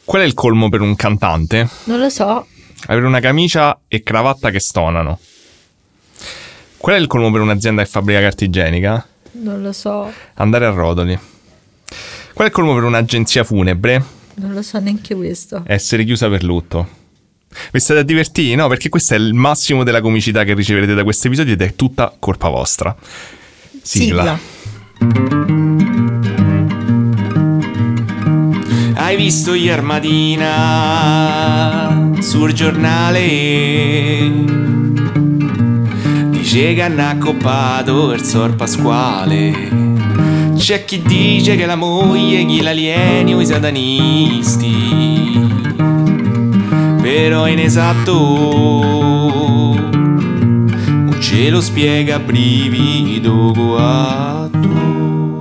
Qual è il colmo per un cantante? Non lo so. Avere una camicia e cravatta che stonano. Qual è il colmo per un'azienda che fabbrica carta igienica? Non lo so. Andare a rotoli. Qual è il colmo per un'agenzia funebre? Non lo so neanche questo. Essere chiusa per lutto. Vi state a divertire? No, perché questo è il massimo della comicità che riceverete da questo episodio ed è tutta colpa vostra. Sigla. Hai visto ieri mattina sul giornale? Dice che hanno accoppato il Sor Pasquale. C'è chi dice che la moglie gli l'alieni o i satanisti, però è inesatto, non ce lo spiega brivido coatto.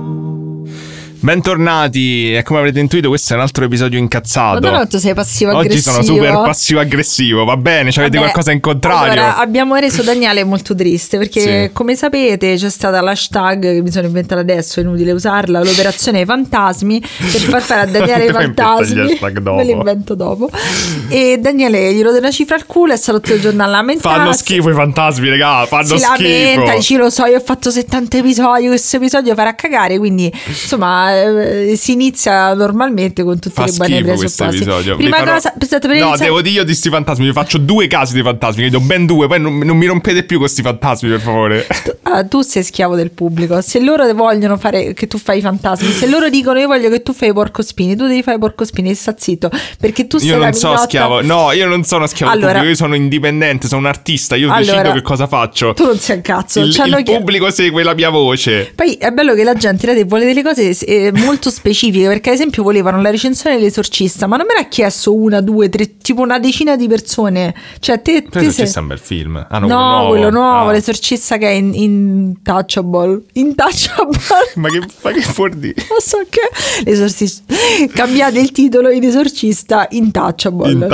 Bentornati, e come avrete intuito questo è un altro episodio incazzato. Ma tu sei passivo-aggressivo. Oggi sono super passivo-aggressivo, va bene? Avete qualcosa in contrario? Allora, abbiamo reso Daniele molto triste perché come sapete c'è stata l'hashtag che mi sono inventata adesso, è inutile usarla, l'operazione fantasmi, per far fare a Daniele i fantasmi. Me lo invento dopo. E Daniele gli rode una cifra al culo, è stato tutto il giorno a lamentarsi. Fanno schifo i fantasmi, raga, fanno schifo. Si lamenta, dici lo so, io ho fatto 70 episodi, questo episodio farà cagare, quindi insomma si inizia normalmente con tutte le buone presupposti. Prima cosa, devo dire io di sti fantasmi, vi faccio 2 casi di fantasmi, che do ben 2, poi non mi rompete più con sti fantasmi, per favore. Tu sei schiavo del pubblico. Se loro vogliono fare che tu fai i fantasmi, se loro dicono io voglio che tu fai i porcospini, tu devi fare i porcospini e sta zitto, perché tu sei io non sono schiavo. No, io non sono schiavo del pubblico, io sono indipendente, sono un artista, io decido che cosa faccio. Tu non sei un cazzo. Il pubblico segue la mia voce. Poi è bello che la gente vuole delle cose molto specifiche, perché ad esempio volevano la recensione dell'Esorcista, ma non me l'ha chiesto 1, 2, 3, tipo una decina di persone. Cioè L'Esorcista è un bel film. Quello nuovo, l'Esorcista che è Intouchable. ma che vuol dire? Non so che l'Esorcista, cambiate il titolo in Esorcista Intouchable,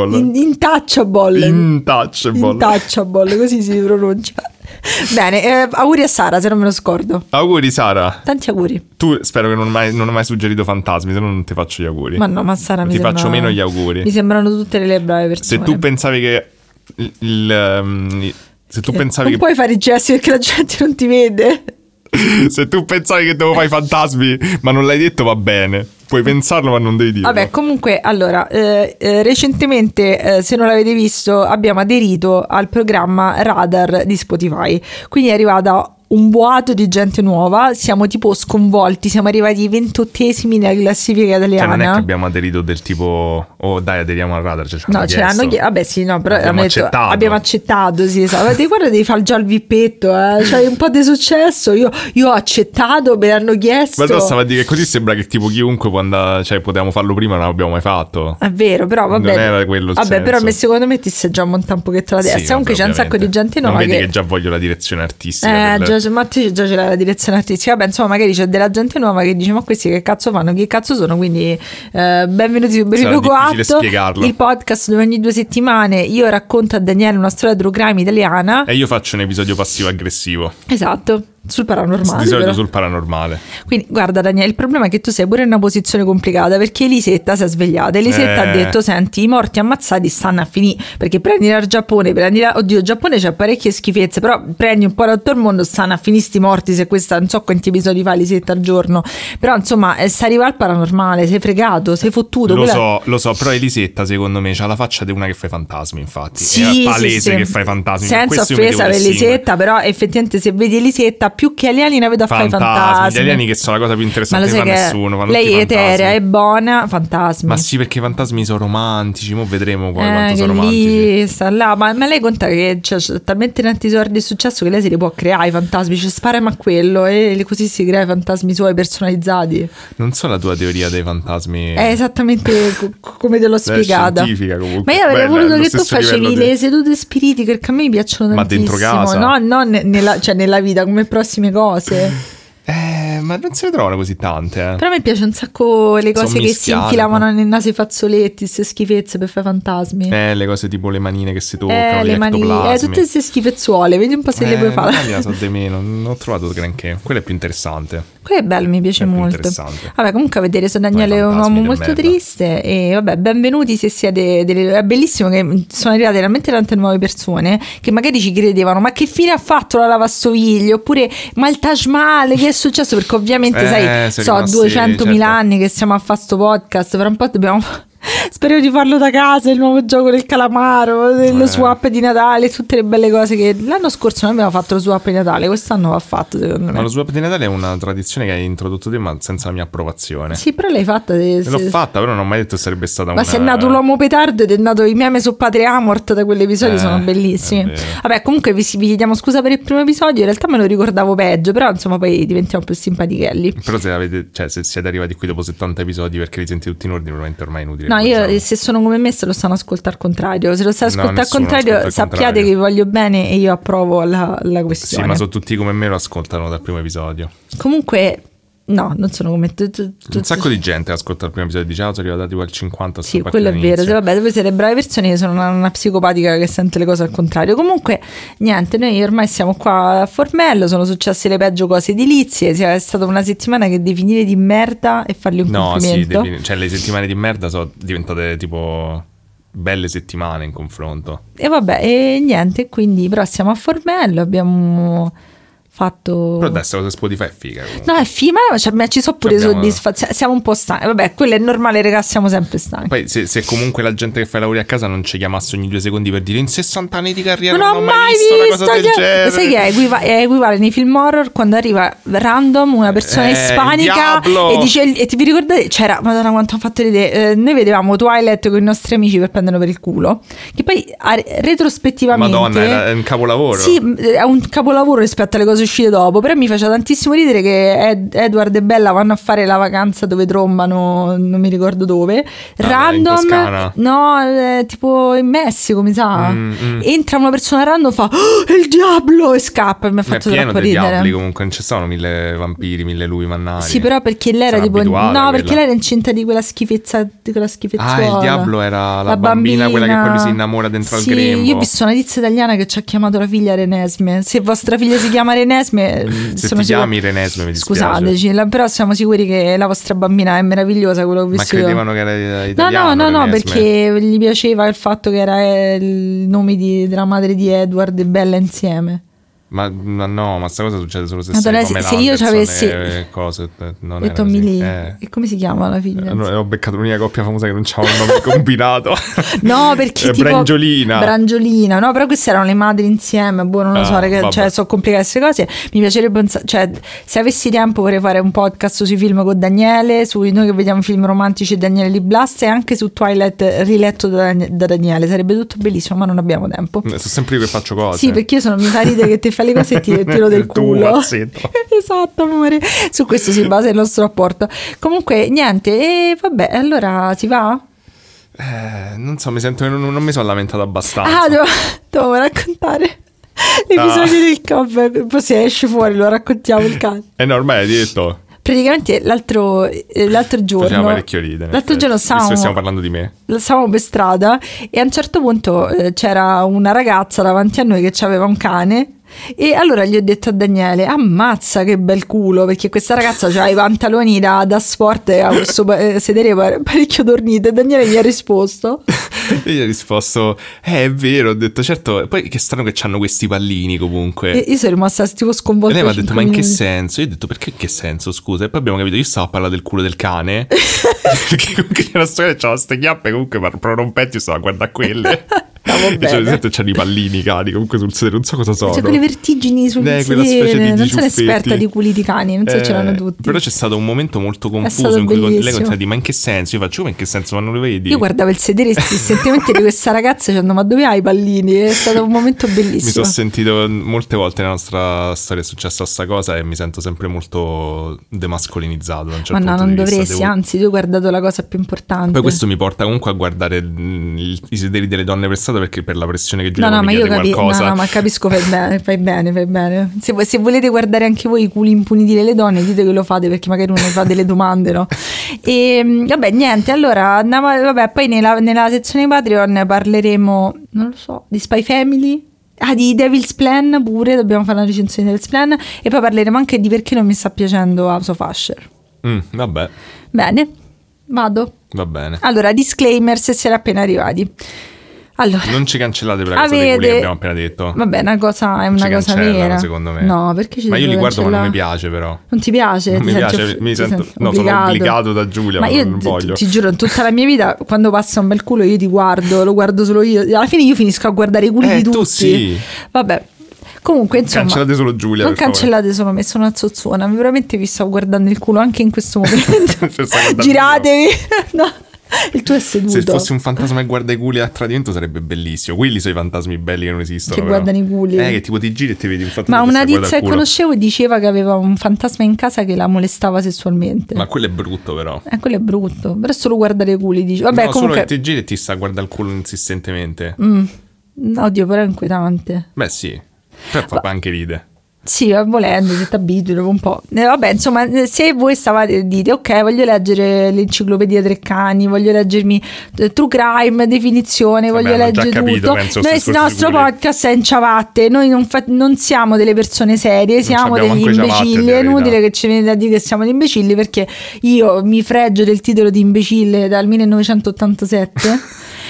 così si pronuncia. Bene, auguri a Sara, se non me lo scordo. Auguri Sara. Tanti auguri. Tu spero che non hai mai suggerito fantasmi, se no non ti faccio gli auguri. Ma no, ma Sara ti faccio meno gli auguri. Mi sembrano tutte le brave persone. Se tu pensavi che non puoi fare i gesti perché la gente non ti vede. Se tu pensavi che devo fare i fantasmi ma non l'hai detto, va bene. Puoi pensarlo ma non devi dirlo. Vabbè, comunque, allora, recentemente, se non l'avete visto, abbiamo aderito al programma Radar di Spotify. Quindi è arrivata un boato di gente nuova, siamo tipo sconvolti, siamo arrivati ai 28esimi nella classifica italiana. Cioè non è che abbiamo aderito del tipo dai aderiamo al Radar, cioè no, ce l'hanno vabbè sì, no, però abbiamo accettato, sì, esatto. Guarda, devi fare già il vippetto, c'hai un po' di successo, io ho accettato, me l'hanno chiesto. Ma tu stava a dire che così sembra che tipo chiunque può andare, cioè potevamo farlo prima, non l'abbiamo mai fatto. È vero, però vabbè. Non era quello il vabbè, però secondo me ti sei già montato un pochetto la testa. Comunque c'è un sacco di gente nuova. Non vedi che già voglio la direzione artistica ma te già ce l'hai la direzione artistica. Vabbè, insomma, magari c'è della gente nuova che dice ma questi che cazzo fanno, che cazzo sono, quindi benvenuti su Brivido Coatto, il podcast dove ogni 2 settimane io racconto a Daniele una storia true crime italiana e io faccio un episodio passivo aggressivo. Esatto. Sul paranormale. Di solito sul paranormale. Quindi guarda Daniele, il problema è che tu sei pure in una posizione complicata, perché Elisetta si è svegliata. Elisetta ha detto senti, i morti ammazzati stanno a finire, perché prendi il Giappone, oddio il Giappone c'ha parecchie schifezze, però prendi un po' tutto il mondo, stanno a finire sti morti. Se questa non so quanti episodi fa Elisetta al giorno, però insomma sta arrivando al paranormale, sei fregato, sei fottuto. Lo so, però Elisetta secondo me c'ha la faccia di una che fa i fantasmi, infatti sì, è palese che fa i fantasmi. Senza offesa per Elisetta, però effettivamente se vedi Elisetta più che alieni la vedo a fare i fantasmi. Gli alieni che sono la cosa più interessante che fa nessuno. Lei è eterea, è buona, fantasmi. Ma sì, perché i fantasmi sono romantici, mo vedremo quanto sono romantici. Lì sta là, ma lei conta che c'è talmente tanti soldi e successo che lei si li può creare i fantasmi, cioè spariamo a quello e così si crea i fantasmi suoi personalizzati. Non so la tua teoria dei fantasmi. È esattamente come te l'ho spiegata. Scientifica comunque. Ma io avrei voluto che tu facevi le sedute spiritiche, perché a me mi piacciono tantissimo. Ma dentro casa? No, nella vita come prossime cose. Ma non se ne trovano così tante. Però a me piace un sacco le Sono cose che si mischiate, infilavano nel naso, i fazzoletti, queste schifezze per fare fantasmi. Le cose tipo le manine che si toccano, gli le mani, ectoplasmi. tutte queste schifezzuole, vedi un po' se le puoi fare. In so di meno, non ho trovato granché. Quello è più interessante. Quello è bello, mi piace È più molto. interessante. Vabbè, comunque a vedere se Daniele è un fantasmi uomo del molto merda. triste. E vabbè, benvenuti se siete è bellissimo che sono arrivate veramente tante nuove persone che magari ci credevano, ma che fine ha fatto la lavastoviglie? Oppure ma il Taj Mahal, che è successo? Perché ovviamente sai, sono rimasti, 200.000 certo. anni che stiamo a fare sto podcast, fra un po' dobbiamo spero di farlo da casa, il nuovo gioco del calamaro, lo swap di Natale, tutte le belle cose che l'anno scorso noi abbiamo fatto lo swap di Natale, quest'anno va fatto secondo me. Ma lo swap di Natale è una tradizione che hai introdotto te, ma senza la mia approvazione. Sì, però l'hai fatta. L'ho fatta, però non ho mai detto che sarebbe stata Ma se è nato l'uomo petardo ed è nato i meme su Patria Amort da quell'episodio, sono bellissimi. Vabbè, comunque vi chiediamo scusa per il primo episodio, in realtà me lo ricordavo peggio, però insomma poi diventiamo più simpatichelli. Però se siete arrivati qui dopo 70 episodi perché li sentite tutti in ordine, probabilmente ormai è inutile. No, io se sono come me se lo stanno ascoltando al contrario. Se lo stai ascoltando al contrario, sappiate che vi voglio bene e io approvo la questione. Sì, ma sono tutti come me, lo ascoltano dal primo episodio. Comunque, no, non sono come tu. Un sacco di gente ascolta il primo episodio e dice sono arrivati tipo al 50. Sì, quello è vero. Se, vabbè, voi siete brave persone, io sono una psicopatica che sente le cose al contrario. Comunque, niente, noi ormai siamo qua a Formello, sono successe le peggio cose edilizie. È stata una settimana che definire di merda e fargli un complimento. Sì, cioè le settimane di merda sono diventate tipo belle settimane in confronto. E vabbè, e niente, quindi però siamo a Formello, abbiamo fatto. Però adesso cosa Spotify è figa comunque. No, è figa, ma ci so pure soddisfazione. Siamo un po' stanchi. Vabbè, quello è normale, ragazzi, siamo sempre stanchi. Poi se comunque la gente che fa i lavori a casa non ci chiamasse ogni 2 secondi per dire in 60 anni di carriera non ho mai visto una cosa del genere. Sai che equivale nei film horror quando arriva random una persona ispanica e dice, e ti vi ricordate c'era, madonna quanto ho fatto l'idea, noi vedevamo Twilight con i nostri amici per prenderlo per il culo, che poi retrospettivamente Madonna, è un capolavoro. Sì, è un capolavoro rispetto alle cose uscite dopo, però mi faceva tantissimo ridere che Edward e Bella vanno a fare la vacanza dove trombano, non mi ricordo dove, random, no, tipo in Messico mi sa, entra una persona random, fa il diavolo e scappa, e mi ha fatto troppo ridere. Diabli, comunque non ci stavano 1000 vampiri, 1000 lupi mannari. Sì, però perché lei era tipo perché lei era incinta di quella schifezza, di quella schifezzuola. Il diavolo era la bambina, quella che poi lui si innamora dentro al grembo. Io ho visto una tizia italiana che ci ha chiamato la figlia Renesme. Se vostra figlia si chiama Renesme, se ti chiami Renesme, mi dispiace. Scusateci, però siamo sicuri che la vostra bambina è meravillosa, quello che ho visto. Ma credevano che era italiano? No, perché gli piaceva il fatto che era il nome della madre di Edward e Bella insieme. Ma no, ma sta cosa succede solo se Madonna, sei come se io ci avessi cose, non e Tommy Lee. E come si chiama la figlia? Ho beccato l'unica coppia famosa che non c'ha un nome combinato. No, perché tipo Brangiolina, no, però queste erano le madri insieme, non lo so, ragazzi, cioè sono complicate queste cose. Mi piacerebbe cioè se avessi tempo vorrei fare un podcast sui film con Daniele, su noi che vediamo film romantici e Daniele Li Blast, e anche su Twilight riletto da Daniele, sarebbe tutto bellissimo, ma non abbiamo tempo. Sono sempre io che faccio cose. Sì, perché io mi fa ridere che ti fa le cose e ti tiro del culo. Esatto, amore. Su questo si basa il nostro rapporto. Comunque, niente, e vabbè, allora si va? Non so, mi sento che non mi sono lamentato abbastanza. Devo raccontare l'episodio del caffè. Poi se esce fuori lo raccontiamo il caso. È normale, hai detto. Praticamente l'altro giorno faceva parecchio ridere. L'altro giorno stiamo parlando di me. Stavamo per strada e a un certo punto c'era una ragazza davanti a noi che aveva un cane. E allora gli ho detto a Daniele: ammazza che bel culo, perché questa ragazza aveva i pantaloni da sport e ha questo sedere parecchio dormito. E Daniele gli ha risposto io gli ho risposto è vero, ho detto certo, poi che strano che c'hanno questi pallini comunque. E io sono rimasta tipo sconvolta. E lei mi ha detto ma in che senso? Io ho detto perché in che senso, scusa? E poi abbiamo capito, io stavo a parlare del culo del cane perché comunque c'era storia, c'aveva ste chiappe comunque prorompenti, io stavo a guardare quelle. C'hanno i pallini cani comunque sul sedere, non so cosa sono. C'è quelle vertigini sul sedere, non sono esperta di culi di cani, non so se ce l'hanno tutti. Però c'è stato un momento molto confuso in cui lei continua a dire ma in che senso? Io faccio ma in che senso, ma non lo vedi? Io guardavo il sedere insistentemente di questa ragazza dicendo ma dove hai i pallini? È stato un momento bellissimo. Mi sono sentito molte volte nella nostra storia è successa sta cosa e mi sento sempre molto demascolinizzato da un certo ma no, punto non di dovresti, vista. Anzi tu hai guardato la cosa più importante. Poi questo mi porta comunque a guardare i sederi delle donne per strada scusa perché per la pressione che Giulia No, mi ma io chiede qualcosa. No, ma capisco, fai bene. Se volete guardare anche voi i culi impuniti delle donne, dite che lo fate, perché magari uno fa delle domande, no? E vabbè, niente, allora poi nella sezione Patreon parleremo, non lo so, di Spy Family. Di Devil's Plan pure, dobbiamo fare una recensione di Devil's Plan, e poi parleremo anche di perché non mi sta piacendo House of Usher. Vabbè. Bene, vado. Va bene. Allora, disclaimer se siete appena arrivati. Allora, non ci cancellate per la cosa dei culi che abbiamo appena detto. Vabbè, è una cosa vera. Secondo me. No, perché ci ma io li guardo cancellare? ma non mi piace però. Non ti piace? Non mi piace, mi sento no, sono obbligato da Giulia, ma io non voglio. Ti giuro, in tutta la mia vita quando passa un bel culo io ti guardo, lo guardo solo io. Alla fine io finisco a guardare i culi di tutti. Tu sì. Vabbè. Comunque, insomma, cancellate solo Giulia. Non cancellate solo me, sono una zozzona. Veramente vi sto guardando il culo anche in questo momento. Giratevi. No. Il tuo è seduto. Se fossi un fantasma che guarda i culi a tradimento sarebbe bellissimo. Quelli sono i fantasmi belli che non esistono. Che però guardano i culi. Che tipo ti giri e ti vedi un fantasma. Ma una tizia che conoscevo diceva che aveva un fantasma in casa che la molestava sessualmente. Ma quello è brutto però. Quello è brutto. Però solo guardare i culi dice. Vabbè, no, comunque... solo che ti giri e ti sta a guardare il culo insistentemente. Oddio, però è inquietante. Beh sì. Però fa anche ride. Sì, volendo, se ti abitui dopo un po'. Vabbè, insomma, se voi dite, ok, voglio leggere l'enciclopedia Treccani, voglio leggermi True Crime, definizione, voglio leggere capito, tutto. Noi, il nostro podcast è in ciabatte, noi non siamo delle persone serie, siamo degli imbecilli. È inutile che ci venite a dire che siamo degli imbecilli, perché io mi fregio del titolo di imbecille dal 1987.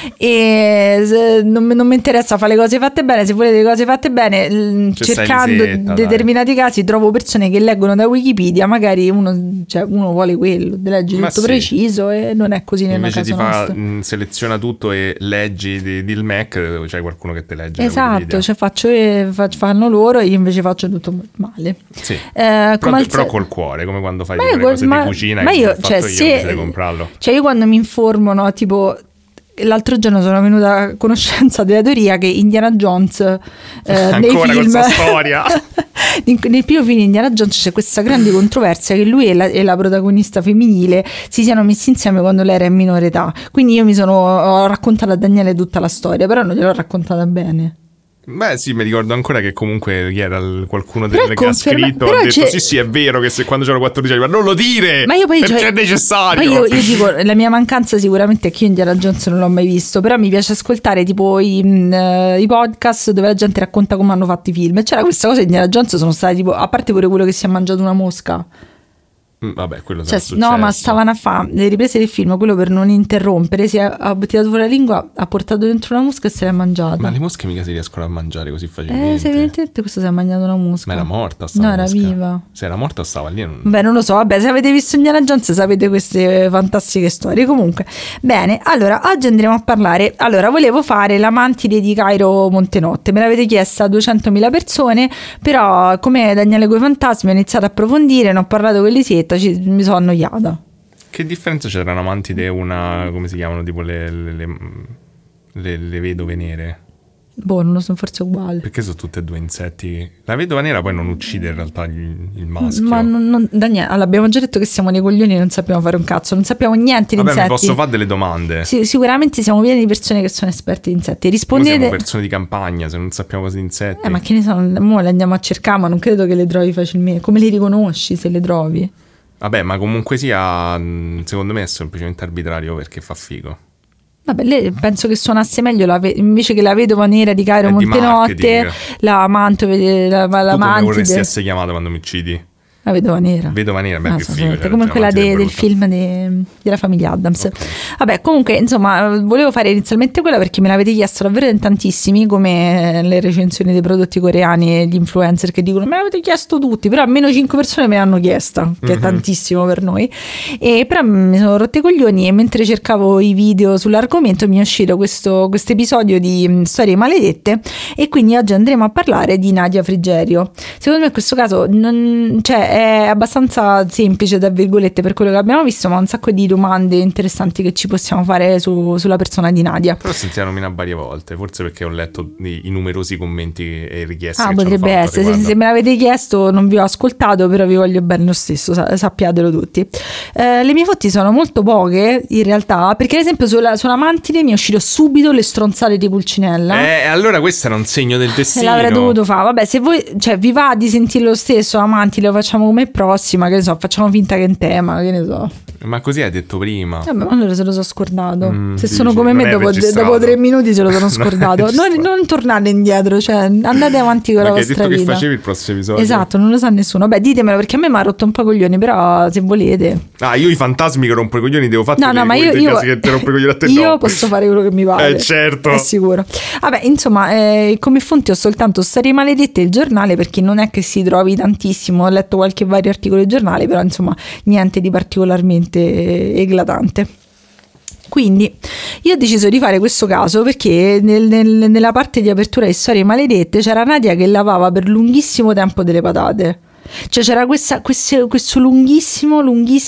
E non mi interessa fare le cose fatte bene. Se volete le cose fatte bene, cercando determinati casi, trovo persone che leggono da Wikipedia, magari uno vuole quello, legge tutto preciso, e non è così nella casa nostra. Invece seleziona tutto e leggi il Mac, c'è qualcuno che te legge. Esatto, fanno loro e io invece faccio tutto male. Sì. Però col cuore, come quando fai le cose di cucina. Ma io, invece di comprarlo. Cioè io quando mi informo, no, tipo l'altro giorno sono venuta a conoscenza della teoria che Indiana Jones nei film, con sua storia. Nel primo film di Indiana Jones c'è questa grande controversia che lui e la protagonista femminile si siano messi insieme quando lei era in minore età. Quindi io ho raccontato a Daniele tutta la storia, però non gliel'ho raccontata bene. Beh sì, mi ricordo ancora che comunque era qualcuno che ha scritto, ha detto sì è vero che se quando c'ero 14 anni, ma non lo dire, ma io poi perché è necessario. Poi io dico, la mia mancanza sicuramente è che io Indiana Jones non l'ho mai visto, però mi piace ascoltare tipo i podcast dove la gente racconta come hanno fatto i film, e c'era questa cosa di Indiana Jones, sono stati tipo, a parte pure quello che si è mangiato una mosca. Vabbè, quello no, ma stavano a fare le riprese del film, quello per non interrompere si è tirato fuori la lingua, ha portato dentro una mosca e se l'è mangiata. Ma le mosche mica si riescono a mangiare così facilmente. Se evidentemente questo si è mangiato una mosca. Ma era morta no, era viva. Se era morta stava lì Beh, non lo so, vabbè, se avete visto Indiana Jones sapete queste fantastiche storie. Comunque, bene, allora oggi andremo a parlare. Allora, volevo fare la mantide di Cairo Montenotte, me l'avete chiesta 200.000 persone, però come Daniele coi fantasmi ho iniziato a approfondire, ne ho parlato con Lisetta, mi sono annoiata. Che differenza c'è tra una mantide e una, come si chiamano, tipo le vedove nere? Boh, non lo so, forse uguale. Perché sono tutte e due insetti. La vedova nera poi non uccide in realtà il maschio. Ma Daniele, allora, abbiamo già detto che siamo dei coglioni e non sappiamo fare un cazzo, non sappiamo niente di insetti. Vabbè, mi posso fare delle domande. Sì, sicuramente siamo pieni di persone che sono esperte di insetti. Rispondete. Noi siamo persone di campagna, se non sappiamo cose di insetti. Ma che ne so, mo le andiamo a cercare, ma non credo che le trovi facilmente. Come le riconosci se le trovi? Vabbè, ma comunque sia, secondo me è semplicemente arbitrario perché fa figo. Vabbè, lei penso che suonasse meglio invece che la vedova nera di Cairo Montenotte, la mantide, la tu come vorresti essere chiamata quando mi uccidi? La vedova nera. Vedova nera, beh, più figo. Come quella del film della famiglia Addams. Okay. Vabbè, comunque, insomma, volevo fare inizialmente quella perché me l'avete chiesto davvero in tantissimi, come le recensioni dei prodotti coreani e gli influencer che dicono me l'avete chiesto tutti, però almeno 5 persone me l'hanno chiesta, che è tantissimo per noi. E però mi sono rotte i coglioni e mentre cercavo i video sull'argomento mi è uscito questo episodio di Storie Maledette e quindi oggi andremo a parlare di Nadia Frigerio. Secondo me in questo caso è abbastanza semplice, tra virgolette, per quello che abbiamo visto, ma un sacco di domande interessanti che ci possiamo fare sulla persona di Nadia. Però sentita nominare varie volte, forse perché ho letto i numerosi commenti e richieste che potrebbe essere, se me l'avete chiesto non vi ho ascoltato, però vi voglio bene lo stesso, sappiatelo tutti. Le mie foto sono molto poche in realtà, perché ad esempio sulla mantide mi è uscito subito le stronzate di Pulcinella. Allora questo era un segno del destino. L'avrei dovuto fare. Vabbè, se voi, cioè, vi va di sentire lo stesso, amanti, lo facciamo come prossima, che ne so, facciamo finta che è un tema, che ne so. Ma così hai detto prima. Vabbè, allora se lo so scordato. Se dici, sono come me, dopo 3 minuti se lo sono scordato. Non tornate indietro, cioè andate avanti con la vostra vita. Che facevi il prossimo episodio? Esatto, non lo sa nessuno. Beh, ditemelo, perché a me mi ha rotto un po' i coglioni, però se volete. Io i fantasmi che rompo i coglioni devo fare. No, ma io che ti rompo i coglioni a te. Io posso fare quello che mi pare. Certo. È sicuro. Vabbè, insomma, come fonti ho soltanto Storie Maledette e il giornale, perché non è che si trovi tantissimo. Ho letto qualche vario articolo del giornale, però insomma niente di particolarmente eclatante. Quindi io ho deciso di fare questo caso perché nella parte di apertura di Storie Maledette c'era Nadia che lavava per lunghissimo tempo delle patate. Cioè c'era questo lunghissimo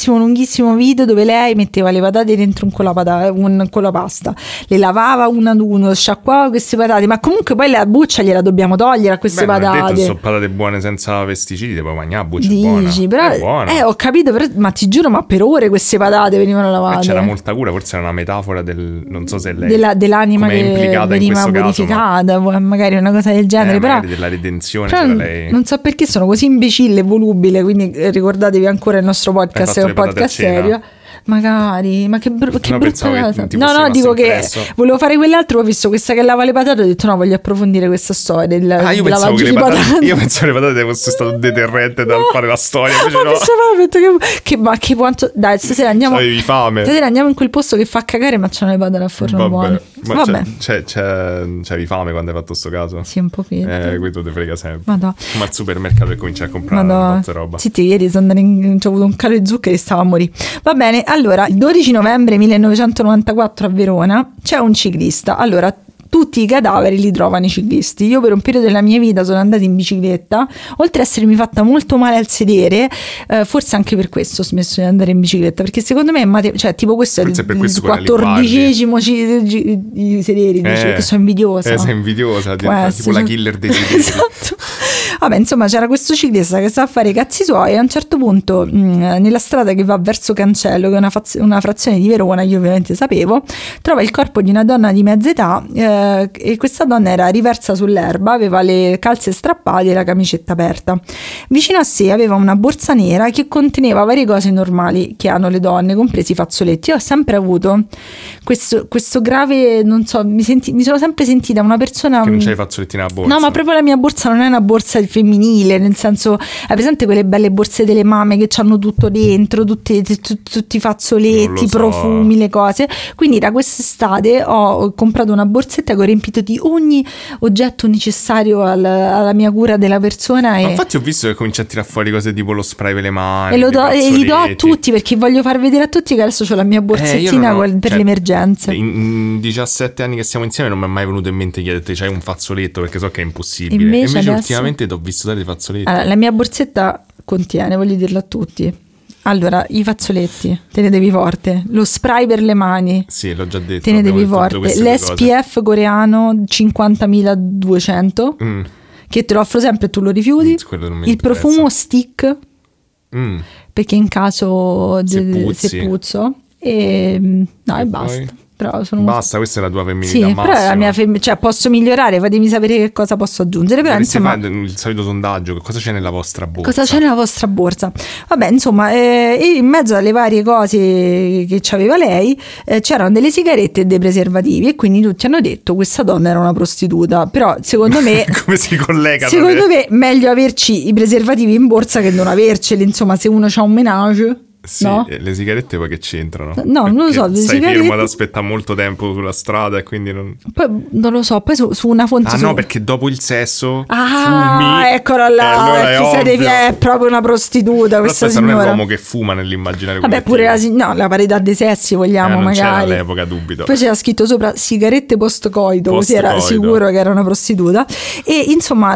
video dove lei metteva le patate dentro con la pasta, le lavava una ad uno, sciacquava queste patate, ma comunque poi la buccia gliela dobbiamo togliere a queste patate. Detto, sono patate buone senza pesticidi, puoi mangiare la buccia. Dici, buona. Però ho capito, ma ti giuro, ma per ore queste patate venivano lavate. C'era molta cura, forse era una metafora non so se lei dell'anima che veniva modificata, magari una cosa del genere, però della redenzione, però lei. Non so perché sono così imbecille e volubile, quindi ricordatevi ancora il nostro podcast, è un podcast serio. Magari, ma che brutta cosa. No, dico che volevo fare quell'altro, ho visto questa che lava le patate, ho detto no, voglio approfondire questa storia del lavaggio di patate. Io pensavo che le patate fosse stato un deterrente dal fare la storia, ma che quanto. Dai, stasera andiamo. Avevi fame. Stasera andiamo in quel posto che fa cagare, ma c'hanno le patate a forno buone. Vabbè. C'avevi fame quando hai fatto sto caso? Sì, un pochino. Questo ti frega sempre. Madonna. Ma al supermercato e cominci a comprare questa roba. Sì, ieri sono andato ho avuto un calo di zuccheri e stavo a morire. Va bene, allora, il 12 novembre 1994 a Verona c'è un ciclista. Allora, tutti i cadaveri li trovano i ciclisti. Io per un periodo della mia vita sono andata in bicicletta, oltre a essermi fatta molto male al sedere, forse anche per questo ho smesso di andare in bicicletta, perché secondo me cioè tipo questo forse è il 14esimo i sederi, che sono invidiosa. Sei invidiosa, tipo la killer dei sederi. Esatto. Vabbè, insomma, c'era questo ciclista che stava a fare i cazzi suoi e a un certo punto nella strada che va verso Cancello, che è una frazione di Verona, io ovviamente sapevo, trova il corpo di una donna di mezza età, e questa donna era riversa sull'erba, aveva le calze strappate e la camicetta aperta. Vicino a sé aveva una borsa nera che conteneva varie cose normali che hanno le donne, compresi i fazzoletti. Io ho sempre avuto questo grave, non so, mi sono sempre sentita una persona che non c'hai i fazzoletti nella borsa. No, ma proprio la mia borsa non è una borsa femminile, nel senso, hai presente quelle belle borse delle mamme che hanno tutto dentro, tutti i fazzoletti, profumi, le cose. Quindi da quest'estate ho comprato una borsetta che ho riempito di ogni oggetto necessario alla mia cura della persona. Ma infatti ho visto che comincia a tirare fuori cose tipo lo spray per le mani, e li do a tutti, perché voglio far vedere a tutti che adesso ho la mia borsettina per le emergenze. In 17 anni che siamo insieme non mi è mai venuto in mente chiederti c'hai un fazzoletto, perché so che è impossibile. Invece adesso, ultimamente ti ho visto dare i fazzoletti. Allora, la mia borsetta contiene, voglio dirlo a tutti, allora, i fazzoletti, tenetevi forte. Lo spray per le mani, sì, l'ho già detto, tenetevi forte. L'SPF coreano 50.200, che te lo offro sempre e tu lo rifiuti. Il profumo stick, perché in caso se puzzo. E no, e basta. Poi? Però basta, questa è la tua femminilità sì, massima. Però è la mia cioè posso migliorare, fatemi sapere che cosa posso aggiungere. Però insomma, il solito sondaggio, cosa c'è nella vostra borsa? Cosa c'è nella vostra borsa? Vabbè, insomma, in mezzo alle varie cose che c'aveva lei c'erano delle sigarette e dei preservativi, e quindi tutti hanno detto questa donna era una prostituta. Però secondo me come si collega? Secondo me meglio averci i preservativi in borsa che non averceli. Insomma, se uno c'ha un menage. Sì, no? Le sigarette poi che c'entrano? No, non lo so, le stai sigarette... fermo ad aspettare molto tempo sulla strada e quindi non... Poi non lo so, poi su una fonte... no, perché dopo il sesso Ah, fumi. eccola là, Allora è proprio una prostituta però questa non è signora. l'uomo che fuma nell'immaginario Vabbè, collettivo. pure la parità dei sessi vogliamo non c'era magari. all'epoca, dubito. Poi c'era scritto sopra sigarette post-coito, così era Post-coito. sicuro che era una prostituta. E insomma,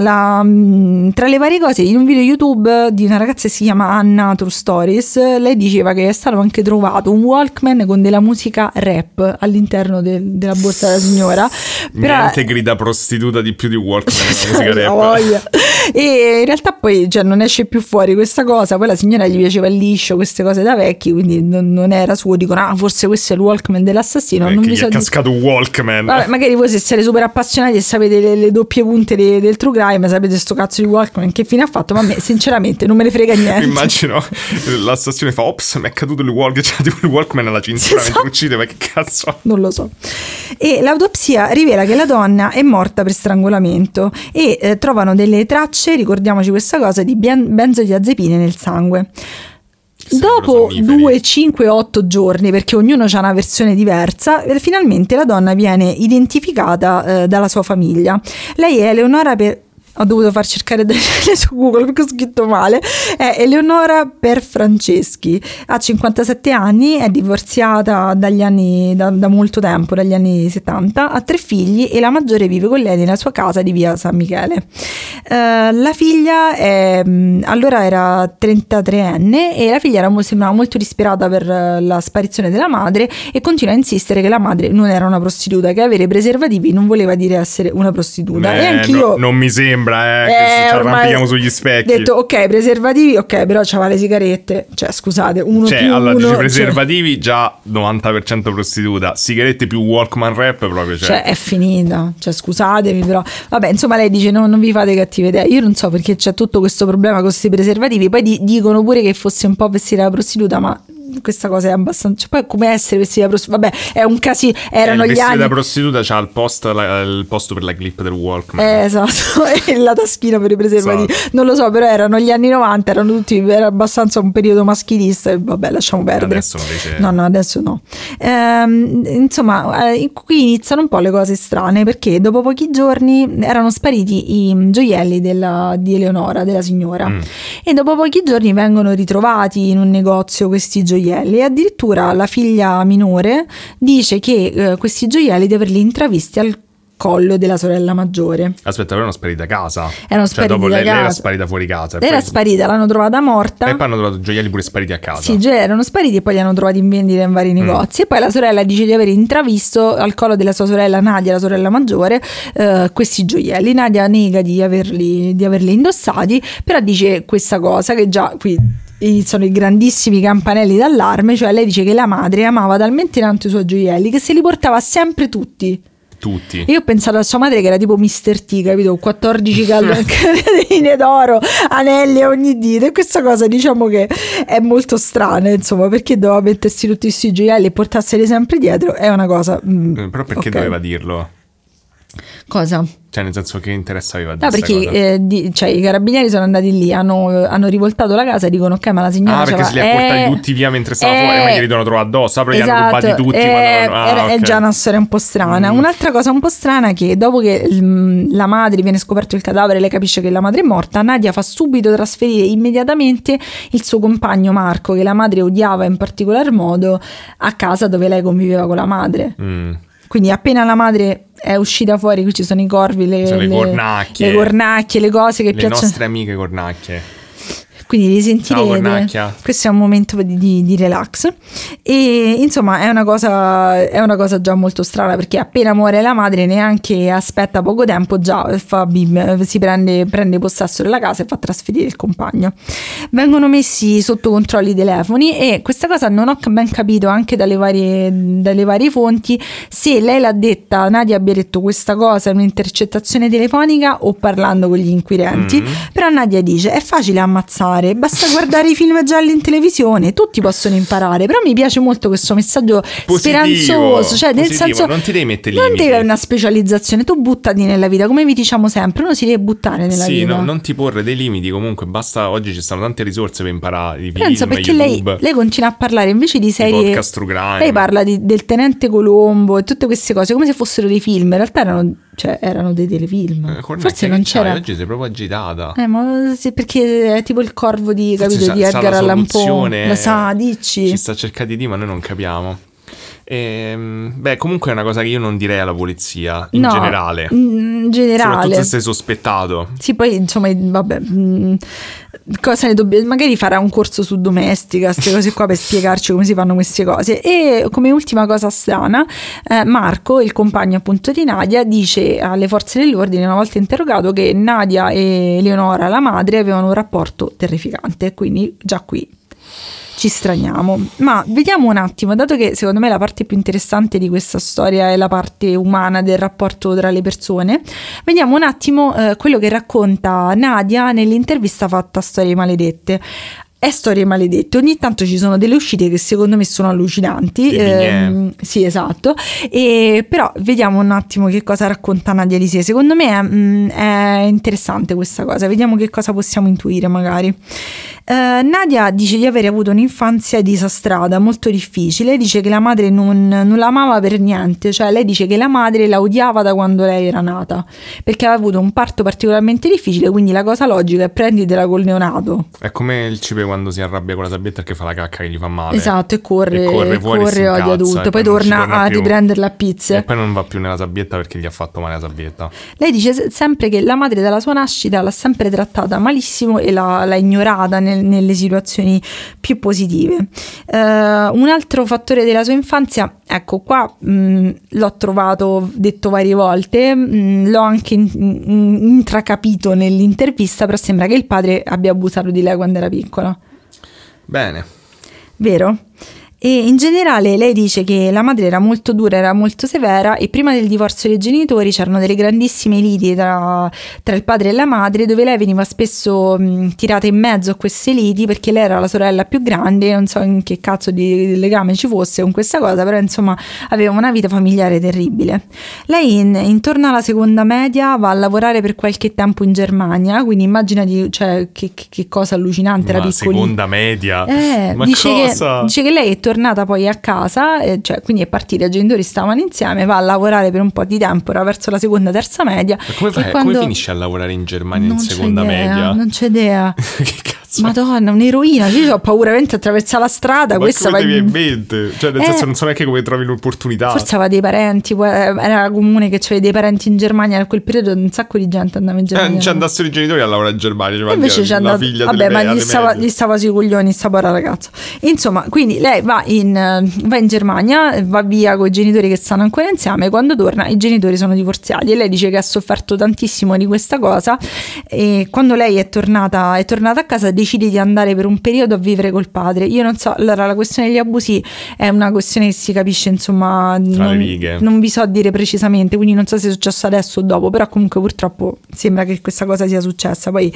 tra le varie cose, in un video YouTube di una ragazza che si chiama Anna True Stories, lei diceva che è stato anche trovato un Walkman con della musica rap all'interno della borsa della signora. Però... niente grida prostituta di più di Walkman, la musica La rap. voglia. E in realtà poi non esce più fuori questa cosa. Poi la signora gli piaceva il liscio, queste cose da vecchi, quindi non era suo. Dicono forse questo è il Walkman dell'assassino. Non Che vi gli so è cascato un Walkman. Vabbè, magari voi se siete super appassionati e sapete le doppie punte del true crime, sapete sto cazzo di Walkman che fine ha fatto, ma a me sinceramente non me ne frega niente. Immagino l'assassino fa ops, mi è caduto il Walkman, cioè tipo il Walkman alla cintura mentre uccide, ma che cazzo. Non lo so. E l'autopsia rivela che la donna è morta per strangolamento e trovano delle tracce, ricordiamoci questa cosa, di benzodiazepine nel sangue. Dopo 2, 5, 8 giorni, perché ognuno ha una versione diversa, finalmente la donna viene identificata dalla sua famiglia. Lei è Eleonora ho dovuto far cercare su Google perché ho scritto male. È Eleonora Perfranceschi, ha 57 anni, è divorziata da molto tempo, dagli anni 70, ha 3 figli e la maggiore vive con lei nella sua casa di via San Michele. La figlia allora era 33enne e la figlia sembrava molto disperata per la sparizione della madre e continua a insistere che la madre non era una prostituta, che avere preservativi non voleva dire essere una prostituta. E anch'io non mi sembra che ci arrampichiamo sugli specchi. Ho detto ok, preservativi, ok, però c'aveva le sigarette, cioè scusate, allora dice preservativi, già 90% prostituta, sigarette più Walkman rap proprio, cioè è finita, cioè scusatemi, però vabbè, insomma lei dice non vi fate cattive idee. Io non so perché c'è tutto questo problema con questi preservativi, poi dicono pure che fosse un po' vestita da prostituta, ma questa cosa è abbastanza, cioè, poi come essere vestita da prostituta, vabbè, è un casino, erano gli anni da prostituta, c'ha il posto per la clip del Walkman, esatto, e la taschina per i preservativi, esatto. Non lo so, però erano gli anni 90, era abbastanza un periodo maschilista e vabbè, lasciamo perdere. Adesso invece... no, adesso no. Insomma, qui iniziano un po' le cose strane, perché dopo pochi giorni erano spariti i gioielli di Eleonora, della signora, e dopo pochi giorni vengono ritrovati in un negozio questi gioielli. E addirittura la figlia minore dice che questi gioielli di averli intravisti al collo della sorella maggiore. Aspetta, però erano spariti da casa. Erano spariti dopo da lei casa. era sparita fuori casa. Lei era sparita, l'hanno trovata morta. E poi hanno trovato gioielli pure spariti a casa. Sì, erano spariti e poi li hanno trovati in vendita in vari negozi. E poi la sorella dice di aver intravisto al collo della sua sorella Nadia, la sorella maggiore, questi gioielli. Nadia nega di averli indossati, però dice questa cosa che già qui iniziano i grandissimi campanelli d'allarme, cioè lei dice che la madre amava talmente tanto i suoi gioielli che se li portava sempre tutti. E io ho pensato a sua madre che era tipo Mr. T, capito? 14 catenine d'oro, anelli a ogni dito, e questa cosa diciamo che è molto strana, insomma, perché doveva mettersi tutti questi gioielli e portarseli sempre dietro, è una cosa però perché doveva dirlo? Cosa? Cioè, nel senso, che interesse aveva? No, perché i carabinieri sono andati lì, hanno rivoltato la casa e dicono ok, ma la signora perché se li ha portati tutti via mentre stava fuori, ma glieli devono trovare addosso, però esatto, li hanno rubati tutti, è già una storia un po' strana. Un'altra cosa un po' strana è che dopo che la madre viene scoperto il cadavere, lei capisce che la madre è morta, Nadia fa subito trasferire immediatamente il suo compagno Marco, che la madre odiava in particolar modo, a casa dove lei conviveva con la madre. Quindi appena la madre è uscita fuori, qui ci sono i corvi, le cornacchie, le cose che piacciono. Le nostre amiche cornacchie. Quindi li sentirete. Questo è un momento di relax. E insomma è una cosa già molto strana, perché appena muore la madre neanche aspetta poco tempo, già si prende possesso della casa e fa trasferire il compagno. Vengono messi sotto controllo i telefoni, e questa cosa non ho ben capito anche dalle varie fonti se lei l'ha detta, Nadia abbia detto questa cosa in un'intercettazione telefonica o parlando con gli inquirenti. Però Nadia dice è facile ammazzare imparare, basta guardare i film gialli in televisione, tutti possono imparare. Però mi piace molto questo messaggio speranzoso, cioè nel senso non ti devi mettere non limiti. devi avere una specializzazione, tu buttati nella vita, come vi diciamo sempre, uno si deve buttare nella sì, vita. No, non ti porre dei limiti, comunque basta, oggi ci stanno tante risorse per imparare i film, Penso perché YouTube, lei continua a parlare invece di serie, podcast true crime. lei parla del Tenente Colombo e tutte queste cose come se fossero dei film, in realtà erano dei telefilm. Forse non c'era. Oggi sei proprio agitata. Ma sì, perché è tipo il corvo di Edgar Allan Poe. Lo sa, dici. Ci sta cercando di dire, ma noi non capiamo. Beh, comunque è una cosa che io non direi alla polizia in generale. In generale. Soprattutto se sei sospettato. Sì, poi insomma, vabbè, cosa ne dobbiamo, magari farà un corso su domestica, queste cose qua, per spiegarci come si fanno queste cose. E come ultima cosa strana, Marco, il compagno appunto di Nadia, dice alle forze dell'ordine, una volta interrogato, che Nadia e Eleonora, la madre, avevano un rapporto terrificante. Quindi già qui ci straniamo. Ma vediamo un attimo, dato che secondo me la parte più interessante di questa storia è la parte umana del rapporto tra le persone, vediamo un attimo quello che racconta Nadia nell'intervista fatta a Storie Maledette. È Storie Maledette, ogni tanto ci sono delle uscite che secondo me sono allucinanti, sì, esatto, però vediamo un attimo che cosa racconta Nadia Lisei. Secondo me è interessante questa cosa, vediamo che cosa possiamo intuire magari. Nadia dice di aver avuto un'infanzia disastrata, molto difficile, dice che la madre non la amava per niente, cioè lei dice che la madre la odiava da quando lei era nata, perché aveva avuto un parto particolarmente difficile, quindi la cosa logica è prenditela col neonato. È come il cipe quando si arrabbia con la sabbietta perché fa la cacca che gli fa male. Esatto, e corre fuori odia adulto, poi torna a riprenderla a pizze. E poi non va più nella sabbietta perché gli ha fatto male la sabbietta. Lei dice sempre che la madre dalla sua nascita l'ha sempre trattata malissimo e l'ha ignorata nelle situazioni più positive. Un altro fattore della sua infanzia, ecco qua, l'ho trovato detto varie volte, l'ho anche intracapito nell'intervista, però sembra che il padre abbia abusato di lei quando era piccola. Bene. Vero? E in generale lei dice che la madre era molto dura, era molto severa, e prima del divorzio dei genitori c'erano delle grandissime liti tra il padre e la madre, dove lei veniva spesso tirata in mezzo a queste liti perché lei era la sorella più grande. Non so in che cazzo di legame ci fosse con questa cosa, però insomma aveva una vita familiare terribile. Lei intorno alla seconda media va a lavorare per qualche tempo in Germania, quindi immaginati, cioè, che cosa allucinante. Ma era piccolina. Seconda media? Ma dice cosa? Che lei è tornata poi a casa, cioè quindi è partita, i genitori stavano insieme, va a lavorare per un po' di tempo, era verso la seconda, terza media. Ma come fai? Come finisce a lavorare in Germania in seconda media? Non c'è idea. Che cazzo? Madonna, un'eroina, io ho paura veramente attraversare la strada. Ma questa come ti viene in mente? Cioè nel senso non so neanche come trovi l'opportunità. Forse aveva dei parenti, era comune che c'aveva dei parenti in Germania, in quel periodo un sacco di gente andava in Germania. Non ci andassero i genitori a lavorare in Germania, cioè invece c'è la figlia vabbè, ma gli stava sui coglioni sta povera ragazza. Insomma, quindi lei va in Germania, va via con i genitori che stanno ancora insieme. Quando torna i genitori sono divorziati e lei dice che ha sofferto tantissimo di questa cosa, e quando lei è tornata a casa decide di andare per un periodo a vivere col padre. Io non so, allora la questione degli abusi è una questione che si capisce insomma tra le righe, non vi so dire precisamente, quindi non so se è successo adesso o dopo, però comunque purtroppo sembra che questa cosa sia successa. Poi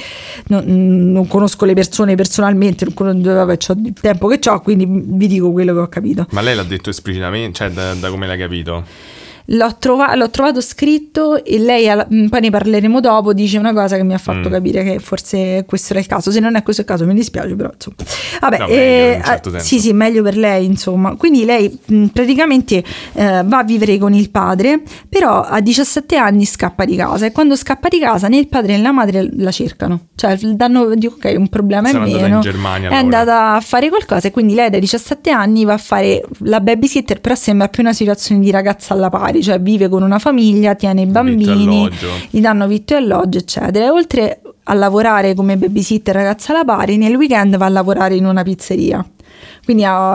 non conosco le persone personalmente, vabbè, c'ho il tempo che c'ho, quindi vi dico quello che ho capito. Ma lei l'ha detto esplicitamente, cioè da come l'hai capito? L'ho trovato scritto, e lei poi ne parleremo dopo, dice una cosa che mi ha fatto capire che forse questo era il caso. Se non è questo il caso mi dispiace, però insomma vabbè, no, meglio, in un certo senso. sì, meglio per lei insomma. Quindi lei praticamente va a vivere con il padre, però a 17 anni scappa di casa, e quando scappa di casa né il padre né la madre la cercano, cioè dico ok, un problema è meno, in Germania, è andata a fare qualcosa, e quindi lei dai 17 anni va a fare la babysitter, però sembra più una situazione di ragazza alla pari, cioè vive con una famiglia, tiene i bambini, gli danno vitto e alloggio eccetera, e oltre a lavorare come babysitter ragazza alla pari, nel weekend va a lavorare in una pizzeria. Quindi ha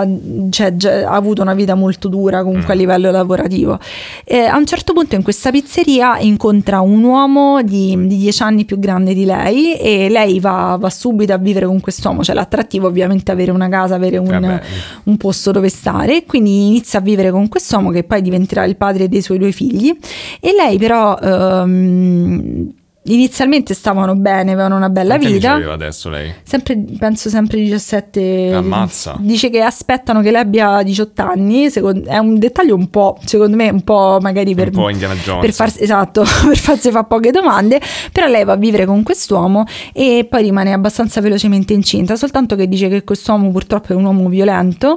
avuto una vita molto dura comunque a livello lavorativo. A un certo punto in questa pizzeria incontra un uomo di 10 anni più grande di lei, e lei va subito a vivere con quest'uomo. Cioè l'attrattivo ovviamente avere una casa, avere un posto dove stare, e quindi inizia a vivere con quest'uomo che poi diventerà il padre dei suoi 2 figli. E lei però inizialmente stavano bene, avevano una bella Quanti vita. anni aveva adesso lei? Penso sempre 17. Ammazza. Dice che aspettano che lei abbia 18 anni. È un dettaglio un po', secondo me, un po' magari per, un po' Indiana Jones. per farsi, esatto, per farsi fare poche domande. Però lei va a vivere con quest'uomo e poi rimane abbastanza velocemente incinta. Soltanto che dice che quest'uomo purtroppo è un uomo violento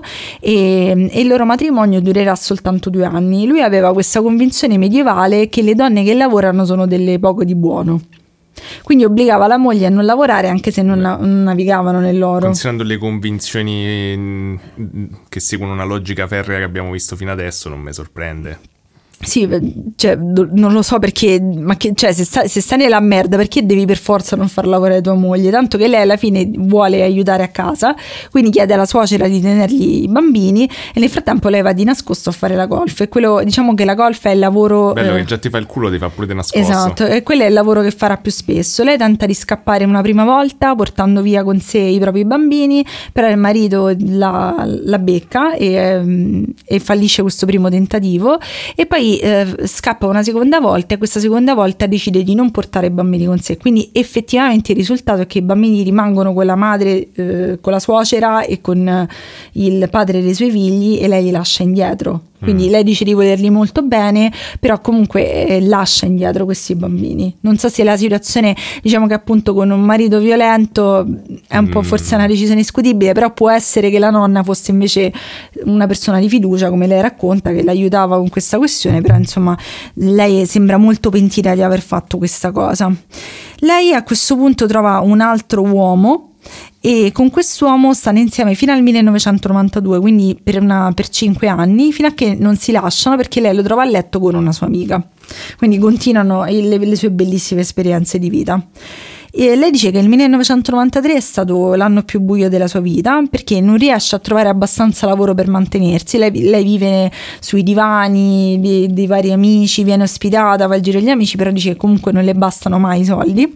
e il loro matrimonio durerà soltanto 2 anni. Lui aveva questa convinzione medievale che le donne che lavorano sono delle poco di buono. Quindi obbligava la moglie a non lavorare anche se non navigavano nell'oro. Considerando le convinzioni che seguono una logica ferrea che abbiamo visto fino adesso, non mi sorprende. Sì, cioè, non lo so perché, ma che, cioè, se stai nella merda, perché devi per forza non far lavorare tua moglie? Tanto che lei alla fine vuole aiutare a casa, quindi chiede alla suocera di tenergli i bambini e nel frattempo lei va di nascosto a fare la golf. E quello, diciamo che la golf è il lavoro... Bello che già ti fa il culo, ti fa pure di nascosto. Esatto, e quello è il lavoro che farà più spesso. Lei tenta di scappare una prima volta portando via con sé i propri bambini, però il marito la becca e fallisce questo primo tentativo e poi scappa una seconda volta e questa seconda volta decide di non portare i bambini con sé, quindi effettivamente il risultato è che i bambini rimangono con la madre, con la suocera e con il padre dei suoi figli e lei li lascia indietro. Quindi lei dice di volerli molto bene, però comunque lascia indietro questi bambini. Non so se la situazione, diciamo che appunto con un marito violento è un po' forse una decisione discutibile, però può essere che la nonna fosse invece una persona di fiducia, come lei racconta, che l'aiutava con questa questione, però insomma lei sembra molto pentita di aver fatto questa cosa. Lei a questo punto trova un altro uomo e con quest'uomo stanno insieme fino al 1992, quindi per 5 anni, fino a che non si lasciano perché lei lo trova a letto con una sua amica. Quindi continuano le sue bellissime esperienze di vita. E lei dice che il 1993 è stato l'anno più buio della sua vita perché non riesce a trovare abbastanza lavoro per mantenersi. Lei vive sui divani dei vari amici, viene ospitata, va al giro degli amici, però dice che comunque non le bastano mai i soldi.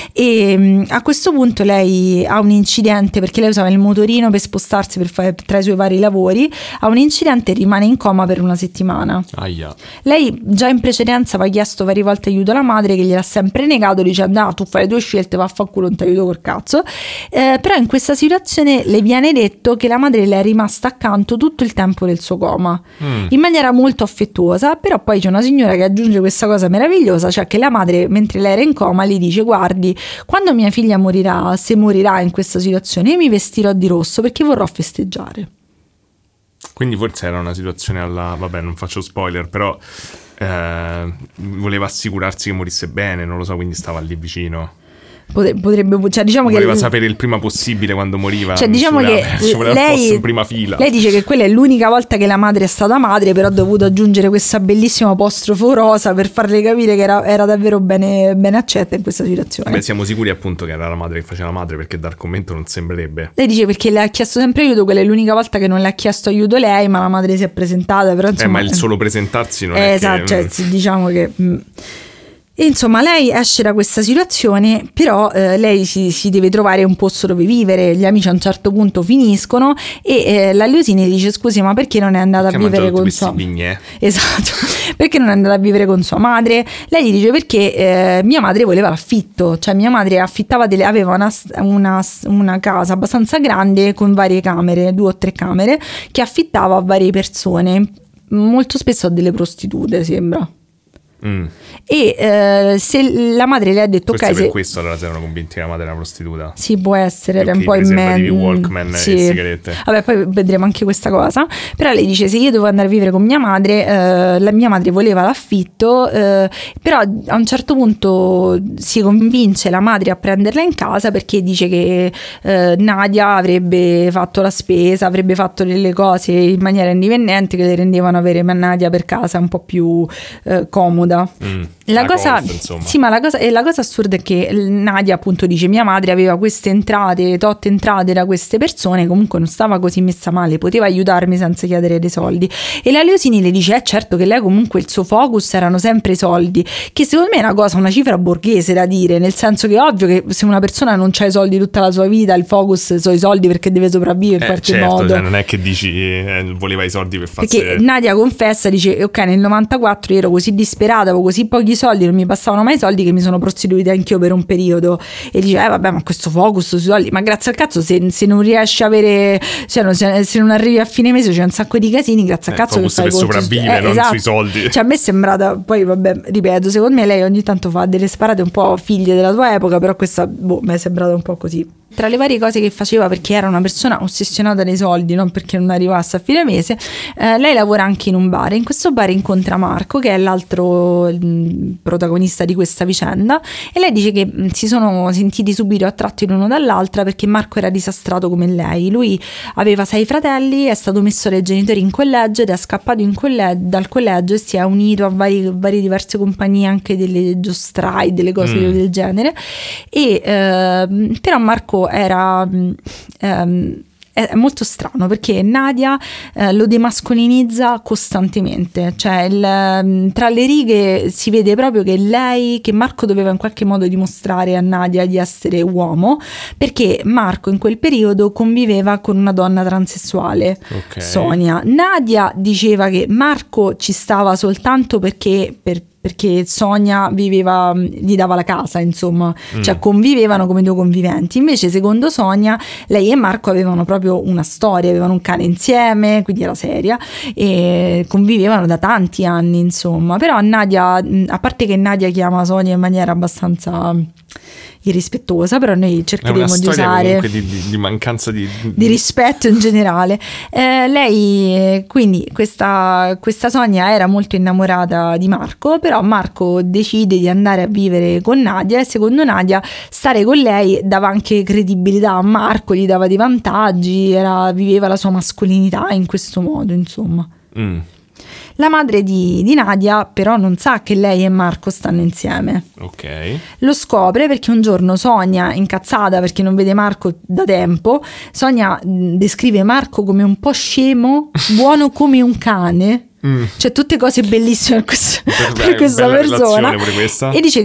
E a questo punto lei ha un incidente perché lei usava il motorino per spostarsi per fare tra i suoi vari lavori. Ha un incidente e rimane in coma per una settimana. Aia. Lei già in precedenza aveva chiesto varie volte aiuto alla madre che gliel'ha sempre negato, dice no, tu fai le tue scelte, vaffanculo, non ti aiuto col cazzo. Però in questa situazione le viene detto che la madre le è rimasta accanto tutto il tempo del suo coma in maniera molto affettuosa. Però poi c'è una signora che aggiunge questa cosa meravigliosa, cioè che la madre mentre lei era in coma gli dice guardi, quando mia figlia morirà, se morirà in questa situazione, io mi vestirò di rosso perché vorrò festeggiare. Quindi forse era una situazione vabbè, non faccio spoiler, però voleva assicurarsi che morisse bene, non lo so, quindi stava lì vicino. Potrebbe, cioè diciamo voleva che sapere il prima possibile quando moriva, cioè diciamo che ci voleva il posto in prima fila. Lei dice che quella è l'unica volta che la madre è stata madre, però ha dovuto aggiungere questa bellissima apostrofo rosa per farle capire che era davvero bene accetta in questa situazione. Beh, siamo sicuri appunto che era la madre che faceva la madre, perché dal commento non sembrerebbe. Lei dice perché le ha chiesto sempre aiuto, quella è l'unica volta che non le ha chiesto aiuto lei, ma la madre si è presentata, però insomma, ma il solo presentarsi non è esatto, che... cioè, diciamo che e insomma lei esce da questa situazione, però lei si deve trovare un posto dove vivere. Gli amici a un certo punto finiscono e la Leosini dice scusi, ma perché non è andata a vivere con sua esatto, perché non è andata a vivere con sua madre? Lei gli dice perché mia madre voleva l'affitto, cioè mia madre affittava aveva una casa abbastanza grande con varie camere, 2 o 3 camere, che affittava a varie persone, molto spesso a delle prostitute, sembra. E se la madre le ha detto forse ok, per questo allora si erano convinti che la madre era prostituta. Sì, può essere, era un po' in Walkman sì. E sigarette. Vabbè, poi vedremo anche questa cosa. Però lei dice se io devo andare a vivere con mia madre, la mia madre voleva l'affitto, però a un certo punto si convince la madre a prenderla in casa perché dice che Nadia avrebbe fatto la spesa, avrebbe fatto delle cose in maniera indipendente che le rendevano avere Nadia per casa un po' più comoda. La cosa, sì, ma la cosa assurda è che Nadia appunto dice mia madre aveva queste entrate, tot entrate da queste persone, comunque non stava così messa male, poteva aiutarmi senza chiedere dei soldi. E la Leosini le dice certo che lei comunque il suo focus erano sempre i soldi, che secondo me è una cifra borghese da dire, nel senso che è ovvio che se una persona non c'ha i soldi tutta la sua vita, il focus sono i soldi perché deve sopravvivere in qualche modo. Cioè non è che dici voleva i soldi per farsi... Perché Nadia confessa, dice ok, nel 94 ero così disperata disperata, avevo così pochi soldi, non mi passavano mai soldi, che mi sono prostituita anch'io per un periodo. E dice vabbè, ma questo focus sui soldi, ma grazie al cazzo se non riesci a avere, cioè se non arrivi a fine mese c'è un sacco di casini, grazie al cazzo che fai per sopravvivere, non esatto. sui soldi. Cioè a me è sembrata, poi vabbè, ripeto, secondo me lei ogni tanto fa delle sparate un po' figlie della tua epoca, però questa mi è sembrata un po' così. Tra le varie cose che faceva, perché era una persona ossessionata dai soldi, non perché non arrivasse a fine mese, lei lavora anche in un bar. In questo bar incontra Marco, che è l'altro protagonista di questa vicenda, e lei dice che si sono sentiti subito attratti l'uno dall'altra perché Marco era disastrato come lei. Lui aveva 6 fratelli, è stato messo dai genitori in collegio ed è scappato dal collegio e si è unito a varie diverse compagnie, anche delle giostrai, delle cose del genere. E però Marco è molto strano, perché Nadia lo demascolinizza costantemente, cioè tra le righe si vede proprio che Marco doveva in qualche modo dimostrare a Nadia di essere uomo, perché Marco in quel periodo conviveva con una donna transessuale, Sonia. Nadia diceva che Marco ci stava soltanto perché Sonia gli dava la casa, insomma, cioè convivevano come 2 conviventi. Invece secondo Sonia lei e Marco avevano proprio una storia, avevano un cane insieme, quindi era seria, e convivevano da tanti anni, insomma. Però Nadia, a parte che Nadia chiama Sonia in maniera abbastanza irrispettosa, però noi cercheremo di usare di mancanza di rispetto in generale. Lei, quindi questa Sonia era molto innamorata di Marco, però Marco decide di andare a vivere con Nadia e secondo Nadia stare con lei dava anche credibilità a Marco, gli dava dei vantaggi, viveva la sua mascolinità in questo modo, insomma. La madre di Nadia però non sa che lei e Marco stanno insieme. Ok. Lo scopre perché un giorno Sonia, incazzata perché non vede Marco da tempo, Sonia descrive Marco come un po' scemo, buono come un cane. Cioè tutte cose bellissime per questa persona. E dice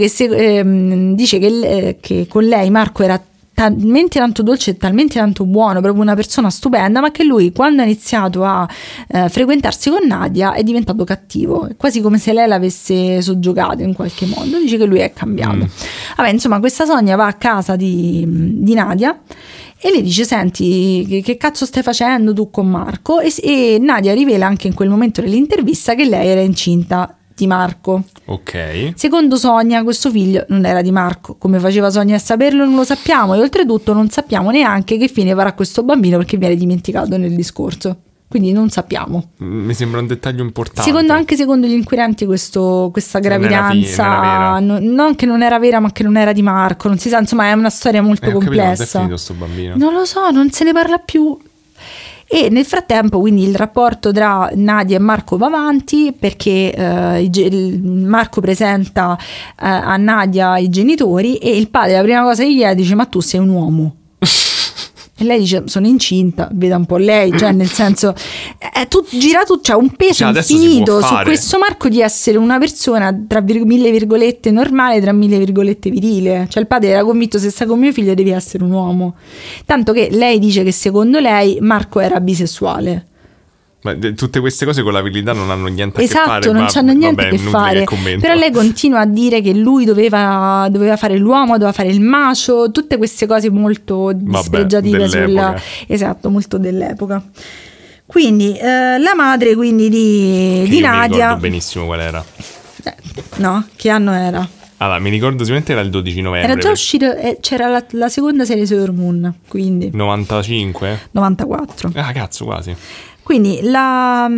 che con lei Marco era talmente tanto dolce e talmente tanto buono, proprio una persona stupenda, ma che lui quando ha iniziato a frequentarsi con Nadia è diventato cattivo, quasi come se lei l'avesse soggiogato in qualche modo. Dice che lui è cambiato. Vabbè, insomma, questa Sonia va a casa di Nadia e le dice: senti, che cazzo stai facendo tu con Marco? E Nadia rivela anche in quel momento dell'intervista che lei era incinta di Marco. Ok. Secondo Sonia questo figlio non era di Marco. Come faceva Sonia a saperlo non lo sappiamo, e oltretutto non sappiamo neanche che fine farà questo bambino, perché viene dimenticato nel discorso, quindi non sappiamo. Mi sembra un dettaglio importante. Secondo gli inquirenti questa gravidanza non che non era vera, ma che non era di Marco, non si sa, insomma è una storia molto complessa. Capito, è finito sto bambino? Non lo so, non se ne parla più. E nel frattempo quindi il rapporto tra Nadia e Marco va avanti, perché Marco presenta a Nadia i genitori e il padre la prima cosa che gli dice: ma tu sei un uomo? E lei dice: sono incinta, veda un po' lei, cioè nel senso gira tutto, c'è un peso infinito su questo Marco di essere una persona tra mille virgolette normale, tra mille virgolette virile. Cioè il padre era convinto: se stai con mio figlio devi essere un uomo, tanto che lei dice che secondo lei Marco era bisessuale. Ma tutte queste cose con la virilità non hanno niente a che fare. Esatto, non c'hanno niente a che fare. Però lei continua a dire che lui doveva fare l'uomo, doveva fare il macio, tutte queste cose molto dispregiative esatto, molto dell'epoca. Quindi la madre di Nadia. Mi ricordo benissimo qual era. No, che anno era? Allora, mi ricordo sicuramente era il 12 novembre. Era già uscito, c'era la seconda serie Sailor Moon, quindi 95? 94. Ah, cazzo, quasi. Quindi la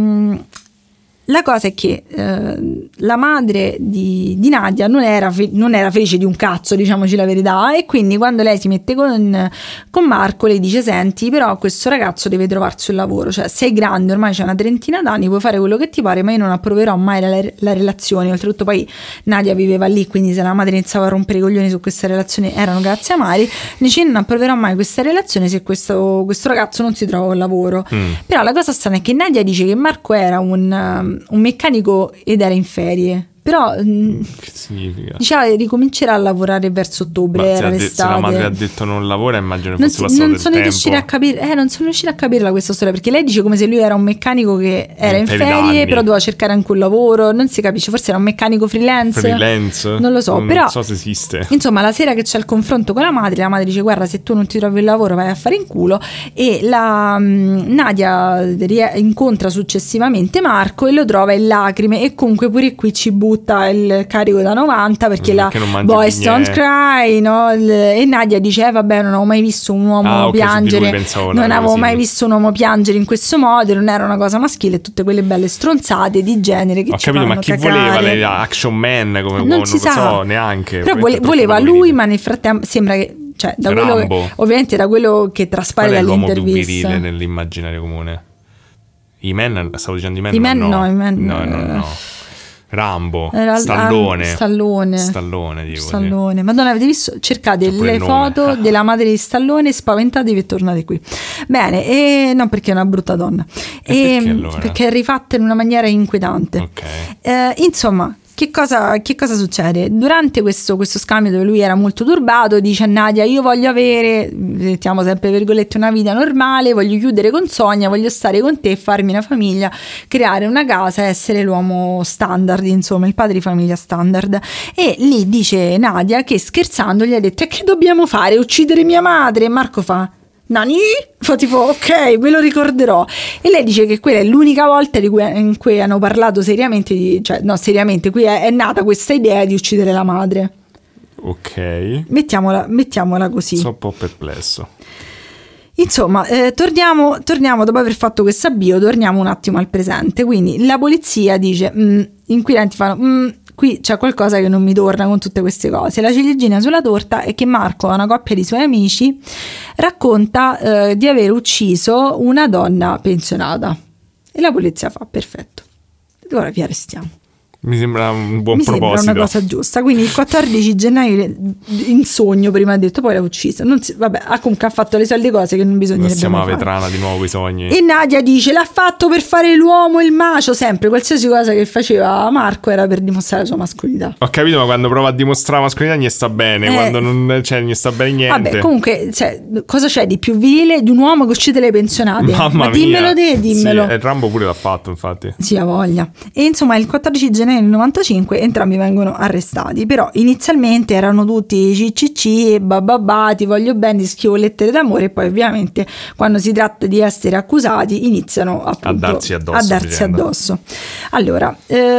cosa è che la madre di Nadia non era felice di un cazzo, diciamoci la verità, e quindi quando lei si mette con Marco le dice: senti, però questo ragazzo deve trovarsi un lavoro, cioè sei grande, ormai c'è una trentina d'anni, puoi fare quello che ti pare, ma io non approverò mai la relazione. Oltretutto poi Nadia viveva lì, quindi se la madre iniziava a rompere i coglioni su questa relazione erano cazzi amari. Dice: non approverò mai questa relazione se questo ragazzo non si trova un lavoro. Però la cosa strana è che Nadia dice che Marco era un meccanico ed era in ferie, Però Che significa? diceva che ricomincerà a lavorare verso ottobre, Ma era se l'estate. la madre ha detto non lavora, immagino Non, fosse passato non del sono tempo. riuscita a capire, non sono riuscita a capirla questa storia, perché lei dice come se lui era un meccanico che era in ferie ferie, d'anni. però doveva cercare anche un lavoro, non si capisce, forse era un meccanico freelance. Non lo so, non però so se esiste. insomma la sera che c'è il confronto con la madre dice guarda, se tu non ti trovi il lavoro vai a fare in culo, e la Nadia incontra successivamente Marco e lo trova in lacrime, e comunque pure qui ci butta il carico da 90 perché la non mangi Boys più Don't niente. Cry, no? E Nadia dice vabbè, non ho mai visto un uomo Ok, su di lui piangere, pensavo non una avevo cosa mai simile. visto un uomo piangere in questo modo, non era una cosa maschile, e tutte quelle belle stronzate di genere che Ho ci capito, ma fanno chi cacare. voleva lei? Action Man come Non si lo sa, so neanche. però Veramente troppo voleva lui, poverino. ma nel frattempo sembra che, cioè, da quello che, Rambo. ovviamente da quello che traspare Qual è l'uomo più dall'intervista. virile nell'immaginario comune? I-Man? Stavo dicendo i-Man? I-Man ma no, i-Man no. Rambo, Era- Stallone. Stallone, dico. Sì. Stallone. Madonna, avete visto? Cercate C'è pure le il nome. foto della madre di Stallone, spaventatevi e tornate qui. Bene, e non perché è una brutta donna. perché allora? Perché è rifatta in una maniera inquietante. Ok. Insomma, che cosa succede? Durante questo scambio, dove lui era molto turbato, dice a Nadia: io voglio avere, mettiamo sempre virgolette, una vita normale, voglio chiudere con Sonia, voglio stare con te, farmi una famiglia, creare una casa, essere l'uomo standard, insomma il padre di famiglia standard. E lì dice Nadia che scherzando gli ha detto: e che dobbiamo fare? Uccidere mia madre? E Marco fa: Nani? Fa tipo ok, me lo ricorderò. E lei dice che quella è l'unica volta in cui hanno parlato seriamente, seriamente, qui è nata questa idea di uccidere la madre. Ok. Mettiamola così. Sono un po' perplesso. Insomma, torniamo dopo aver fatto questo avvio, torniamo un attimo al presente. Quindi la polizia dice, gli inquirenti fanno, qui c'è qualcosa che non mi torna con tutte queste cose. La ciliegina sulla torta è che Marco, a una coppia di suoi amici, racconta di aver ucciso una donna pensionata. E la polizia fa: perfetto, ora vi arrestiamo. Mi sembra un buon Mi proposito. sembra una cosa giusta. Quindi il 14 gennaio in sogno, prima ha detto, poi l'ha uccisa. Comunque ha fatto le solite cose che non bisognerebbe Siamo mai a fare. vetrana di nuovo i sogni. E Nadia dice: l'ha fatto per fare l'uomo e il macio. Sempre qualsiasi cosa che faceva Marco era per dimostrare la sua mascolinità. Ho capito, ma quando prova a dimostrare la mascolinità gli sta bene, quando non gli sta bene niente. Vabbè, comunque, cosa c'è di più virile di un uomo che uccide le pensionate? Mamma Ma dimmelo mia. te, dimmelo. Sì, Rambo pure l'ha fatto, infatti. Sì, ha voglia. E insomma il 14 gennaio del 95 entrambi vengono arrestati, però inizialmente erano tutti CCC, bababà, ti voglio bene, ti scrivo lettere d'amore, e poi ovviamente quando si tratta di essere accusati iniziano appunto a darsi addosso. Allora,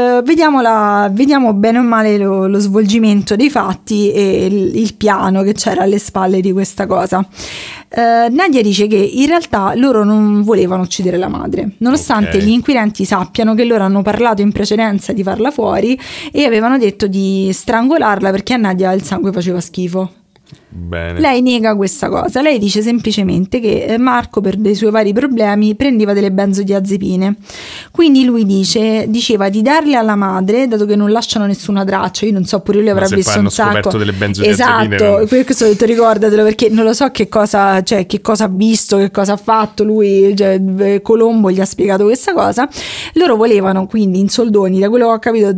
vediamo bene o male lo svolgimento dei fatti e il piano che c'era alle spalle di questa cosa. Nadia dice che in realtà loro non volevano uccidere la madre, nonostante Ok. gli inquirenti sappiano che loro hanno parlato in precedenza di farla fuori e avevano detto di strangolarla perché a Nadia il sangue faceva schifo. Bene. Lei nega questa cosa, lei dice semplicemente che Marco per dei suoi vari problemi prendeva delle benzodiazepine, quindi lui diceva di darle alla madre dato che non lasciano nessuna traccia. Io non so, pure lui avrà se visto poi un hanno scoperto sacco delle benzodiazepine, esatto, non- per questo ho detto ricordatelo, perché non lo so che cosa ha visto, che cosa ha fatto lui, Colombo gli ha spiegato questa cosa. Loro volevano quindi in soldoni, da quello che ho capito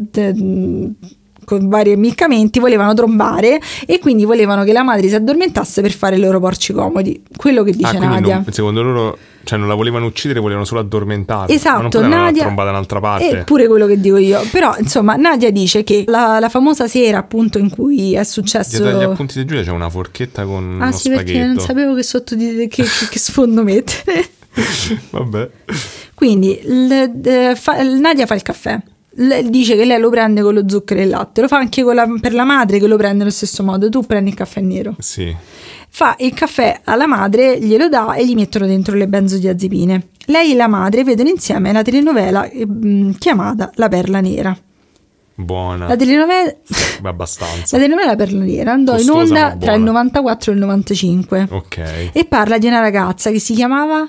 con vari ammiccamenti, volevano trombare e quindi volevano che la madre si addormentasse per fare i loro porci comodi, quello che dice quindi Nadia. secondo loro, cioè non la volevano uccidere, volevano solo addormentarla. Esatto, ma non potevano Nadia trombata da un'altra parte. è pure quello che dico io, però insomma Nadia dice che la famosa sera appunto in cui è successo Dietro agli appunti di Giulia c'è una forchetta con uno sì, perché spaghetto. non sapevo che sotto che sfondo mettere. Vabbè. Quindi Nadia fa il caffè. Dice che lei lo prende con lo zucchero e il latte, lo fa anche per la madre che lo prende allo stesso modo. Tu prendi il caffè nero, Sì. fa il caffè alla madre, glielo dà e gli mettono dentro le benzodiazepine. Lei e la madre vedono insieme la telenovela chiamata La Perla Nera. Buona. La telenovela Abbastanza. La telenovela Perla Nera andò in Costosa, onda ma tra il buona. 94 e il 95 Ok. e parla di una ragazza che si chiamava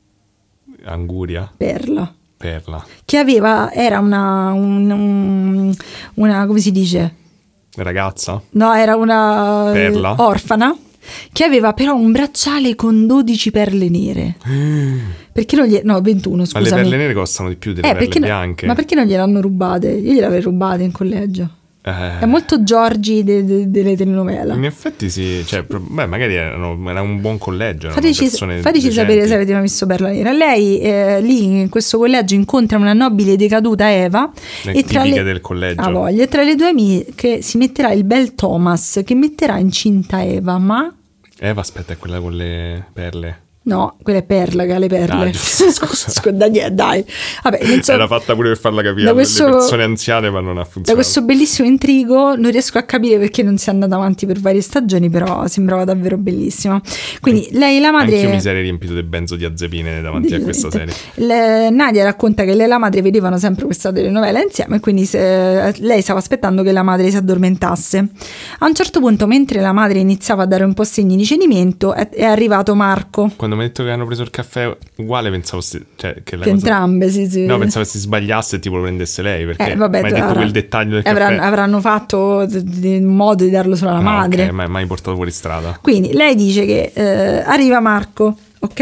Anguria. Perla, Perla. che era una come si dice? Ragazza. No, era una Perla? orfana che aveva però un bracciale con 12 perle nere. Perché non no, 21, Ma le scusami. perle nere costano di più delle perle bianche. Ma perché non gliel'hanno rubate? Io gliele avrei rubate in collegio. È molto Giorgi delle telenovela. In effetti sì, cioè, magari era un buon collegio. Fateci sapere se avete mai visto Perla Nera. Lei lì in questo collegio incontra una nobile decaduta Eva, e tipica del collegio. Ha voglia. Tra le due amiche si metterà il bel Thomas, che metterà incinta Eva, ma Eva, aspetta, è quella con le perle. No, quella è Perla che ha le perle. Scusa. Dai. Vabbè, era fatta pure per farla capire alle persone anziane, ma non ha funzionato. Da questo bellissimo intrigo non riesco a capire perché non sia andata avanti per varie stagioni, però sembrava davvero bellissima. Quindi lei e la madre... Anche io mi sarei riempito di benzodiazepine davanti a questa serie. Nadia racconta che lei e la madre vedevano sempre questa telenovela insieme, e quindi lei stava aspettando che la madre si addormentasse. A un certo punto, mentre la madre iniziava a dare un po' segni di cedimento, è arrivato Marco. Quando mi ha detto che hanno preso il caffè uguale, pensavo che entrambe sì. No, pensavo si sbagliasse e tipo lo prendesse lei, perché vabbè, mi hai detto quel dettaglio del caffè. Avranno fatto un modo di darlo solo alla madre. Ok, ma mai portato fuori strada. Quindi lei dice che arriva Marco, ok?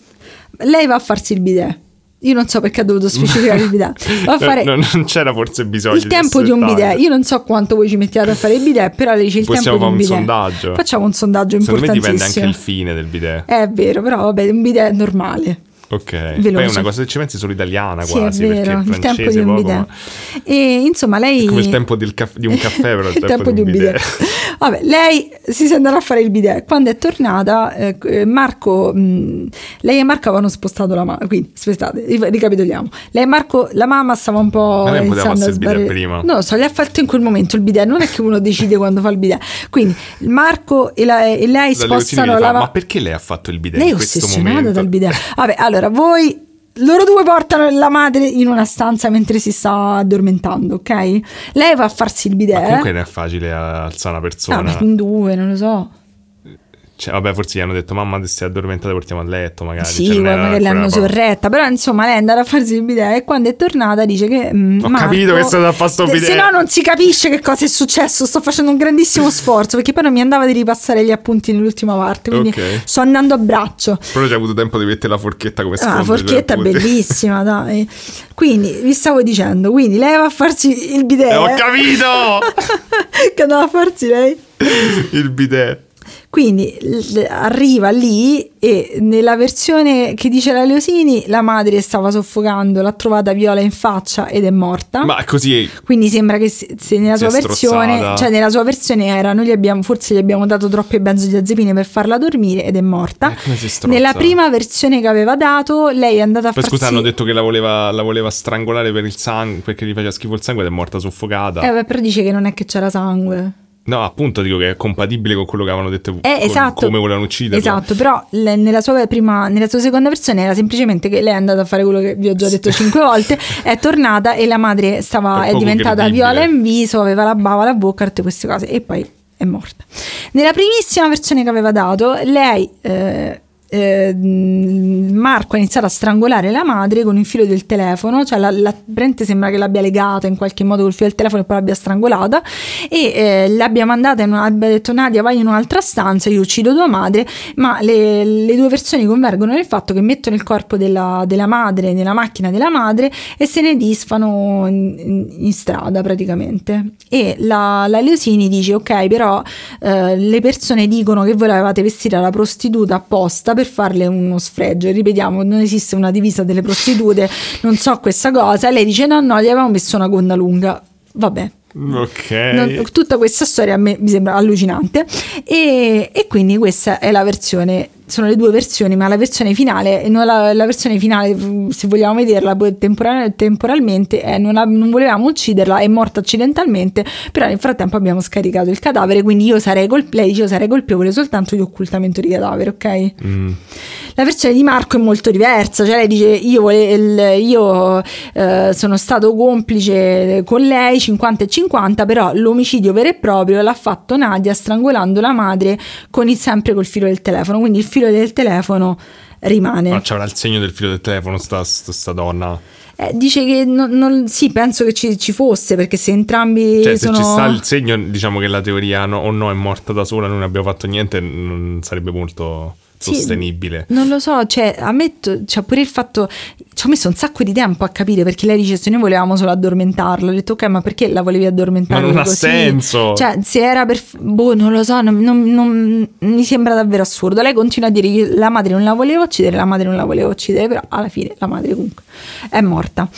Lei va a farsi il bidet. Io non so perché ha dovuto specificare il bidet. Va a fare non c'era forse bisogno il tempo di un bidet. Io non so quanto voi ci mettiate a fare il bidet, però lei dice il tempo di un bidet. Sondaggio. Facciamo un sondaggio importantissimo. Secondo me dipende anche il fine del bidet. È vero, però vabbè, un bidet normale. Ok, veloce. Poi è una cosa che ci pensi solo italiana, sì, quasi, è vero, perché il tempo di un poco, bidet. E insomma lei... È come il tempo di un caffè, però il tempo di un bidet. Vabbè, lei si è andata a fare il bidet. Quando è tornata, Marco, lei e Marco avevano spostato la mamma. Quindi, aspettate, ricapitoliamo. Lei e Marco, la mamma stava un po' iniziando a sbarrare. Prima. No, gli ha fatto in quel momento il bidet. Non è che uno decide quando fa il bidet. Quindi Marco e lei spostano la mamma. Ma perché lei ha fatto il bidet? Lei è ossessionata dal bidet. Vabbè, allora voi... Loro due portano la madre in una stanza mentre si sta addormentando, ok? Lei va a farsi il bidet. Ma comunque non è facile alzare una persona. No, in due, non lo so. Cioè, vabbè, forse gli hanno detto mamma ti sei addormentata, portiamo a letto magari. Sì, magari l'hanno sorretta. Però insomma lei è andata a farsi il bidet, e quando è tornata dice che ho capito che è stata a fare sto bidet. Se no non si capisce che cosa è successo. Sto facendo un grandissimo sforzo, perché poi non mi andava di ripassare gli appunti nell'ultima parte, quindi sto andando a braccio. Però c'è avuto tempo di mettere la forchetta come sfondo. La forchetta è bellissima, dai. Quindi vi stavo dicendo, quindi lei va a farsi il bidet. Ho capito! Che andava a farsi lei? Il bidet. Quindi arriva lì, e nella versione che dice la Leosini la madre stava soffocando, l'ha trovata Viola in faccia ed è morta. Ma così, quindi sembra che se nella sua versione, cioè nella sua versione era forse gli abbiamo dato troppe benzodiazepine per farla dormire ed è morta. Nella prima versione che aveva dato lei è andata a farsi... Scusa, hanno detto che la voleva strangolare per il sangue, perché gli faceva schifo il sangue, ed è morta soffocata. Però dice che non è che c'era sangue. No, appunto dico che è compatibile con quello che avevano detto, esatto, come volevano ucciderla. Esatto, però nella sua seconda versione era semplicemente che lei è andata a fare quello che vi ho già detto 5 volte, è tornata e la madre è diventata viola in viso, aveva la bava alla bocca, tutte queste cose, e poi è morta. Nella primissima versione che aveva dato, lei... Marco ha iniziato a strangolare la madre con il filo del telefono, cioè prende, sembra che l'abbia legata in qualche modo col filo del telefono e poi l'abbia strangolata, e l'abbia mandata abbia detto Nadia vai in un'altra stanza, io uccido tua madre. Ma le due versioni convergono nel fatto che mettono il corpo della madre nella macchina della madre e se ne disfano in strada praticamente. E la Leosini dice ok, però le persone dicono che voi l'avevate vestita da prostituta apposta per farle uno sfregio. Ripetiamo, non esiste una divisa delle prostitute, non so questa cosa. Lei dice no, gli avevamo messo una gonna lunga. Vabbè, ok, tutta questa storia a me mi sembra allucinante, e quindi questa è la versione, sono le due versioni, ma la versione finale, la versione finale, se vogliamo vederla temporalmente, non volevamo ucciderla, è morta accidentalmente, però nel frattempo abbiamo scaricato il cadavere, quindi lei dice io sarei colpevole soltanto di occultamento di cadavere, ok? La versione di Marco è molto diversa, cioè lei dice io sono stato complice con lei 50 e 50, però l'omicidio vero e proprio l'ha fatto Nadia strangolando la madre sempre col filo del telefono, quindi il filo del telefono rimane. Ma c'avrà il segno del filo del telefono sta donna? Dice che sì, penso che ci fosse, perché se entrambi se ci sta il segno, diciamo che la teoria o no è morta da sola, non abbiamo fatto niente, non sarebbe molto sostenibile. Non lo so, cioè ammetto, cioè pure il fatto, ci ho messo un sacco di tempo a capire, perché lei dice se noi volevamo solo addormentarla, ho detto ok, ma perché la volevi addormentare? Ma non ha così? senso. Cioè se era per non lo so, non mi sembra davvero assurdo. Lei continua a dire che la madre non la voleva uccidere, però alla fine la madre comunque è morta.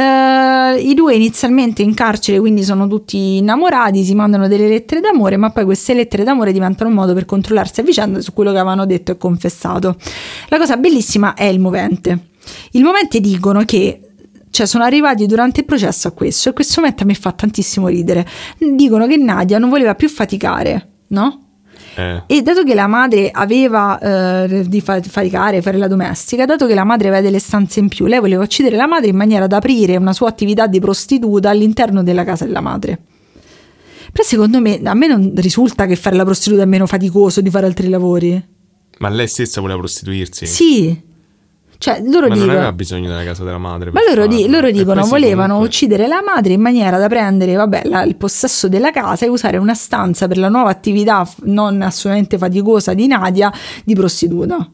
I due inizialmente in carcere quindi sono tutti innamorati, si mandano delle lettere d'amore, ma poi queste lettere d'amore diventano un modo per controllarsi a vicenda su quello che avevano detto e confessato. La cosa bellissima è il movente. Il movente dicono che, cioè, sono arrivati durante il processo a questo, e questo momento a me fa tantissimo ridere. Dicono che Nadia non voleva più faticare, no? E dato che la madre aveva di faticare, fare la domestica, dato che la madre aveva delle stanze in più, lei voleva uccidere la madre in maniera da aprire una sua attività di prostituta all'interno della casa della madre. Però secondo me, a me non risulta che fare la prostituta è meno faticoso di fare altri lavori. Ma lei stessa voleva prostituirsi? Sì. Cioè, loro ma dicono, non aveva bisogno della casa della madre. Ma loro dicono volevano comunque uccidere la madre in maniera da prendere il possesso della casa e usare una stanza per la nuova attività non assolutamente faticosa di Nadia di prostituta.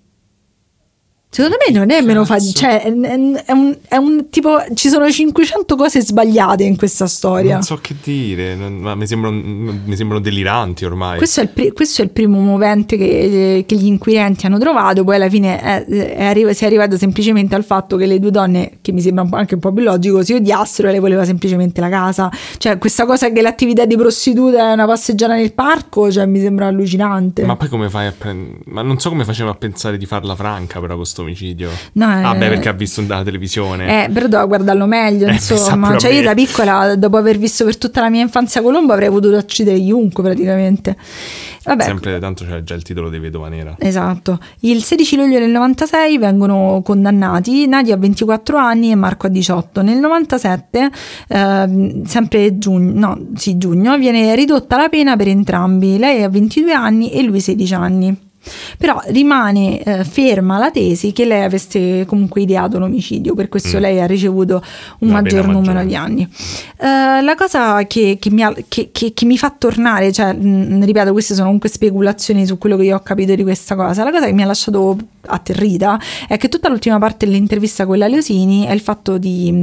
Secondo me non è meno cioè è un tipo, ci sono 500 cose sbagliate in questa storia. Non so che dire, ma mi sembrano deliranti ormai. Questo è il primo movente che gli inquirenti hanno trovato. Poi alla fine si è arrivato semplicemente al fatto che le due donne, che mi sembra anche un po' più logico, si odiassero e lei voleva semplicemente la casa. Cioè questa cosa che l'attività di prostituta è una passeggiata nel parco, cioè mi sembra allucinante. Ma poi come fai ma non so come faceva a pensare di farla franca però questo omicidio. No, perché ha visto dalla televisione. Però doveva guardarlo meglio, insomma. Cioè io da piccola, dopo aver visto per tutta la mia infanzia Colombo, avrei potuto uccidere chiunque praticamente. Vabbè. Sempre, tanto c'è già il titolo di Vedova Nera. Esatto. Il 16 luglio del 96 vengono condannati Nadia a 24 anni e Marco a 18. Nel 97, sempre giugno, viene ridotta la pena per entrambi. Lei ha 22 anni e lui 16 anni. Però rimane ferma la tesi che lei avesse comunque ideato l'omicidio, per questo lei ha ricevuto un maggior numero di anni. La cosa che mi fa tornare, cioè ripeto, queste sono comunque speculazioni su quello che io ho capito di questa cosa, la cosa che mi ha lasciato atterrita è che tutta l'ultima parte dell'intervista con la Leosini è il fatto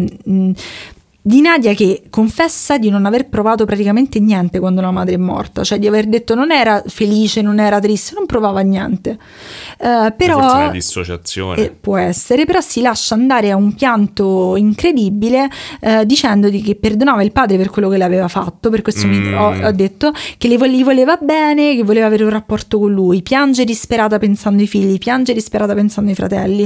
di Nadia che confessa di non aver provato praticamente niente quando la madre è morta, cioè di aver detto non era felice, non era triste, non provava niente. Però forse una dissociazione. Può essere, però si lascia andare a un pianto incredibile dicendogli che perdonava il padre per quello che l'aveva fatto, per questo ho detto che gli voleva bene, che voleva avere un rapporto con lui, piange disperata pensando ai figli, piange disperata pensando ai fratelli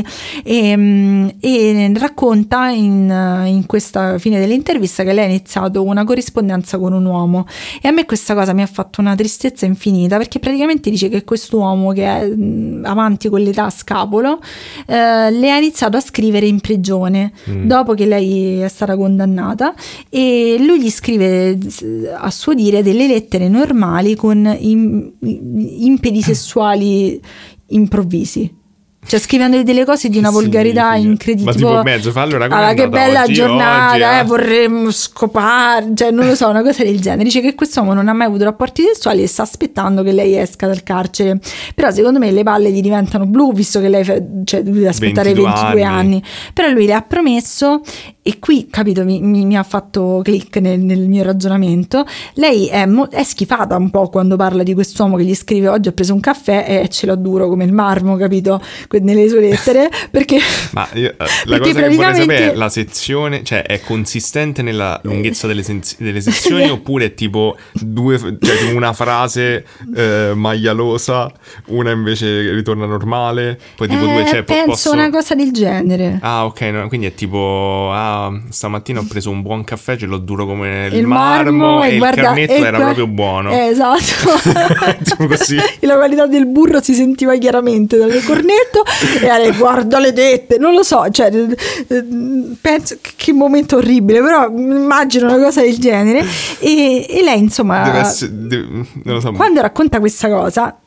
e racconta in questa fine dell'intervista che lei ha iniziato una corrispondenza con un uomo, e a me questa cosa mi ha fatto una tristezza infinita, perché praticamente dice che quest'uomo, che è avanti con l'età a scapolo, le ha iniziato a scrivere in prigione dopo che lei è stata condannata, e lui gli scrive a suo dire delle lettere normali con impedi sessuali improvvisi. Cioè scrivendogli delle cose di una volgarità incredibile. Ma tipo mezzo, fallo una cosa. Che bella oggi, giornata, vorremmo scopare, cioè non lo so, una cosa del genere. Dice che quest'uomo non ha mai avuto rapporti sessuali e sta aspettando che lei esca dal carcere. Però secondo me le palle gli diventano blu, visto che lei deve aspettare 22 anni. Però lui le ha promesso, e qui, capito, mi ha fatto click nel mio ragionamento. Lei è schifata un po' quando parla di quest'uomo che gli scrive oggi ho preso un caffè e ce l'ho duro come il marmo, capito? Nelle sue lettere, perché ma la cosa che vorrei sapere è la sezione, cioè è consistente nella lunghezza delle sezioni oppure è tipo cioè una frase maialosa, una invece ritorna normale, poi tipo due, cioè penso una cosa del genere. Ok, no, quindi è tipo stamattina ho preso un buon caffè, ce l'ho duro come il marmo e il cornetto era proprio buono. Esatto. Tipo così. La qualità del burro si sentiva chiaramente dal cornetto. E guarda le tette, non lo so, cioè penso che momento orribile, però immagino una cosa del genere, e lei insomma non lo so. Quando racconta questa cosa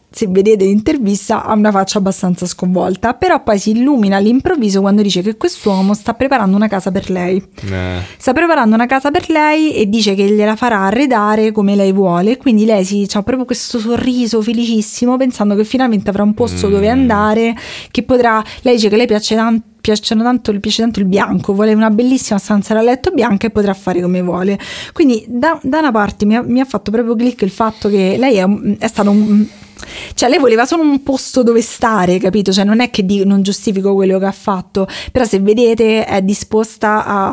se vedete l'intervista ha una faccia abbastanza sconvolta, però poi si illumina all'improvviso quando dice che quest'uomo sta preparando una casa per lei. Sta preparando una casa per lei e dice che gliela farà arredare come lei vuole, quindi lei c'ha proprio questo sorriso felicissimo pensando che finalmente avrà un posto dove andare, che potrà, lei dice che lei piace tanto il bianco, vuole una bellissima stanza da letto bianca e potrà fare come vuole. Quindi da una parte mi ha fatto proprio click il fatto che lei è stato cioè lei voleva solo un posto dove stare, capito? Cioè non è che non giustifico quello che ha fatto, però se vedete è disposta a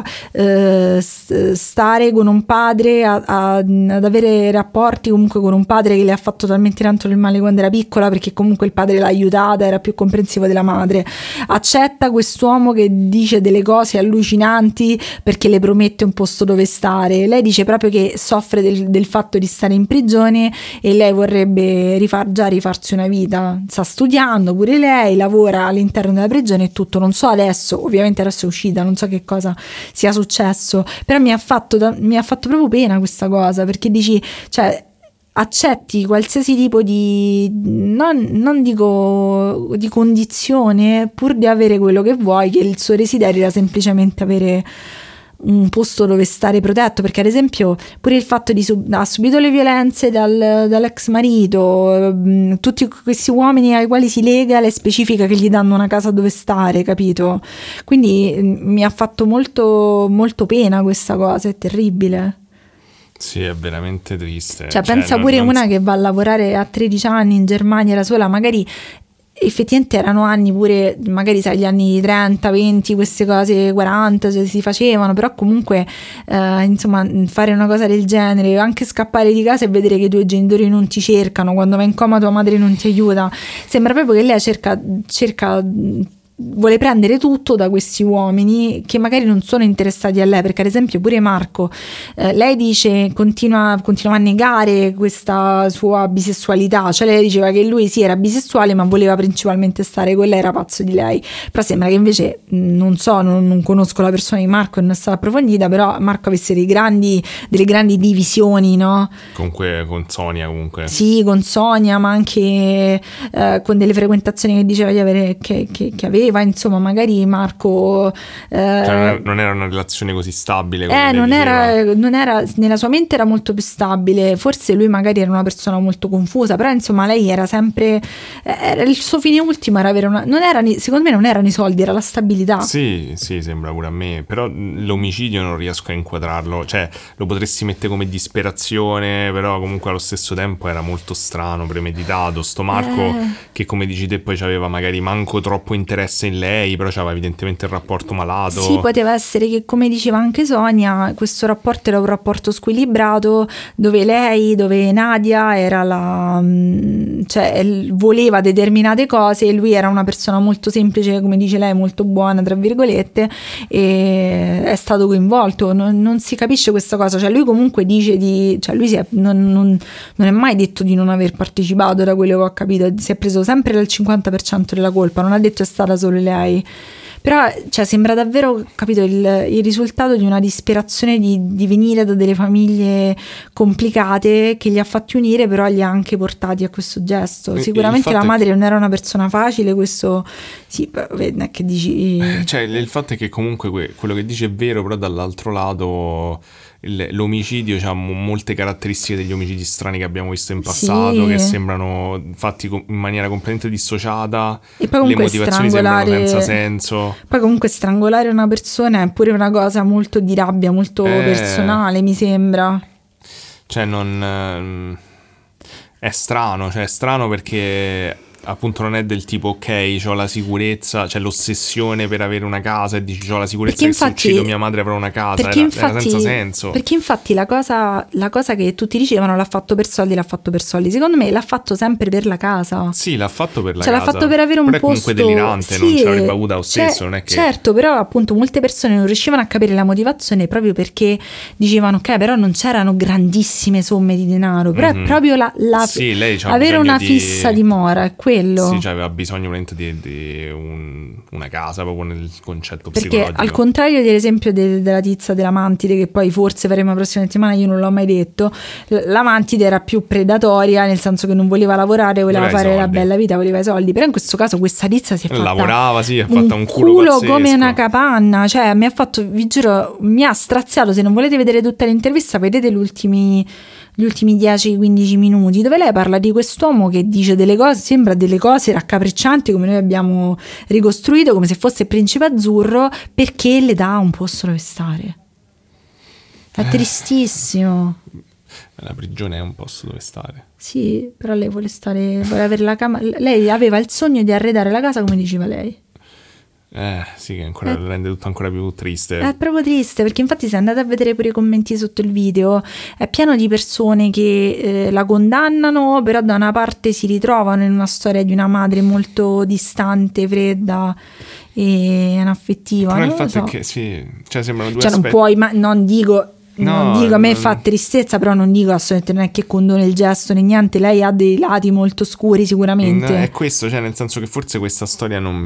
stare con un padre, ad avere rapporti comunque con un padre che le ha fatto talmente tanto del male quando era piccola, perché comunque il padre l'ha aiutata, era più comprensivo della madre. Accetta quest'uomo che dice delle cose allucinanti perché le promette un posto dove stare. Lei dice proprio che soffre del fatto di stare in prigione e lei vorrebbe rifarsi una vita. Sta studiando pure lei, lavora all'interno della prigione e tutto. Non so adesso, ovviamente adesso è uscita, non so che cosa sia successo, però mi ha fatto proprio pena questa cosa, perché dici, cioè accetti qualsiasi tipo di non dico di condizione pur di avere quello che vuoi, che il suo desiderio era semplicemente avere un posto dove stare protetto, perché ad esempio pure il fatto di ha subito le violenze dall'ex marito, tutti questi uomini ai quali si lega, le specifica che gli danno una casa dove stare, capito? Quindi mi ha fatto molto molto pena questa cosa, è terribile. Sì, è veramente triste. Cioè pensa pure una che va a lavorare a 13 anni in Germania da sola, magari effettivamente erano anni pure, magari sai, gli anni 30, 20, queste cose 40 cioè, si facevano, però comunque insomma fare una cosa del genere, anche scappare di casa e vedere che i tuoi genitori non ti cercano, quando vai in coma tua madre non ti aiuta, sembra proprio che lei cerca vuole prendere tutto da questi uomini che magari non sono interessati a lei, perché ad esempio pure Marco, lei dice continua a negare questa sua bisessualità, cioè lei diceva che lui sì era bisessuale ma voleva principalmente stare con lei, era pazzo di lei, però sembra che invece non conosco la persona di Marco e non è stata approfondita, però Marco avesse delle grandi divisioni, no? Comunque con Sonia comunque. Sì, con Sonia, ma anche con delle frequentazioni che diceva di avere che aveva, insomma magari Marco cioè non era una relazione così stabile come non era nella sua mente era molto più stabile, forse lui magari era una persona molto confusa, però insomma lei era sempre il suo fine ultimo era avere secondo me non erano i soldi, era la stabilità. Sì, sembra pure a me, però l'omicidio non riesco a inquadrarlo, cioè lo potresti mettere come disperazione, però comunque allo stesso tempo era molto strano, premeditato, sto Marco che come dici te poi aveva magari manco troppo interesse in lei, però c'aveva evidentemente il rapporto malato. Sì, poteva essere che, come diceva anche Sonia, questo rapporto era un rapporto squilibrato, dove Nadia era voleva determinate cose e lui era una persona molto semplice, come dice lei, molto buona tra virgolette, e è stato coinvolto. Non si capisce questa cosa, cioè lui comunque dice non è mai detto di non aver partecipato, da quello che ho capito, si è preso sempre il 50% della colpa, non ha detto è stata solo lei, però cioè, sembra davvero, capito, il risultato di una disperazione di venire da delle famiglie complicate che li ha fatti unire, però li ha anche portati a questo gesto. Sicuramente la madre non era una persona facile, questo sì, non è che dici, cioè il fatto è che comunque quello che dice è vero, però dall'altro lato l'omicidio ha molte caratteristiche degli omicidi strani che abbiamo visto in passato, che sembrano fatti in maniera completamente dissociata, e poi comunque le motivazioni sembrano senza senso. Poi comunque strangolare una persona è pure una cosa molto di rabbia, molto personale, mi sembra. Cioè è strano perché appunto non è del tipo ok, c'ho la sicurezza, c'è l'ossessione per avere una casa e dici c'ho la sicurezza che se uccido mia madre avrò una casa, era senza senso. Perché infatti la cosa che tutti dicevano l'ha fatto per soldi, secondo me l'ha fatto sempre per la casa. Sì, l'ha fatto per la casa, l'ha fatto per avere un però posto, è comunque delirante, sì, non ce l'avrebbe avuta lo stesso, non è che... Certo, però appunto molte persone non riuscivano a capire la motivazione proprio perché dicevano ok, però non c'erano grandissime somme di denaro, però è proprio sì, lei avere una fissa dimora, è quello. Sì, aveva bisogno di una casa proprio nel concetto perché psicologico. Al contrario dell'esempio della tizia della mantide, che poi forse faremo la prossima settimana, io non l'ho mai detto, la mantide era più predatoria, nel senso che non voleva lavorare, voleva fare la bella vita, voleva i soldi. Però in questo caso questa tizia si è fatta lavorava, sì, è fatta un culo come una capanna, cioè mi ha fatto, vi giuro, mi ha straziato. Se non volete vedere tutta l'intervista, vedete gli ultimi 10-15 minuti, dove lei parla di quest'uomo che dice delle cose, sembra delle cose raccapriccianti, come noi abbiamo ricostruito, come se fosse il principe azzurro, perché le dà un posto dove stare. È tristissimo. La prigione è un posto dove stare. Sì, però lei vuole avere la camera. Lei aveva il sogno di arredare la casa come diceva lei. Sì, che ancora rende tutto ancora più triste. È proprio triste, perché infatti se andate a vedere pure i commenti sotto il video è pieno di persone che la condannano, però da una parte si ritrovano in una storia di una madre molto distante, fredda e anaffettiva. Però non il fatto so. è che sì, cioè sembrano due cioè aspetti. non puoi, ma non dico a me fa tristezza, però non dico assolutamente, non è che condono il gesto né niente, lei ha dei lati molto scuri sicuramente. È questo, cioè nel senso che forse questa storia non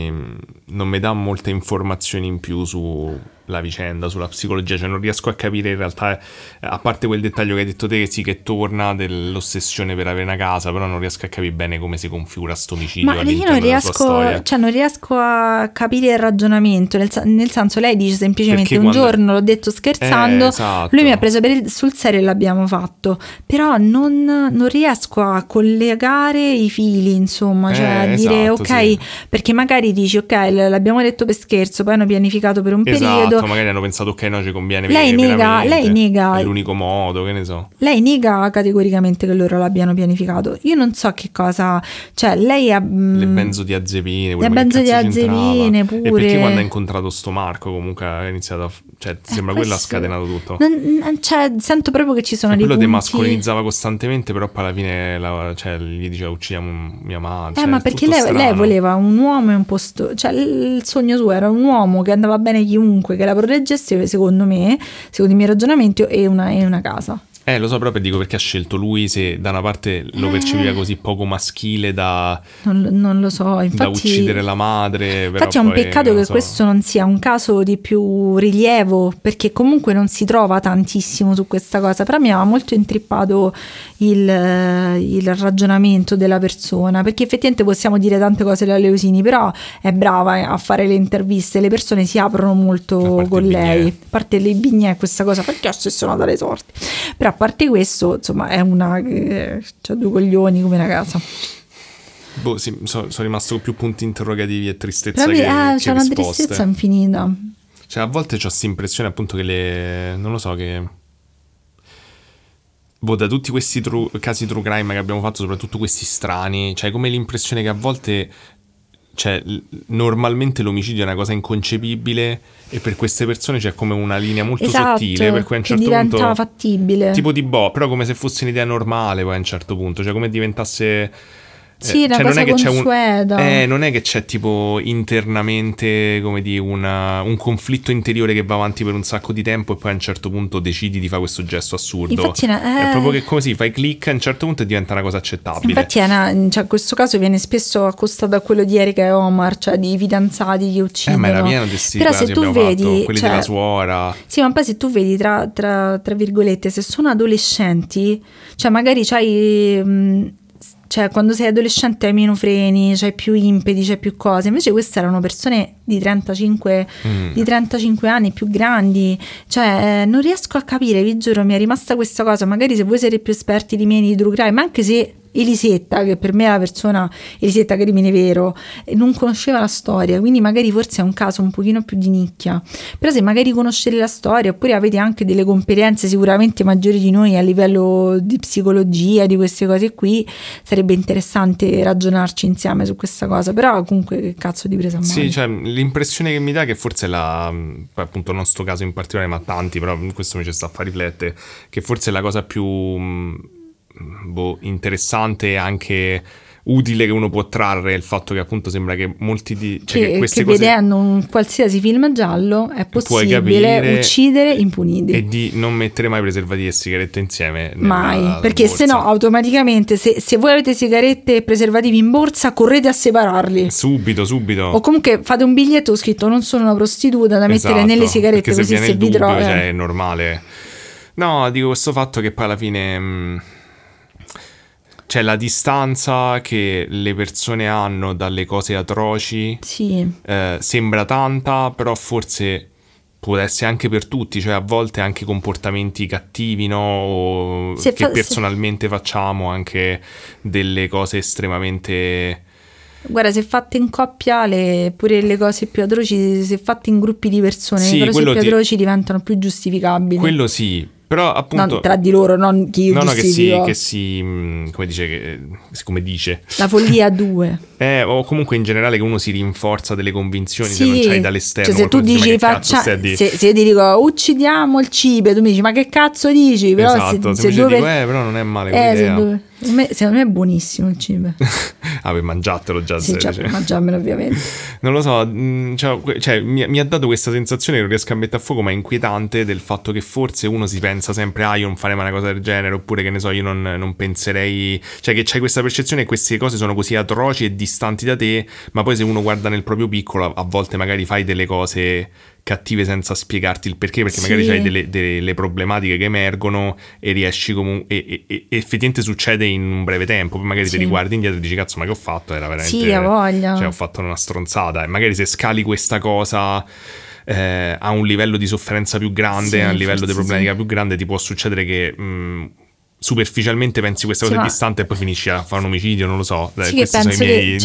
mi dà molte informazioni in più sulla vicenda, sulla psicologia, cioè non riesco a capire in realtà, a parte quel dettaglio che hai detto te, sì, che torna dell'ossessione per avere una casa, però non riesco a capire bene come si configura sto omicidio all'interno della sua storia. Cioè non riesco a capire il ragionamento, nel senso lei dice semplicemente perché giorno l'ho detto scherzando, esatto. Lui mi ha preso sul serio e l'abbiamo fatto, però non riesco a collegare i fili, insomma, cioè a dire ok, sì. Perché magari dici ok, l'abbiamo detto per scherzo, poi hanno pianificato per un periodo, magari hanno pensato ok, no, ci conviene, lei nega, è l'unico modo, che ne so. Lei nega categoricamente che loro l'abbiano pianificato. Io non so che cosa, cioè lei ha le benzodiazepine, pure. E perché quando ha incontrato sto Marco comunque ha iniziato cioè sembra quello ha scatenato tutto. Cioè sento proprio che ci sono dei punti. Quello demascolinizzava costantemente, però poi alla fine cioè, gli diceva uccidiamo mia madre. Cioè, ma perché lei voleva un uomo e un posto, cioè il sogno suo era un uomo che andava bene chiunque, che la proteggesse, secondo me, secondo i miei ragionamenti, e una casa. Lo so, proprio dico perché ha scelto lui, se da una parte lo percepiva così poco maschile da non lo so, infatti, da uccidere la madre. Infatti è un peccato che questo non sia un caso di più rilievo, perché comunque non si trova tantissimo su questa cosa, però mi aveva molto intrippato il ragionamento della persona, perché effettivamente possiamo dire tante cose della Leosini, però è brava a fare le interviste, le persone si aprono molto con lei, a parte le bignè, questa cosa perché è ossessionata alle sorti, però a parte questo, insomma, è una c'ha due coglioni come una casa. Sì, sono rimasto con più punti interrogativi e tristezza che c'è risposte. Una tristezza infinita. Cioè, a volte c'ho questa impressione appunto che non lo so, che da tutti questi casi true crime che abbiamo fatto, soprattutto questi strani, cioè come l'impressione che a volte, cioè, normalmente l'omicidio è una cosa inconcepibile e per queste persone c'è come una linea molto sottile, per cui a un certo diventa punto fattibile, tipo di però come se fosse un'idea normale poi a un certo punto, cioè come diventasse sì, una cosa consueta. Non è che c'è tipo internamente, come dire, un conflitto interiore che va avanti per un sacco di tempo e poi a un certo punto decidi di fare questo gesto assurdo. Infatti, è proprio che così fai click a un certo punto e diventa una cosa accettabile. Infatti cioè, questo caso viene spesso accostato a quello di Erika e Omar, cioè di fidanzati che uccidono. Ma era pieno di sti però casi, se tu vedi, fatto, quelli della suora. Sì, ma poi se tu vedi tra virgolette, se sono adolescenti, cioè magari c'hai cioè quando sei adolescente hai meno freni, c'hai più impeti, c'hai più cose, invece queste erano persone di 35 anni, più grandi, cioè non riesco a capire, vi giuro, mi è rimasta questa cosa. Magari se voi siete più esperti di me di true crime, ma anche se Elisetta, che per me è la persona, Elisetta Crimine Vero, non conosceva la storia, quindi magari forse è un caso un pochino più di nicchia, però se magari conoscete la storia oppure avete anche delle competenze sicuramente maggiori di noi a livello di psicologia, di queste cose qui, sarebbe interessante ragionarci insieme su questa cosa. Però comunque che cazzo di presa a male. Sì, cioè l'impressione che mi dà, che forse appunto non sto caso in particolare, ma tanti, però questo mi ci sta a far riflettere, che forse è la cosa più interessante e anche utile che uno può trarre è il fatto che appunto sembra che molti che queste cose, vedendo un qualsiasi film giallo è possibile uccidere impuniti e di non mettere mai preservativi e sigarette insieme mai, perché se no automaticamente se voi avete sigarette e preservativi in borsa correte a separarli subito o comunque fate un biglietto scritto non sono una prostituta da mettere nelle sigarette, così se vi trovo cioè è normale. No, dico questo fatto che poi alla fine c'è la distanza che le persone hanno dalle cose atroci, sembra tanta, però forse può essere anche per tutti, cioè a volte anche comportamenti cattivi, no? O che personalmente facciamo anche delle cose estremamente... Guarda, se fatte in coppia, pure le cose più atroci, se fatte in gruppi di persone, le cose più atroci diventano più giustificabili. Quello sì. Però appunto non tra di loro, non chi giustifica. Che si come dice la follia a due. O comunque in generale che uno si rinforza delle convinzioni se non c'hai dall'esterno. Cioè se tu dici se io ti dico uccidiamo il cibo, tu mi dici ma che cazzo dici? Però esatto, se dico però non è male quell'idea. Secondo me è buonissimo il cibo. Per mangiartelo già. Sì, mangiarmelo ovviamente. Non lo so, cioè mi ha dato questa sensazione che non riesco a mettere a fuoco, ma è inquietante, del fatto che forse uno si pensa sempre io non farei mai una cosa del genere, oppure che ne so, io non penserei, cioè che c'hai questa percezione che queste cose sono così atroci e distanti da te, ma poi se uno guarda nel proprio piccolo a volte magari fai delle cose cattive senza spiegarti il perché magari c'hai delle problematiche che emergono e riesci comunque e effettivamente succede in un breve tempo, poi magari ti riguardi indietro e dici cazzo ma che ho fatto, era veramente voglia. Cioè ho fatto una stronzata, e magari se scali questa cosa a un livello di sofferenza più grande, a un livello di problematica più grande, ti può succedere che superficialmente pensi questa cosa distante e poi finisci a fare un omicidio, non lo so. Che penso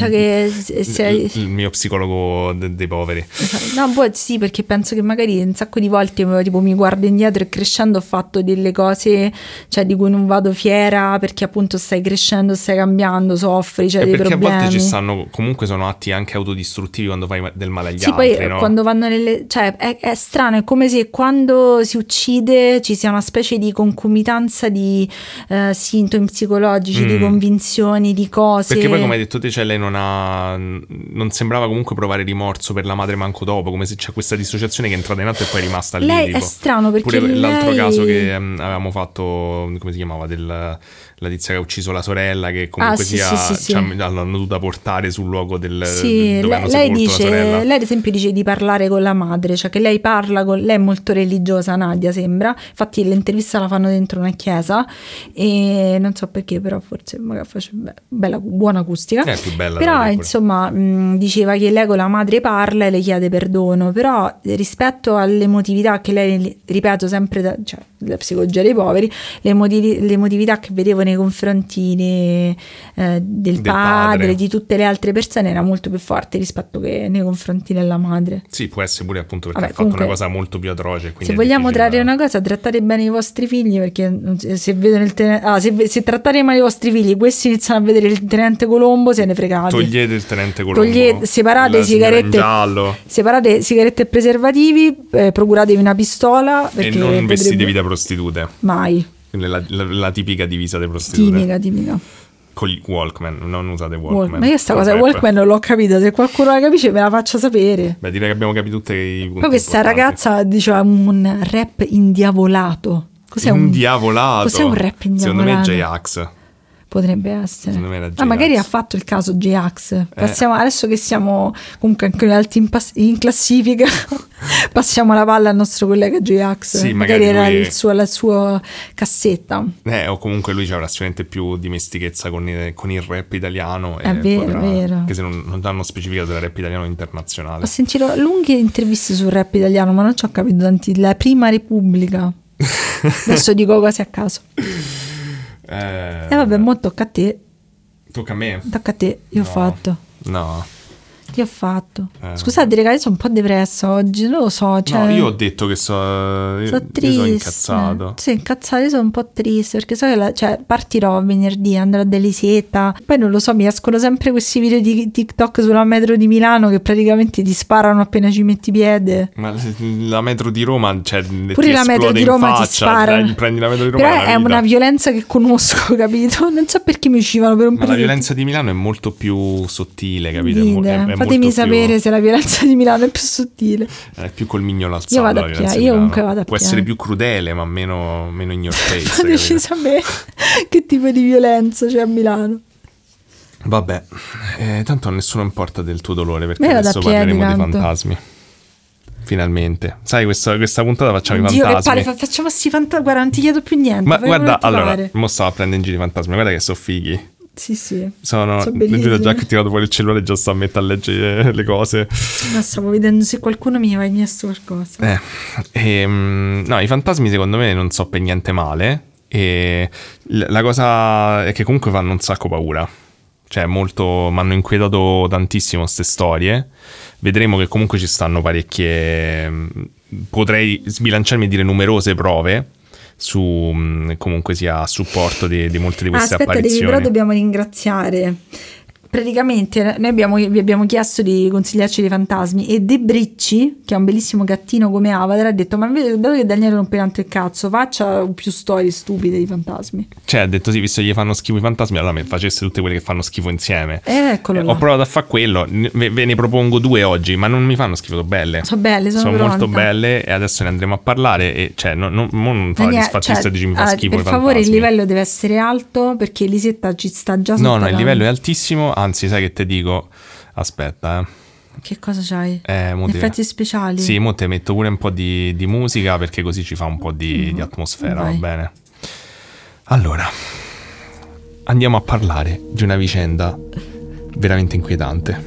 il mio psicologo dei poveri. No, sì, perché penso che magari un sacco di volte tipo mi guardo indietro e crescendo ho fatto delle cose, cioè di cui non vado fiera, perché appunto stai crescendo, stai cambiando, soffri, dei perché problemi. A volte ci stanno, comunque sono atti anche autodistruttivi quando fai del male agli altri. Poi no? quando vanno cioè è strano, è come se quando si uccide ci sia una specie di concomitanza di sintomi psicologici, di convinzioni, di cose. Perché poi come hai detto te, cioè lei non sembrava comunque provare rimorso per la madre manco dopo, come se c'è questa dissociazione che è entrata in atto e poi è rimasta lì. Lei è strano perché pure l'altro caso che avevamo fatto, come si chiamava, la tizia che ha ucciso la sorella, che comunque l'hanno dovuta portare sul luogo dove hanno sepolto la sorella. Lei ad esempio dice di parlare con la madre, cioè che lei parla lei è molto religiosa, Nadia sembra, infatti l'intervista la fanno dentro una chiesa e non so perché, però forse magari faccio buona acustica, è più bella, però insomma diceva che lei con la madre parla e le chiede perdono, però rispetto all'emotività che lei, ripeto sempre cioè la psicologia dei poveri, l'emotività che vedevo nei confronti del padre, di tutte le altre persone era molto più forte rispetto che nei confronti della madre. Sì, può essere pure appunto perché ha fatto una cosa molto più atroce, se vogliamo trarre una cosa, trattate bene i vostri figli, perché se vedono se trattate male i vostri figli, questi iniziano a vedere il tenente Colombo, se ne fregate. Togliete il tenente Colombo, separate sigarette e preservativi, procuratevi una pistola e non vestitevi da prostitute mai. La tipica divisa delle prostitute, tipica. Con gli Walkman, non usate Walkman. Ma io sta cosa Walkman non l'ho capita, se qualcuno la capisce me la faccia sapere. Beh, direi che abbiamo capito tutti i punti. Poi questa ragazza diceva un rap indiavolato. Cos'è indiavolato? Cos'è un rap indiavolato? Secondo me J-Ax. Potrebbe essere. Secondo me era J-Ax. Magari ha fatto il caso J-Ax. Adesso che siamo comunque anche alti in classifica, passiamo la palla al nostro collega J-Ax. Sì, magari era lui... la sua cassetta. O comunque lui avrà sicuramente più dimestichezza con il rap italiano. È vero. Anche se non hanno specificato il rap italiano internazionale. Ho sentito lunghe interviste sul rap italiano, ma non ci ho capito tanti. La Prima Repubblica. Adesso dico cose a caso. Vabbè, mo tocca a te. Tocca a me? Tocca a te, io ho fatto. No. Che ho fatto? Scusate ragazzi, sono un po' depressa oggi, non lo so. Cioè, no, io ho detto che sono triste. Io sono incazzato. Sì, incazzato, io sono un po' triste perché so che partirò venerdì, andrò a Delisetta. Poi non lo so, mi escono sempre questi video di TikTok sulla metro di Milano che praticamente ti sparano appena ci metti piede. Ma la metro di Roma, cioè, pure la metro di Roma ti spara. Prendi la metro di Roma. Però è una violenza che conosco, capito? Non so perché mi uscivano per un po'. Ma la violenza di Milano è molto più sottile, capito? Fatemi sapere se la violenza di Milano è più sottile. È più col mignolo alzato. Io vado a piano, io comunque vado a piano. Può essere più crudele, ma meno in your face. Fateci sapere che tipo di violenza c'è a Milano. Vabbè, tanto a nessuno importa del tuo dolore, perché adesso parleremo di fantasmi. Finalmente. Sai, questa puntata facciamo i fantasmi. Che pare, facciamo sti fantasmi. Guarda, non ti chiedo più niente. Ma guarda, allora, mo stavo a prendere in giro i fantasmi. Guarda che sono fighi. Sì. Sono Giulia già che tirato fuori il cellulare, già sta a mettere a leggere le cose. Ma stavo vedendo se qualcuno mi aveva chiesto qualcosa. No, i fantasmi secondo me non so per niente male. E la cosa è che comunque fanno un sacco paura. Cioè, molto. Mi hanno inquietato tantissimo queste storie. Vedremo che comunque ci stanno parecchie. Potrei sbilanciarmi e dire numerose prove su comunque sia a supporto di molte di queste apparizioni. Però dobbiamo ringraziare. Praticamente noi vi abbiamo chiesto di consigliarci dei fantasmi e De Bricci, che è un bellissimo gattino come Avatar, ha detto: ma dato che Daniele rompe tanto il cazzo, faccia più storie stupide di fantasmi. Cioè, ha detto sì, visto che gli fanno schifo i fantasmi, allora me facesse tutte quelle che fanno schifo insieme. Eccolo là. Ho provato a fare quello, ve ne propongo 2 oggi, ma non mi fanno schifo, sono belle. Sono molto belle, e adesso ne andremo a parlare. E cioè non fa il disfattista e dici mi fa schifo i fantasmi. Per favore, il livello deve essere alto, perché Elisetta ci sta già sotto. No, il livello è altissimo. Anzi, sai che te dico? Aspetta, Che cosa c'hai? Effetti speciali? Sì, mo te metto pure un po' di musica, perché così ci fa un po' di atmosfera, va bene? Allora, andiamo a parlare di una vicenda veramente inquietante.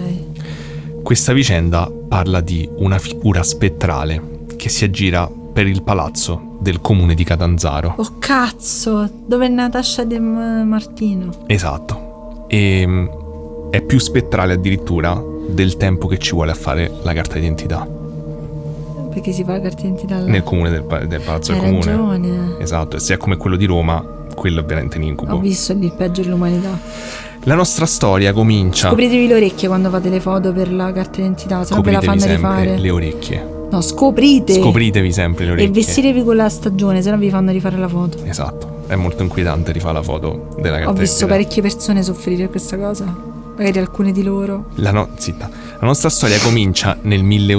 Ok. Questa vicenda parla di una figura spettrale che si aggira per il palazzo del comune di Catanzaro. Oh cazzo, dove è Natascia De Martino? Esatto. E è più spettrale addirittura del tempo che ci vuole a fare la carta d'identità. Perché si fa la carta d'identità là? Nel comune del palazzo del comune. Hai ragione. Esatto, e se è come quello di Roma, quello è veramente un incubo. Ho visto lì il peggio dell'umanità. La nostra storia comincia. Scopritevi le orecchie quando fate le foto per la carta d'identità, se no ve la fanno rifare. Le orecchie. No, scopritevi sempre le orecchie. E vestitevi con la stagione, se no vi fanno rifare la foto. Esatto, è molto inquietante rifare la foto della carta d'identità. Ho visto parecchie persone soffrire per questa cosa. Magari alcune di loro. Zitta. La nostra storia comincia nel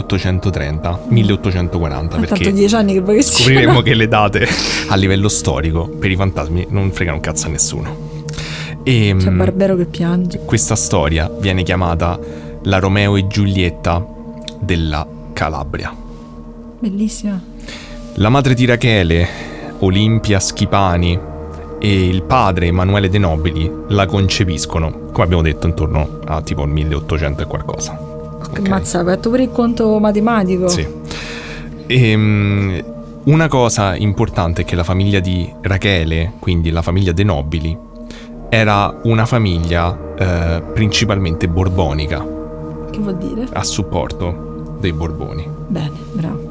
1830, 1840. Perché tanto 10 anni che poi scopriremo che le date a livello storico per i fantasmi non fregano un cazzo a nessuno. E c'è Barbero che piange. Questa storia viene chiamata la Romeo e Giulietta della Calabria. Bellissima. La madre di Rachele, Olimpia Schipani, e il padre Emanuele De Nobili la concepiscono, come abbiamo detto, intorno a tipo il 1800 e qualcosa. Okay. Mazza, hai fatto pure il conto matematico. Sì. Una cosa importante è che la famiglia di Rachele, quindi la famiglia De Nobili, era una famiglia principalmente borbonica. Che vuol dire? A supporto dei Borboni. Bene, bravo.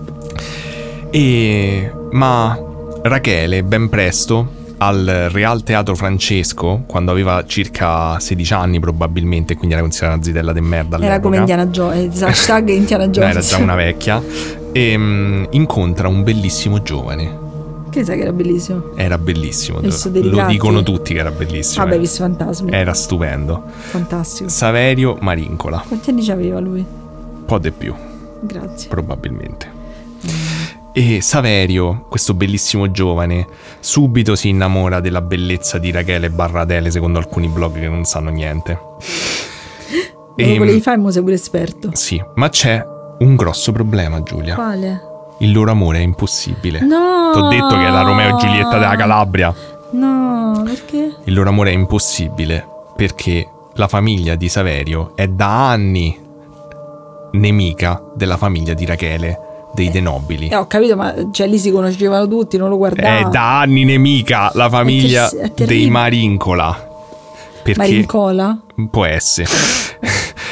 Ma Rachele ben presto al Real Teatro Francesco, quando aveva circa 16 anni probabilmente, quindi era considerata una zitella de merda all'epoca. Era come Indiana Jones, hashtag Indiana Jones. Era già una vecchia. E incontra un bellissimo giovane. Che sai che era bellissimo? Era bellissimo, lo dicono tutti che era bellissimo. Vabbè, visto fantasmi. Era stupendo. Fantastico. Saverio Marincola. Quanti anni aveva lui? Un po' di più. Grazie. Probabilmente. E Saverio, questo bellissimo giovane, subito si innamora della bellezza di Rachele Barradele, secondo alcuni blog che non sanno niente. Lo volevi fare, mo sei pure esperto. Sì, ma c'è un grosso problema, Giulia. Quale? Il loro amore è impossibile. No! T'ho detto che è la Romeo e Giulietta della Calabria. No, perché? Il loro amore è impossibile perché la famiglia di Saverio è da anni nemica della famiglia di Rachele, dei De Nobili. Ho capito, ma cioè lì si conoscevano tutti, non lo guardavano. È da anni nemica la famiglia dei Marincola. Perché Marincola? può essere.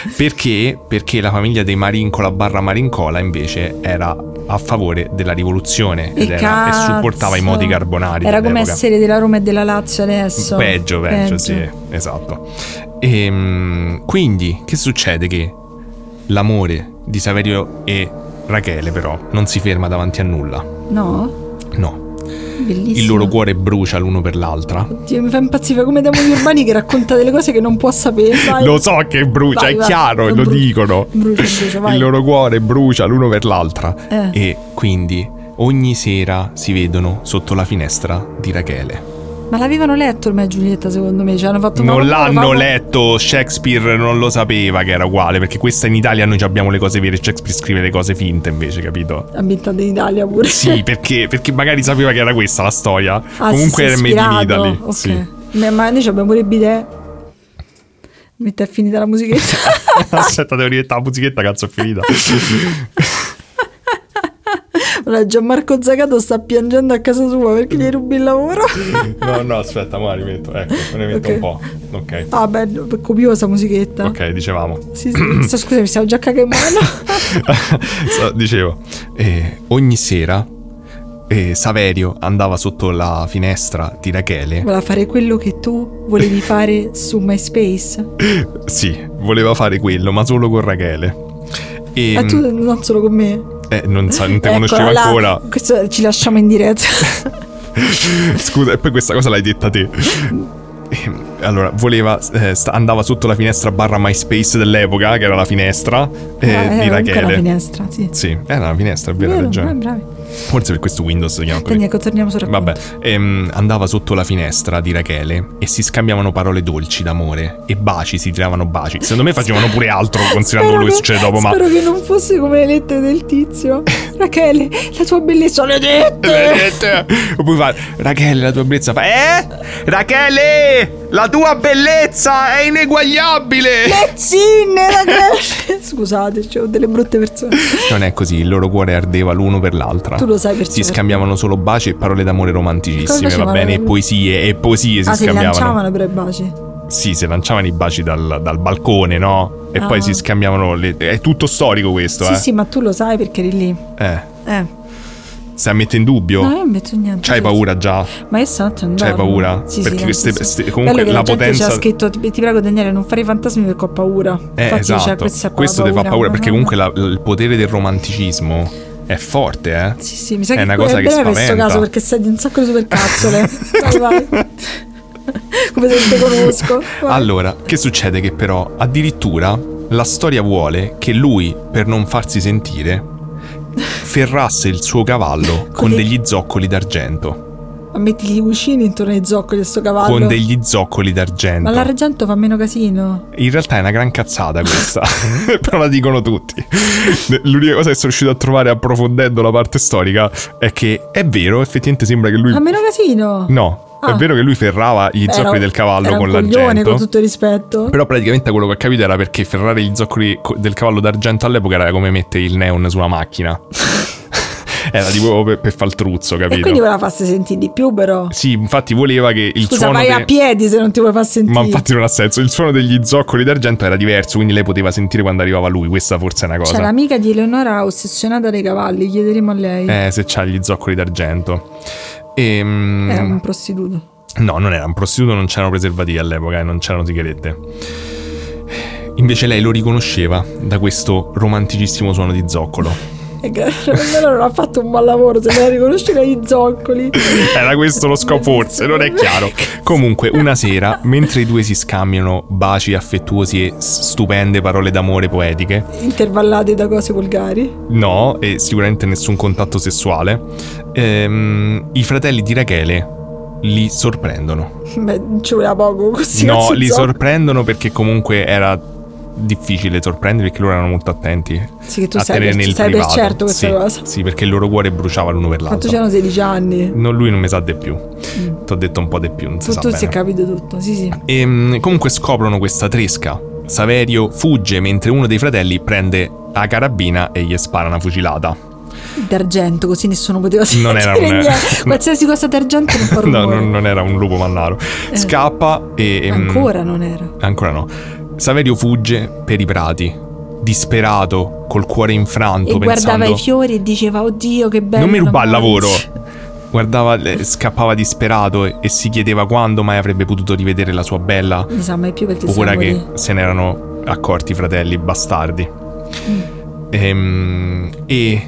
Perché la famiglia dei Marincola / Marincola invece era a favore della rivoluzione e supportava i modi carbonari. Era come essere della Roma e della Lazio adesso. Peggio, sì, esatto. E quindi che succede? Che l'amore di Saverio e Rachele però non si ferma davanti a nulla. No. Bellissimo. Il loro cuore brucia l'uno per l'altra. Oddio, mi fa impazzire come Demoni Urbani che racconta delle cose che non può sapere. Vai. Lo so che brucia, vai, è chiaro, lo dicono. Brucia, vai. Il loro cuore brucia l'uno per l'altra. E quindi ogni sera si vedono sotto la finestra di Rachele. Ma l'avevano letto Romeo e Giulietta, secondo me. Cioè, hanno fatto non l'hanno letto. Shakespeare non lo sapeva che era uguale, perché questa in Italia noi abbiamo le cose vere. Shakespeare scrive le cose finte invece, capito? Ambientate in Italia pure. Sì, perché magari sapeva che era questa la storia. Comunque era made in Italy. Ok. Sì. Ma noi abbiamo pure il bidet. Mette è finita la musichetta. Aspetta, devo rimettere la musichetta, cazzo è finita. Allora, Gianmarco Zagato sta piangendo a casa sua perché gli rubi il lavoro. No, aspetta, ma la rimetto. Ecco, ne metto un po'. Ok. Ah, beh, copiosa musichetta. Ok, dicevamo. Sì, scusami, stiamo già cagando in mano. Dicevo, ogni sera Saverio andava sotto la finestra di Rachele. Voleva fare quello che tu volevi fare su MySpace? Sì, voleva fare quello, ma solo con Rachele. Ma tu non solo con me? Non te conoscevo ancora. Questo ci lasciamo in diretta. Scusa, e poi questa cosa l'hai detta te. Allora, andava sotto la finestra / MySpace dell'epoca, che era la finestra di Rachele. Era la finestra, sì. Sì, era la finestra, è vero, hai ragione. Bravi. Forse per questo Windows si chiama così. Quindi torniamo su Rachele. Vabbè, andava sotto la finestra di Rachele e si scambiavano parole dolci d'amore e baci, si tiravano baci. Secondo me facevano pure altro, considerando quello che succede dopo. Spero che non fosse come le lettere del tizio. Rachele, la tua bellezza, le dette. E poi fa, Rachele, la tua bellezza, Rachele, la tua bellezza è ineguagliabile. Lezzine, Rachele. Scusate, ho delle brutte persone. Non è così, il loro cuore ardeva l'uno per l'altra. Tu lo sai, per si scambiavano solo baci e parole d'amore romanticissime, va bene? E poesie si scambiavano. Si lanciavano per i baci? Sì, si lanciavano i baci dal balcone, no? E poi si scambiavano è tutto storico questo, Sì, ma tu lo sai perché eri lì. Stai a mettere in dubbio? No, io non metto niente. C'hai paura già? Ma io stanotte non c'hai paura? Sì, perché comunque la potenza c'ha scritto: ti prego Daniele, non fare i fantasmi perché ho paura. Infatti, esatto. Questo ti fa paura perché comunque il potere del romanticismo è forte, Sì, mi sa che è una cosa che spaventa. In questo caso perché sei di un sacco di supercazzole. vai. Come se non te conosco. Vai. Allora, che succede? Che però addirittura la storia vuole che lui, per non farsi sentire, ferrasse il suo cavallo con degli zoccoli d'argento. Ma metti gli cuscini intorno ai zoccoli di sto cavallo? Con degli zoccoli d'argento. Ma l'argento fa meno casino. In realtà è una gran cazzata questa. Però la dicono tutti. L'unica cosa che sono riuscito a trovare approfondendo la parte storica è che è vero, effettivamente sembra che lui fa meno casino? No. È vero che lui ferrava gli zoccoli del cavallo con l'argento. Con tutto il rispetto. Però praticamente quello che ho capito era perché ferrare gli zoccoli del cavallo d'argento all'epoca era come mettere il neon sulla macchina. Era tipo per far il truzzo, capito? E quindi voleva farsi sentire di più, però. Sì, infatti voleva che il suono vai a piedi se non ti vuoi far sentire. Ma infatti non ha senso. Il suono degli zoccoli d'argento era diverso, quindi lei poteva sentire quando arrivava lui. Questa forse è una cosa. C'è l'amica di Eleonora ossessionata dai cavalli. Chiederemo a lei. Se c'ha gli zoccoli d'argento. Era un prostituto. No, non era un prostituto, non c'erano preservativi all'epoca e non c'erano sigarette. Invece lei lo riconosceva da questo romanticissimo suono di zoccolo. Non ha fatto un buon lavoro se la riconosceva gli zoccoli. Era questo lo scopo, forse, non è chiaro. Comunque, una sera, mentre i due si scambiano baci affettuosi e stupende parole d'amore poetiche, intervallate da cose volgari, no, e sicuramente nessun contatto sessuale, i fratelli di Rachele li sorprendono. Beh, ci voleva poco così. No, li sorprendono perché comunque era difficile sorprendere perché loro erano molto attenti. Sì, che tu sai per certo questa cosa. Sì, perché il loro cuore bruciava l'uno per l'altro. Quanto c'erano 16 anni? No, lui non mi sa di più. Ti ho detto un po' di più, non si sa bene. Tu si è capito tutto, sì. E comunque scoprono questa tresca. Saverio fugge mentre uno dei fratelli prende la carabina e gli spara una fucilata. D'argento, così nessuno poteva sentire. Non era qualsiasi cosa d'argento non fa rumore. No, non era un lupo mannaro. Scappa e ancora non era. Ancora no. Saverio fugge per i prati, disperato, col cuore infranto, e pensando, guardava i fiori e diceva oddio che bello, non mi ruba il lavoro. Guardava, scappava disperato e si chiedeva quando mai avrebbe potuto rivedere la sua bella, non sa mai più perché ora che se ne erano accorti i fratelli bastardi. E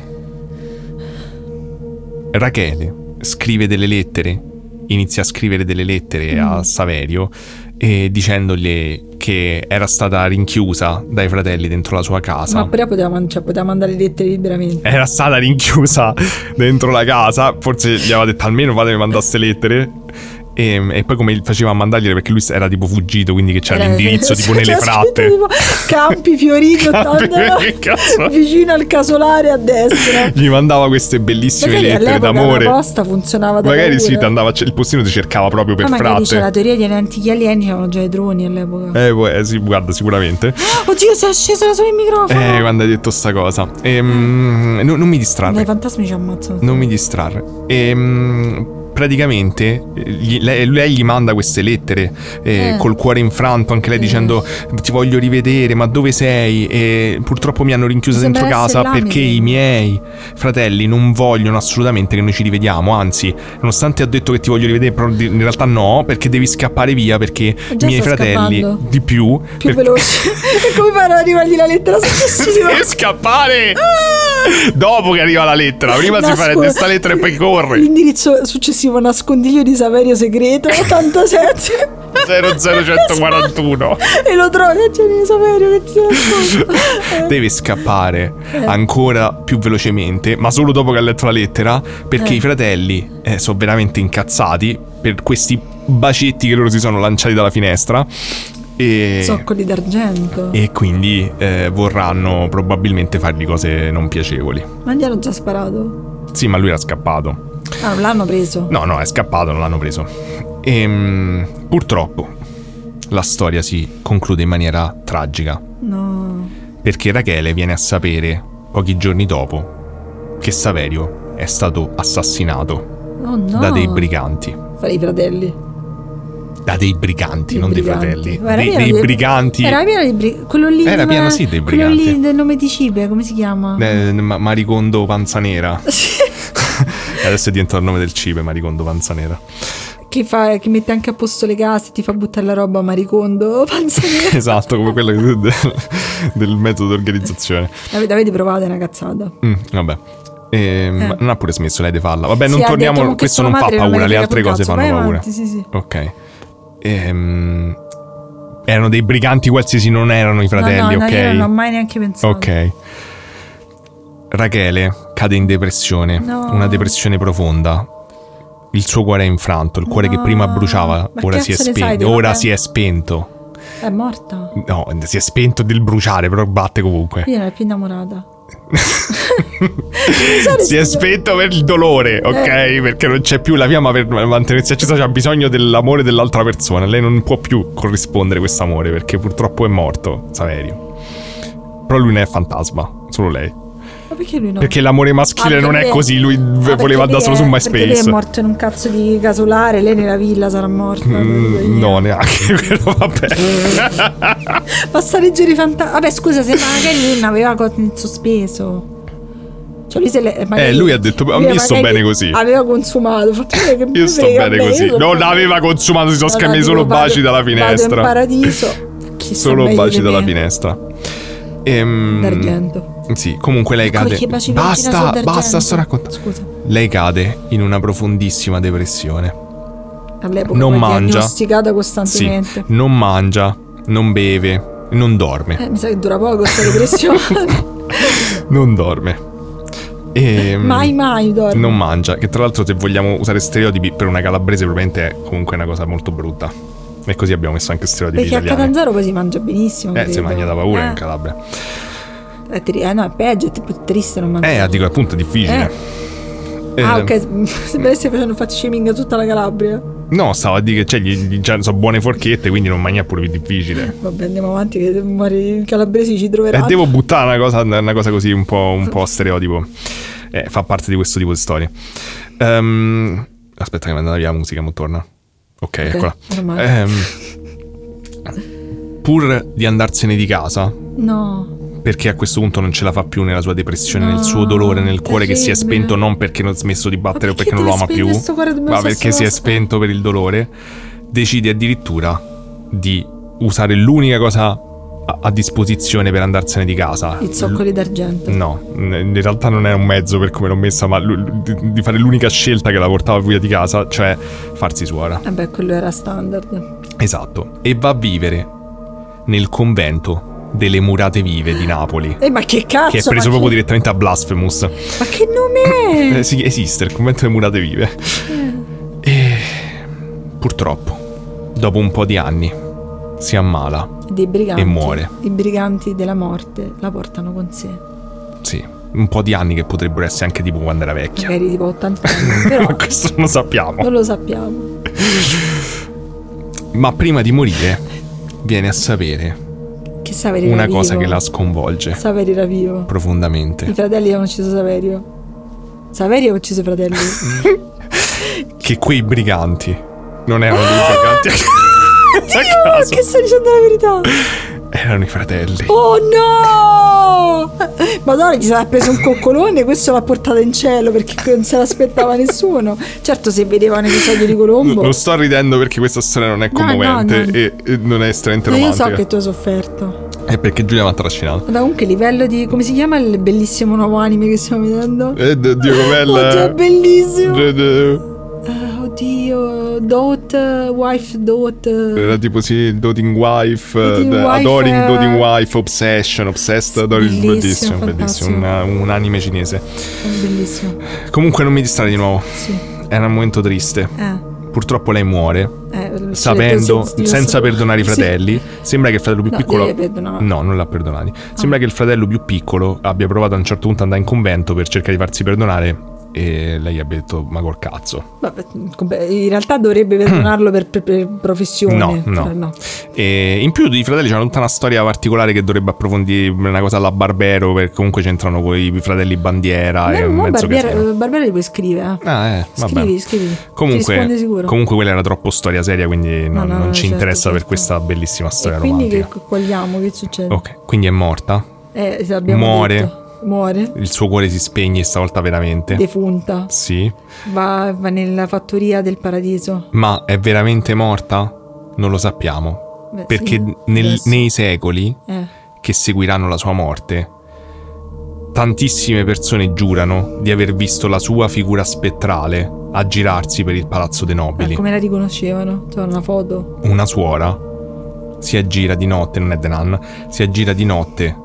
Rachele scrive delle lettere, inizia a scrivere delle lettere a Saverio, e dicendogli che era stata rinchiusa dai fratelli dentro la sua casa. Ma però poteva mandare lettere liberamente. Era stata rinchiusa dentro la casa, forse gli aveva detto almeno fatemi mandare queste lettere. E poi come faceva a mandargliele, perché lui era tipo fuggito, quindi che c'era l'indirizzo tipo nelle fratte, tipo Campi Fiorito 89 vicino al casolare a destra. Gli mandava queste bellissime magari lettere d'amore. La posta funzionava da magari sì, il postino ti cercava proprio per magari fratte. C'è la teoria degli antichi alieni, c'erano già i droni all'epoca. Sì, guarda, sicuramente. Oddio, si è accesa solo il microfono. Quando hai detto sta cosa. Non mi distrarre. I fantasmi ci ammazzano. Non mi distrarre. Praticamente lei gli manda queste lettere col cuore infranto, anche lei dicendo ti voglio rivedere, ma dove sei? E purtroppo mi hanno rinchiusa dentro casa perché i miei fratelli non vogliono assolutamente che noi ci rivediamo, anzi nonostante ho detto che ti voglio rivedere, però in realtà no, perché devi scappare via perché i miei fratelli scappando. Di più veloci. E come fai ad arrivargli la lettera successiva? Devi scappare dopo che arriva la lettera, prima si fa questa lettera e poi corre. L'indirizzo successivo: nascondiglio di Saverio segreto 87 00141 e lo trovi a Gianni Saverio che ti nasconde. Deve scappare ancora più velocemente, ma solo dopo che ha letto la lettera, perché i fratelli sono veramente incazzati per questi bacetti che loro si sono lanciati dalla finestra e zoccoli d'argento, e quindi vorranno probabilmente fargli cose non piacevoli. Ma gli hanno già sparato? Sì, ma lui era scappato. Ah, non l'hanno preso? No, è scappato, non l'hanno preso. E purtroppo la storia si conclude in maniera tragica. No. Perché Rachele viene a sapere pochi giorni dopo che Saverio è stato assassinato da dei briganti. Fra i fratelli. Da dei briganti, non briganti. Dei fratelli. Dei briganti. Era pieno di quello lì. Era pieno, sì, dei briganti. Quello lì del nome di Cibe, come si chiama? Maricondo Panzanera. Adesso è diventato il nome del Cibe, Maricondo Panzanera. Che mette anche a posto le case, ti fa buttare la roba Maricondo Panzanera. Esatto, come quello del metodo di organizzazione. L'avete provato, è una cazzata. Vabbè. Ma non ha pure smesso lei di farla. Vabbè, non sì, torniamo. Questo non fa paura, le altre cose fanno paura. Sì. Ok. Erano dei briganti qualsiasi, non erano i fratelli, no, ok? Io non ho mai neanche pensato. Ok. Rachele cade in depressione, una depressione profonda. Il suo cuore è infranto, il cuore che prima bruciava, ora si è spento. Ora si è spento. È morta? No, si è spento del bruciare, però batte comunque. Io ero più innamorata. Si è spento per il dolore, ok? Perché non c'è più la fiamma per mantenersi accesa, c'ha bisogno dell'amore dell'altra persona. Lei non può più corrispondere questo amore perché purtroppo è morto Saverio. Però lui ne è fantasma, solo lei. Ma perché lui no? Perché l'amore maschile non è così, lui voleva andare solo su MySpace. Perché lei è morto in un cazzo di casolare, lei nella villa sarà morta. No, neanche quello, vabbè. Basta leggere i fantasmi. Vabbè, scusa, se magari lui non aveva cose in sospeso. Cioè lui ha detto io sto bene così. Aveva consumato. Che io sto bene così. Non aveva consumato, si sono scambiati solo baci dalla finestra. Vado in paradiso. Solo baci dalla finestra. D'argento. Sì, comunque lei cade. Basta, sto raccontando. Scusa. Lei cade in una profondissima depressione. All'epoca non mangia, diagnosticata costantemente. Sì, non mangia, non beve, non dorme. Mi sa che dura poco questa depressione. Non dorme. Mai dorme. Non mangia, che tra l'altro, se vogliamo usare stereotipi, per una calabrese probabilmente è comunque una cosa molto brutta. E così abbiamo messo anche stereotipi perché italiani. A Catanzaro poi si mangia benissimo. Si mangia da paura in Calabria. No, è peggio, è tipo triste non mangiare. Dico, appunto, è difficile. Ok, sembra che stai facendo fat shaming a tutta la Calabria. No, stavo a dire che sono buone forchette, quindi non mangiare è pure più difficile. Vabbè, andiamo avanti che i calabresi ci troveranno. Devo buttare una cosa così un po' stereotipo. Fa parte di questo tipo di storie. Aspetta che mi è andata via la musica, mo torna. Ok, eccola. pur di andarsene di casa, No. perché a questo punto non ce la fa più nella sua depressione, nel suo dolore, nel cuore che si è spento, non perché non ha smesso di battere o perché non lo ama più, ma perché si è spento per il dolore, decide addirittura di usare l'unica cosa a disposizione per andarsene di casa. I zoccoli d'argento. No, in realtà non è un mezzo per come l'ho messa, ma di fare l'unica scelta che la portava via di casa, cioè farsi suora. Vabbè, quello era standard. Esatto. E va a vivere nel convento delle Murate Vive di Napoli. Ma che cazzo? Che è preso proprio direttamente a Blasphemous. Ma che nome è? Sì, esiste il convento delle Murate Vive. E purtroppo, dopo un po' di anni, si ammala Dei briganti. e muore. I briganti della morte la portano con sé. Sì, un po' di anni che potrebbero essere anche tipo quando era vecchia. Magari tipo 80 anni. Però Ma questo non lo sappiamo. non lo sappiamo. Ma prima di morire viene a sapere Che Saverio era una vivo. cosa che la sconvolge Saverio era vivo. profondamente. I fratelli hanno ucciso Saverio. Saverio ha ucciso i fratelli. Che quei briganti non erano dei briganti a caso. Che stai dicendo la verità? Erano i fratelli. Oh no! Madonna, gli sarà preso un coccolone. Questo l'ha portato in cielo perché non se l'aspettava nessuno. Certo, se vedeva un episodio di Colombo. Non sto ridendo perché questa storia non è commovente no. E non è estremamente Io romantica. so che tu hai sofferto. È perché Giulia mi ha trascinato. Ma comunque livello di... come si chiama il bellissimo nuovo anime che stiamo vedendo? Dio com'è Oddio, è bellissimo. Era Oddio, wife dote. tipo sì, Doting Wife, Doting Wife, Adoring Doting Wife, Obsessed, Adoring. Bellissimo, Bellissimo, un anime cinese. Bellissimo. Comunque non mi distrarre di nuovo. Sì. Era un momento triste. Purtroppo lei muore, Sapendo, senza perdonare i fratelli. Sembra che il fratello più piccolo... No, non l'ha perdonati. Sembra che il fratello più piccolo abbia provato a un certo punto ad andare in convento per cercare di farsi perdonare, e lei abbia detto ma col cazzo. Vabbè, in realtà dovrebbe perdonarlo per professione. No. E in più i fratelli hanno tutta una storia particolare che dovrebbe approfondire, una cosa alla Barbero, perché comunque c'entrano con i fratelli bandiera. È un mezzo Barbero li puoi scrivere. Vabbè. Scrivi. Comunque quella era troppo storia seria, quindi non ci interessa certo. per questa bellissima storia quindi romantica. Quindi che cogliamo? Che succede? Ok, quindi è morta. Muore. Il suo cuore si spegne stavolta veramente. Defunta. Sì. Va nella fattoria del paradiso. Ma è veramente morta? Non lo sappiamo. Perché sì, nei secoli che seguiranno la sua morte, tantissime persone giurano di aver visto la sua figura spettrale aggirarsi per il Palazzo dei Nobili. Come la riconoscevano? C'è una foto. Una suora si aggira di notte, non è Denan, si aggira di notte,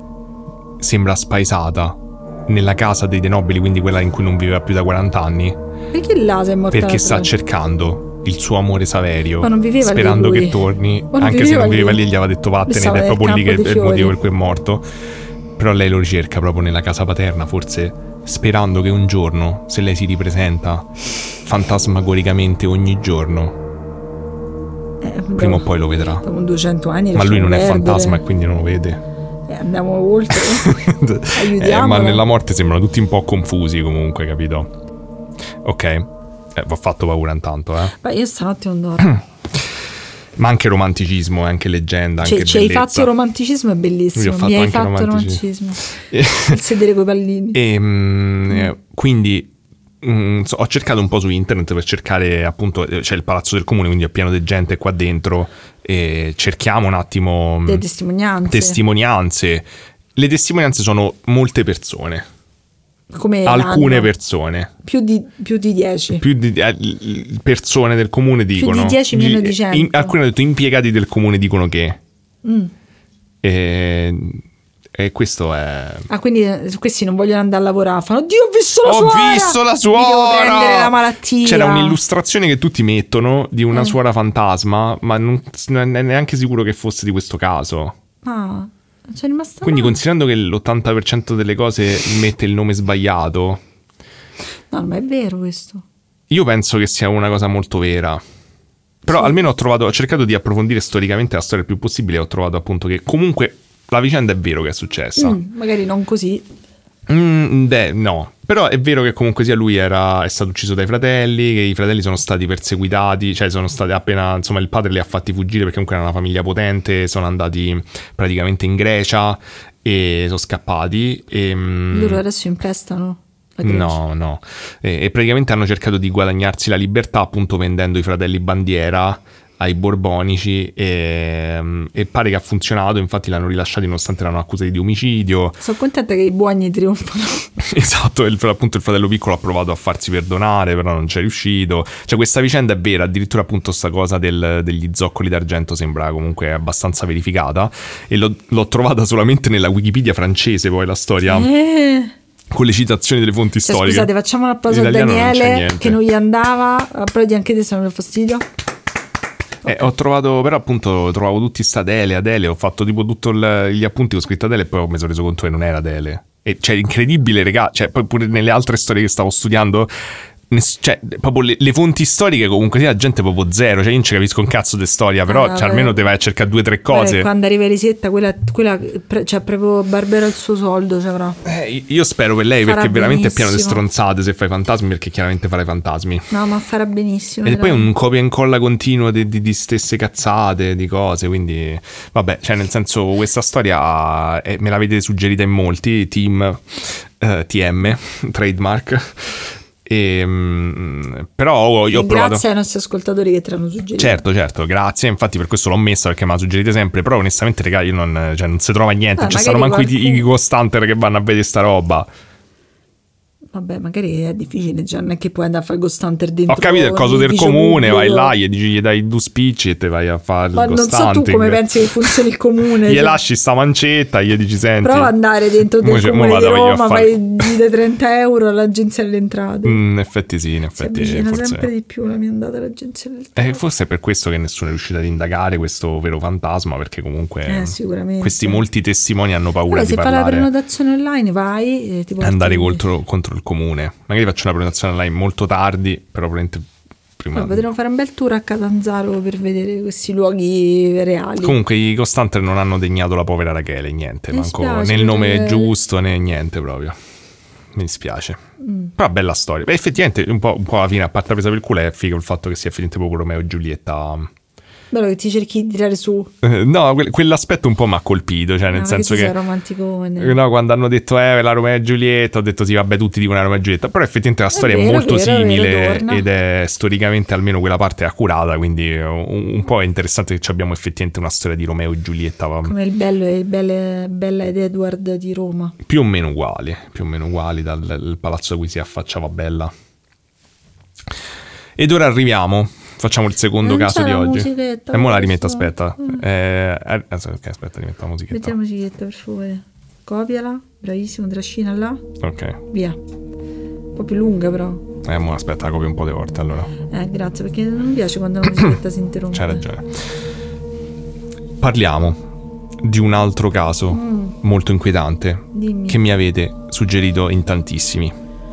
sembra spaesata, nella casa dei De Nobili, quindi quella in cui non viveva più da 40 anni. Perché là sei morta? Perché sta cercando il suo amore Saverio, ma non viveva sperando lì che torni, anche se non viveva lì gli aveva detto vattene, ed è proprio lì che è il motivo per cui è morto. Però lei lo ricerca proprio nella casa paterna, forse sperando che un giorno, se lei si ripresenta fantasmagoricamente ogni giorno, prima o poi lo vedrà. Dopo 200 anni. Ma lui non è fantasma e quindi non lo vede. Andiamo oltre. Aiutiamo. Ma nella morte sembrano tutti un po' confusi comunque, capito? Ok. Vi ho fatto paura intanto, Ma io stanotte non dormo. Ma anche romanticismo, anche leggenda, anche bellezza. Hai fatto romanticismo, è bellissimo. Mi hai fatto romanticismo. Il sedere coi pallini. Quindi ho cercato un po' su internet per cercare, appunto, c'è il Palazzo del Comune, quindi è pieno di gente qua dentro, e cerchiamo un attimo delle testimonianze. Le testimonianze sono molte persone. Come alcune persone. Più di 10. Più di persone del comune dicono. Più di 10, meno di 100. Alcuni hanno detto impiegati del comune dicono che. E questo è... quindi questi non vogliono andare a lavorare. Fanno: Dio, ho visto la suora! Ho visto la suora! Mi devo prendere la malattia. C'era un'illustrazione che tutti mettono di una suora fantasma, ma non è neanche sicuro che fosse di questo caso. C'è rimasta. Quindi considerando che l'80% delle cose mette il nome sbagliato. No, ma è vero questo. Io penso che sia una cosa molto vera. Però almeno ho cercato di approfondire storicamente la storia il più possibile, e ho trovato appunto che comunque la vicenda è vero che è successa. Magari non così. No, però è vero che comunque sia lui è stato ucciso dai fratelli, che i fratelli sono stati perseguitati, cioè sono stati appena, insomma il padre li ha fatti fuggire perché comunque era una famiglia potente, sono andati praticamente in Grecia e sono scappati. Loro adesso imprestano? No. E praticamente hanno cercato di guadagnarsi la libertà appunto vendendo i fratelli bandiera ai borbonici e pare che ha funzionato, infatti l'hanno rilasciati nonostante erano accusati di omicidio. Sono contenta che i buoni trionfano. Esatto, appunto il fratello piccolo ha provato a farsi perdonare, però non c'è riuscito. Cioè questa vicenda è vera, addirittura appunto sta cosa degli zoccoli d'argento sembra comunque abbastanza verificata e l'ho trovata solamente nella Wikipedia francese poi la storia. Con le citazioni delle fonti storiche. Scusate, facciamo un applauso a Daniele che non gli andava, però di anche te se non fastidio. Ho trovato, però appunto trovavo tutti sta Adele, ho fatto tipo tutto gli appunti, ho scritto Adele e poi mi sono reso conto che non era Adele. E cioè incredibile, regà, cioè poi pure nelle altre storie che stavo studiando, cioè proprio le fonti storiche comunque sia la gente proprio zero, cioè io non ci capisco un cazzo di storia, però cioè, almeno te vai a cercare 2 o 3 cose. Quando arriva Elisetta quella cioè proprio Barbera il suo soldo ci avrà. Io spero per lei farà perché benissimo. Veramente è pieno di stronzate se fai fantasmi, perché chiaramente farai fantasmi. No, ma farà benissimo. E poi un copia e incolla continuo di stesse cazzate, di cose, quindi vabbè, cioè nel senso questa storia me l'avete suggerita in molti, TM, trademark. Però io ho provato. Grazie ai nostri ascoltatori che te l'hanno suggerito. Certo, grazie. Infatti per questo l'ho messa, perché me la suggerite sempre. Però onestamente, raga, io non si trova niente. Non ci stanno manco i Ghost Hunter che vanno a vedere sta roba. Vabbè, magari è difficile, già non è che puoi andare a fare Ghost Hunter dentro. Ho capito il coso del comune, vai là, gli dai 2 spicci e te vai a fare il Ghost Hunter. Ma non so tu come pensi che funzioni il comune. Gli lasci sta mancetta, gli dici senti. Prova ad andare dentro del comune di Roma, fai di 30 euro all'agenzia delle entrate. In effetti sì, in effetti si forse sempre di più la mia andata all'agenzia delle entrate. Forse è per questo che nessuno è riuscito ad indagare questo vero fantasma, perché comunque sicuramente questi molti testimoni hanno paura di parlare. Se fai la prenotazione online vai e ti andare contro il comune. Magari faccio una prenotazione online molto tardi, però probabilmente prima. Potremmo fare un bel tour a Catanzaro per vedere questi luoghi reali. Comunque i Ghost Hunter non hanno degnato la povera Rachele, niente, manco né il nome giusto né niente proprio. Mi dispiace. Però bella storia. Beh, effettivamente un po' alla fine, a parte la presa per il culo, è figo il fatto che sia effettivamente proprio Romeo e Giulietta. Bello che ti cerchi di tirare su. No, quell'aspetto un po' mi ha colpito, cioè nel senso che sei romanticone. No, quando hanno detto la Romeo e Giulietta, ho detto sì, vabbè, tutti dicono la Romeo e Giulietta, però effettivamente la storia è molto simile ed è storicamente almeno quella parte è accurata, quindi un po' è interessante che abbiamo effettivamente una storia di Romeo e Giulietta. Come il bello e Bella ed Edward di Roma. Più o meno uguali dal palazzo da cui si affacciava Bella. Ed ora arriviamo. Facciamo il secondo caso di oggi. E mo la rimetto, aspetta. Aspetta, rimetto la musichetta. Metti la musichetta, per favore. Copiala, bravissimo, trascina là. Ok. Via. Un po' più lunga però. Mo aspetta, la copio un po' di volte allora. Grazie, perché non mi piace quando la musichetta si interrompe. C'hai ragione. Parliamo di un altro caso molto inquietante. Dimmi. Che mi avete suggerito in tantissimi.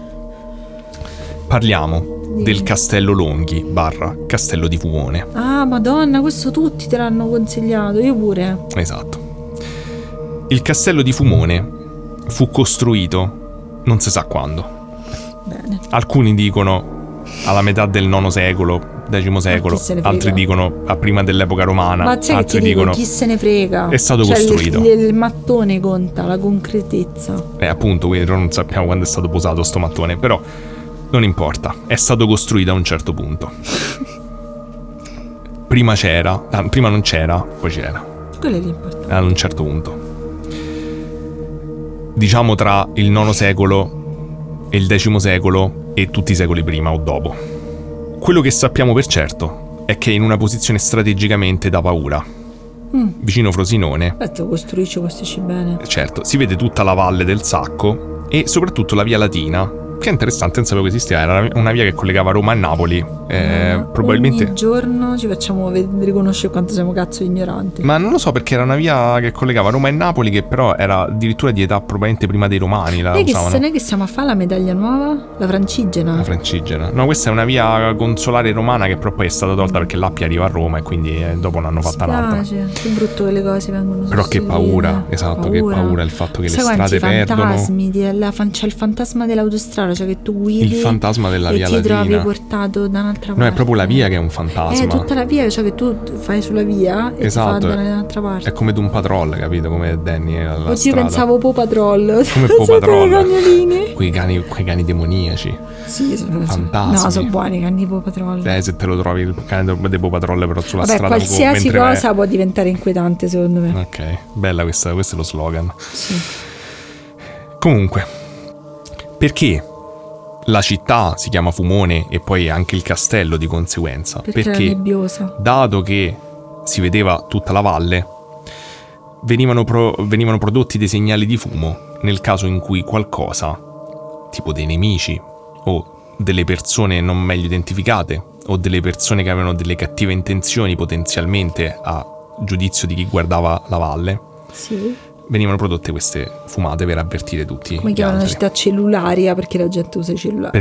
Parliamo del Castello Longhi / Castello di Fumone. Ah, madonna, questo tutti te l'hanno consigliato, io pure. Esatto. Il Castello di Fumone fu costruito non si sa quando. Bene. Alcuni dicono alla metà del IX secolo, X secolo, altri dicono a prima dell'epoca romana, ma c'è altri che dicono chi se ne frega. È stato costruito. Il mattone conta, la concretezza. Appunto, quindi non sappiamo quando è stato posato sto mattone, però non importa, è stato costruito a un certo punto. Prima non c'era, poi c'era. Quello è l'importante. Ad un certo punto. Diciamo tra il IX secolo e il X secolo e tutti i secoli prima o dopo. Quello che sappiamo per certo è che è in una posizione strategicamente da paura. Vicino Frosinone. Aspetta, costruisci bene. Certo, si vede tutta la valle del Sacco e soprattutto la via Latina. Che è interessante, non sapevo che esisteva, era una via che collegava Roma e Napoli probabilmente ogni giorno ci facciamo riconoscere quanto siamo cazzo ignoranti. Ma non lo so, perché era una via che collegava Roma e Napoli, che però era addirittura di età probabilmente prima dei romani. Noi che stiamo a fare la medaglia nuova? La Francigena. No, questa è una via consolare romana che però poi è stata tolta perché l'Appia arriva a Roma e quindi dopo ne hanno fatta un'altra. Che brutto che le cose vengono però che paura, esatto, che paura il fatto che le strade perdono. C'è il fantasma dell'autostrada, cioè che tu guidi, il fantasma della via Latina, e ti trovi portato da un'altra parte. No, è proprio la via che è un fantasma. È tutta la via, cioè che tu fai sulla via e esatto, ti fa da un'altra parte. È come Doom Patrol, capito? Come Danny alla Oggi strada. Pensavo Paw Patrol. Come Paw Patrol. Quei cani demoniaci. Sì, sono fantasmi. No, sono buoni i cani di Paw Patrol. Se te lo trovi il cane di Paw Patrol però sulla strada. Qualsiasi cosa può diventare inquietante, secondo me. Ok, bella questo è lo slogan. Sì. Comunque, perché la città si chiama Fumone e poi anche il castello di conseguenza? Perché era nebbiosa. Dato che si vedeva tutta la valle, venivano prodotti dei segnali di fumo nel caso in cui qualcosa, tipo dei nemici o delle persone non meglio identificate o delle persone che avevano delle cattive intenzioni potenzialmente a giudizio di chi guardava la valle, sì, venivano prodotte queste fumate per avvertire tutti. Come chiamano la città cellularia? Perché la gente usa i cellulari.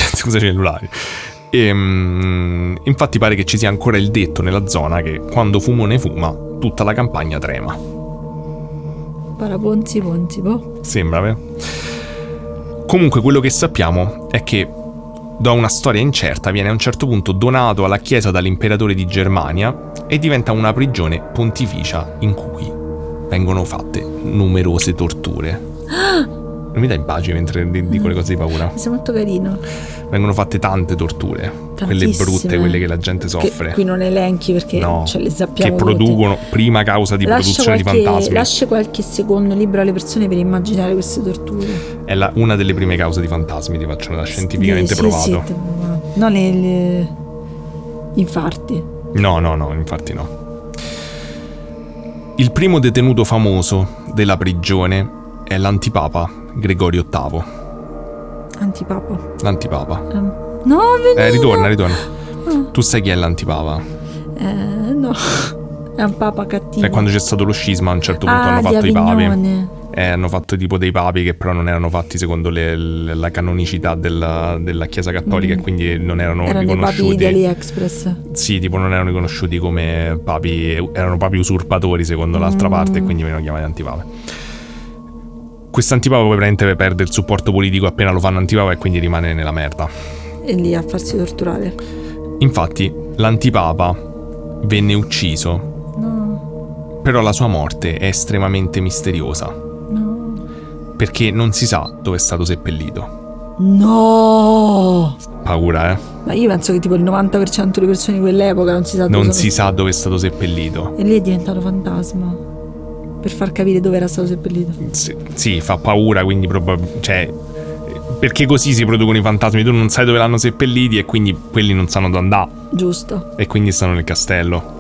E infatti pare che ci sia ancora il detto nella zona che quando Fumone fuma tutta la campagna trema. Paraponzi boh. Sembra, vero? Comunque quello che sappiamo è che da una storia incerta viene a un certo punto donato alla chiesa dall'imperatore di Germania e diventa una prigione pontificia in cui vengono fatte numerose torture. Non mi dai in pace mentre dico le cose di paura? Sei molto carino. Vengono fatte tante torture, quelle brutte, quelle che la gente soffre. Che qui non elenchi perché ce le sappiamo. Che producono prima causa di produzione di fantasmi. Lascia qualche secondo libero alle persone per immaginare queste torture. È una delle prime cause di fantasmi, ti faccio da scientificamente provato. Sì, non le infarti. No, infatti no. Il primo detenuto famoso della prigione è l'antipapa Gregorio VIII. L'antipapa. No, ritorna. Tu sai chi è l'antipapa? No. È un papa cattivo. È quando c'è stato lo scisma a un certo punto hanno fatto i papi. Hanno fatto tipo dei papi che però non erano fatti secondo la canonicità della Chiesa Cattolica e quindi non erano riconosciuti. Erano i papi di AliExpress. Sì, tipo non erano riconosciuti come papi, erano papi usurpatori secondo l'altra parte e quindi venivano chiamati antipape. Quest'antipapa poi praticamente perde il supporto politico appena lo fanno antipapa e quindi rimane nella merda. E lì a farsi torturare. Infatti l'antipapa venne ucciso. Però la sua morte è estremamente misteriosa. Perché non si sa dove è stato seppellito. No! Paura, Ma io penso che tipo il 90% delle persone di quell'epoca non si sa dove è stato seppellito. E lì è diventato fantasma. Per far capire dove era stato seppellito. Sì, fa paura, quindi perché così si producono i fantasmi. Tu non sai dove l'hanno seppelliti e quindi quelli non sanno dove andare. Giusto. E quindi stanno nel castello.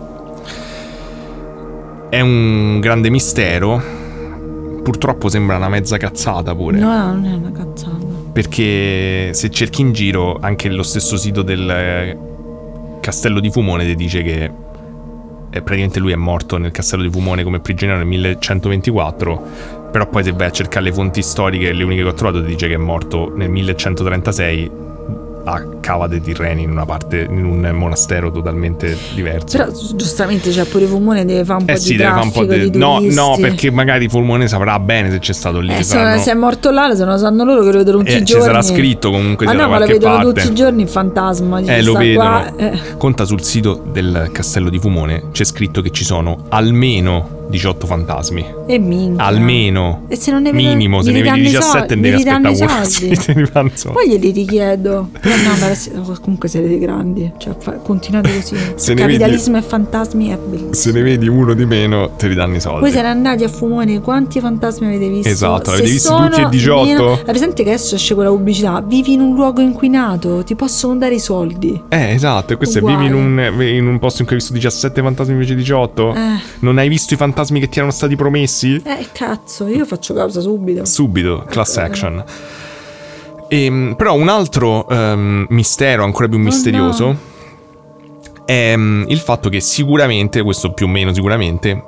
È un grande mistero. Purtroppo sembra una mezza cazzata pure. No, non è una cazzata. Perché se cerchi in giro, anche lo stesso sito del castello di Fumone ti dice che praticamente lui è morto nel castello di Fumone come prigioniero nel 1124. Però poi se vai a cercare le fonti storiche, le uniche che ho trovato ti dice che è morto nel 1136 a Cava dei Tirreni, in un monastero totalmente diverso. Però giustamente pure Fumone deve fare un po' di traffico di turisti. No, perché magari Fumone saprà bene se c'è stato lì. Se è morto là, se no sanno loro che lo vedono tutti i giorni. Ci sarà scritto comunque da qualche parte. Ma lo vedono parte. tutti i giorni il fantasma. Lo vedono. Conta sul sito del castello di Fumone, c'è scritto che ci sono almeno 18 fantasmi. E minchia. Almeno. E se non ne minimo, se ne vedi 17 devi aspettare una. Poi glieli richiedo. No, comunque siete grandi. Continuate così. Capitalismo e fantasmi è bellissimo. Se ne vedi uno di meno, te li danno i soldi. Voi siete andati a Fumone, quanti fantasmi avete visto? Esatto, avete visto tutti e 18? È presente che adesso esce quella pubblicità? Vivi in un luogo inquinato, ti possono dare i soldi. Esatto, e questo uguale. Vivi in un posto in cui hai visto 17 fantasmi invece di 18? Non hai visto i fantasmi che ti erano stati promessi? Cazzo, io faccio causa subito. Class action. Però un altro mistero ancora più misterioso è il fatto che sicuramente, questo più o meno sicuramente,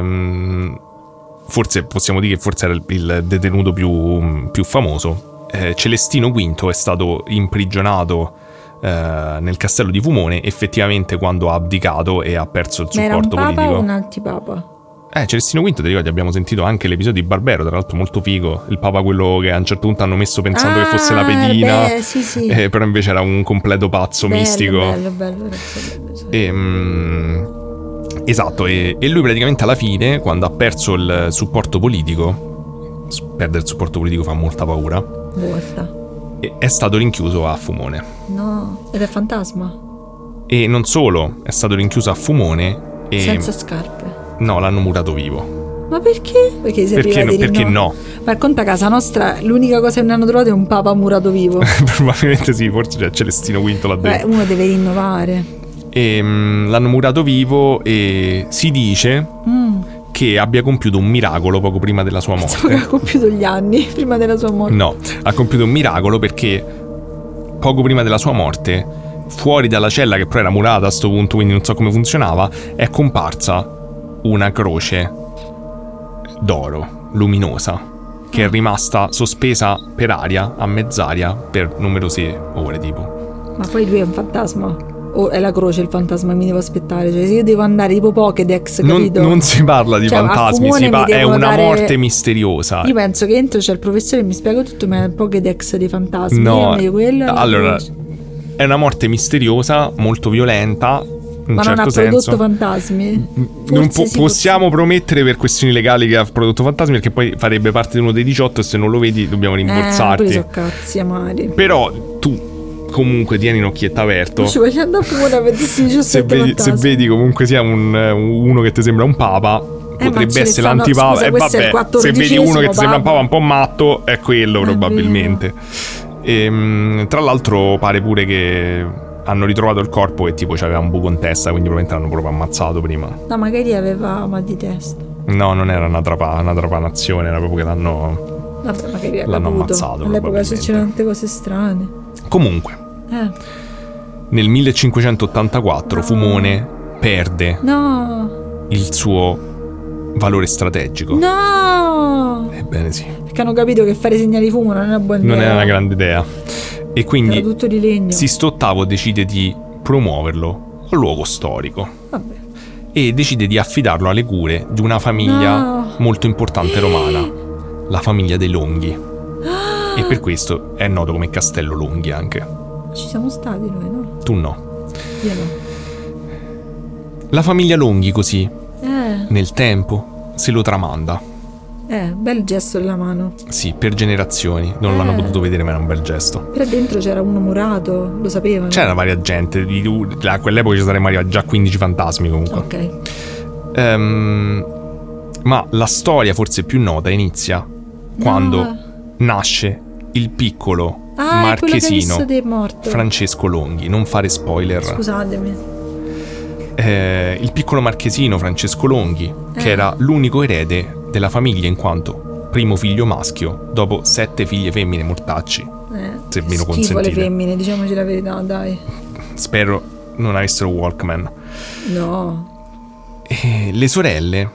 forse possiamo dire che forse era il detenuto più famoso, Celestino V è stato imprigionato nel castello di Fumone effettivamente quando ha abdicato e ha perso il supporto politico. Era un papa o un antipapa? Celestino V, ti ricordi, abbiamo sentito anche l'episodio di Barbero, tra l'altro molto figo, il papa quello che a un certo punto hanno messo pensando che fosse la pedina, sì. Però invece era un completo pazzo mistico. Bello. Esatto, e lui praticamente alla fine, quando ha perso il supporto politico, perdere il supporto politico fa molta paura, è stato rinchiuso a Fumone. No, ed è fantasma. E non solo, è stato rinchiuso a Fumone e... senza scarpe. No, l'hanno murato vivo. Ma perché? Perché no? Ma racconta, casa nostra l'unica cosa che ne hanno trovato è un papa murato vivo. Probabilmente sì, forse c'è Celestino V là dentro. Uno deve rinnovare. E l'hanno murato vivo e si dice che abbia compiuto un miracolo poco prima della sua morte. Pensavo che ha compiuto gli anni prima della sua morte. No, ha compiuto un miracolo perché poco prima della sua morte, fuori dalla cella, che però era murata a sto punto, quindi non so come funzionava, è comparsa una croce d'oro luminosa che è rimasta sospesa per aria, a mezz'aria, per numerose ore tipo. Ma poi lui è un fantasma? O è la croce il fantasma mi devo aspettare? Cioè se io devo andare tipo Pokédex, capito? Non si parla di fantasmi, è una morte misteriosa. Io penso che entro c'è il professore e mi spiega tutto, ma è il Pokédex dei fantasmi. No, allora è una morte misteriosa, molto violenta. Ma non ha prodotto fantasmi? Non possiamo promettere per questioni legali che ha prodotto fantasmi, perché poi farebbe parte di uno dei 18 e se non lo vedi dobbiamo rimborsarti. Poi so cazzi amari. Però tu comunque tieni un occhietto aperto. Ci voglio andare fuori a vedere se vedi comunque sia uno che ti sembra un papa, potrebbe essere l'antipapa. E vabbè, se vedi uno che ti sembra un papa un po' matto, è quello probabilmente. E, tra l'altro pare pure che hanno ritrovato il corpo e tipo c'aveva un buco in testa, quindi probabilmente l'hanno proprio ammazzato prima. No, magari aveva mal di testa. No, non era una trapanazione, era proprio che l'hanno ammazzato. All'epoca c'erano tante cose strane. Comunque, nel 1584 Fumone perde il suo valore strategico. No! Ebbene sì. Perché hanno capito che fare segnali di fumo non è una buona idea. Non è una grande idea. E quindi tutto di legno. Sisto VIII decide di promuoverlo al luogo storico. Vabbè. E decide di affidarlo alle cure di una famiglia molto importante romana, la famiglia dei Longhi. E per questo è noto come Castello Longhi anche. Ci siamo stati noi, no? Tu no. Io no. La famiglia Longhi così, nel tempo, se lo tramanda. Bel gesto della mano. Sì, per generazioni. Non l'hanno potuto vedere, ma era un bel gesto. Però dentro c'era uno murato, lo sapevano. C'era varia gente. A quell'epoca ci saremmo arrivati già 15 fantasmi comunque. Ok. Ma la storia forse più nota inizia quando nasce il piccolo marchesino Francesco Longhi. Non fare spoiler. Scusatemi. Il piccolo marchesino Francesco Longhi, che era l'unico erede della famiglia in quanto primo figlio maschio dopo 7 figlie femmine mortacci, se meno consentite. Le femmine, diciamoci la verità, dai. Spero non avessero Walkman. No. E le sorelle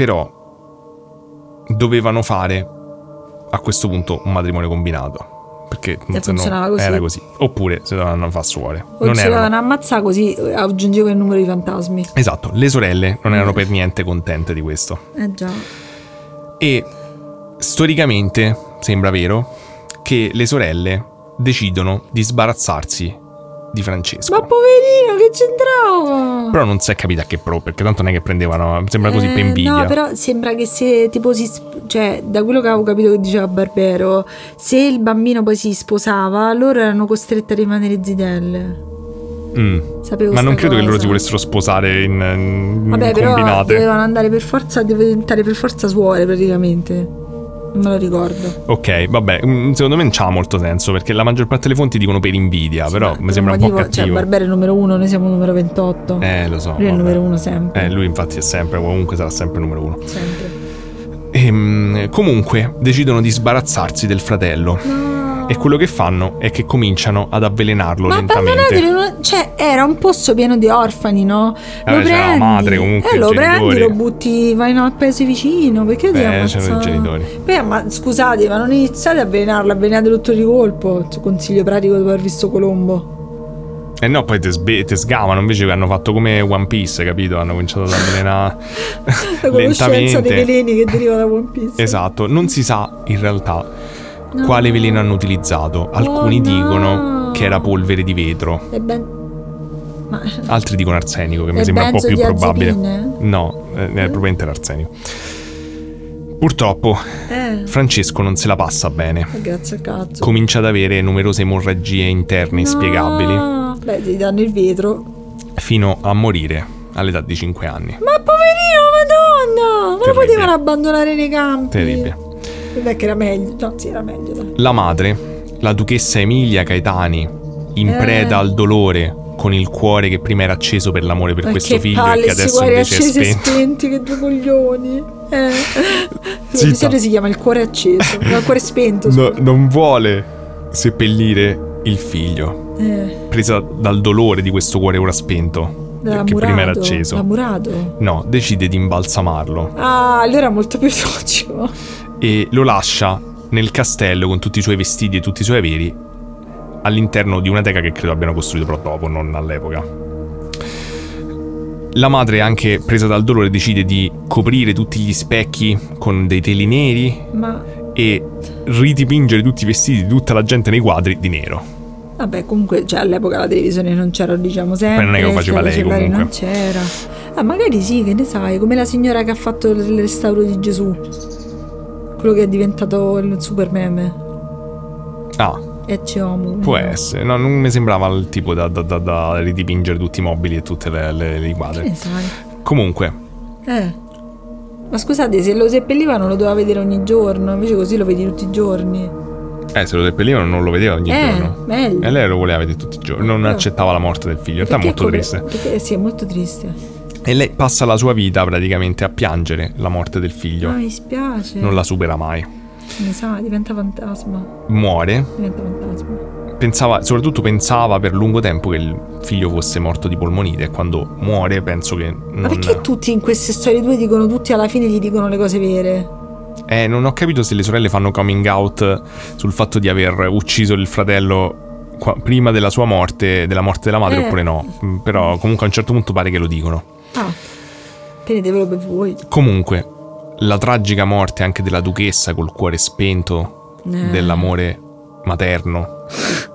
però dovevano fare a questo punto un matrimonio combinato, perché funzionava così. Era così. Oppure se dovevano fare suore. O si dovevano ammazzare, così aggiungevo il numero di fantasmi. Esatto, le sorelle non erano per niente contente di questo. Già. E storicamente sembra vero che le sorelle decidono di sbarazzarsi di Francesco. Ma poverino, che c'entrava? Però non si è capita che perché tanto non è che prendevano, sembra così per invidia. No, però sembra che se tipo cioè, da quello che avevo capito che diceva Barbero, se il bambino poi si sposava, loro erano costretti a rimanere zitelle. Ma non credo che loro si volessero sposare in vabbè, combinate. Però dovevano andare per forza, diventare per forza suore praticamente. Non me lo ricordo. Ok, vabbè, secondo me non c'ha molto senso, perché la maggior parte delle fonti dicono per invidia, sì, però mi sembra un po' cattivo. Cioè Barbero è il numero 1, noi siamo il numero 28. Lo so. Lui è il numero 1 sempre. Lui infatti è sempre, comunque sarà sempre il numero 1. Sempre. Comunque decidono di sbarazzarsi del fratello. No. E quello che fanno è che cominciano ad avvelenarlo lentamente. Cioè, era un posto pieno di orfani, no? Lo prendi, c'era la madre, comunque lo prendi, lo butti, vai al paese vicino. Perché devi ammazzare? C'erano i genitori. Ma scusate, ma non iniziate a avvelenarlo, avvelenate tutto di colpo. Consiglio pratico dopo aver visto Colombo. No, poi te sgamano, invece hanno fatto come One Piece, capito? Hanno cominciato ad avvelenare la conoscenza dei veleni che derivano da One Piece. Esatto, non si sa in realtà quale veleno hanno utilizzato. Alcuni dicono che era polvere di vetro. Altri dicono arsenico, che mi sembra un po' più probabile. No, probabilmente era arsenico. Purtroppo Francesco non se la passa bene. Grazie a cazzo. Comincia ad avere numerose emorragie interne inspiegabili. Beh, gli danno il vetro. Fino a morire all'età di 5 anni. Ma poverino, madonna! Ma lo potevano abbandonare nei campi. Terribile. Beh, che era meglio. No, sì, era meglio, dai. La madre, la duchessa Emilia Caetani, in preda al dolore, con il cuore che prima era acceso per l'amore per questo figlio e che adesso invece è spento. Spenti, che due coglioni. L'episodio si chiama Il cuore acceso. No, il cuore spento. Non vuole seppellire il figlio. Presa dal dolore di questo cuore ora spento, che prima era acceso. L'ha murato? No, decide di imbalsamarlo. Allora è molto più logico. E lo lascia nel castello con tutti i suoi vestiti e tutti i suoi averi all'interno di una teca che credo abbiano costruito però dopo, non all'epoca. La madre, anche presa dal dolore, decide di coprire tutti gli specchi con dei teli neri e ridipingere tutti i vestiti di tutta la gente nei quadri di nero. Vabbè, comunque, cioè, all'epoca la televisione non c'era, diciamo sempre. Poi non è che lo faceva lei, comunque. Non c'era. Magari sì, che ne sai, come la signora che ha fatto il restauro di Gesù. Quello che è diventato il super meme. Può essere. No, non mi sembrava il tipo da ridipingere tutti i mobili e tutte le quadre. Che ne sai? Comunque. Ma scusate, se lo seppellivano lo doveva vedere ogni giorno, invece così lo vedi tutti i giorni. Se lo seppellivano non lo vedeva ogni giorno. Meglio. E lei lo voleva vedere tutti i giorni. Non accettava la morte del figlio. In realtà è molto triste. Perché sì, è molto triste. E lei passa la sua vita praticamente a piangere la morte del figlio. Mi spiace. Non la supera mai. Mi sa, diventa fantasma. Muore. Diventa fantasma. Soprattutto pensava per lungo tempo che il figlio fosse morto di polmonite. E quando muore penso che Ma perché tutti in queste storie tue dicono, tutti alla fine gli dicono le cose vere? Non ho capito se le sorelle fanno coming out sul fatto di aver ucciso il fratello prima della sua morte, della morte della madre, oppure no. Però comunque a un certo punto pare che lo dicono. Tenetevelo per voi. Comunque, la tragica morte anche della duchessa col cuore spento dell'amore materno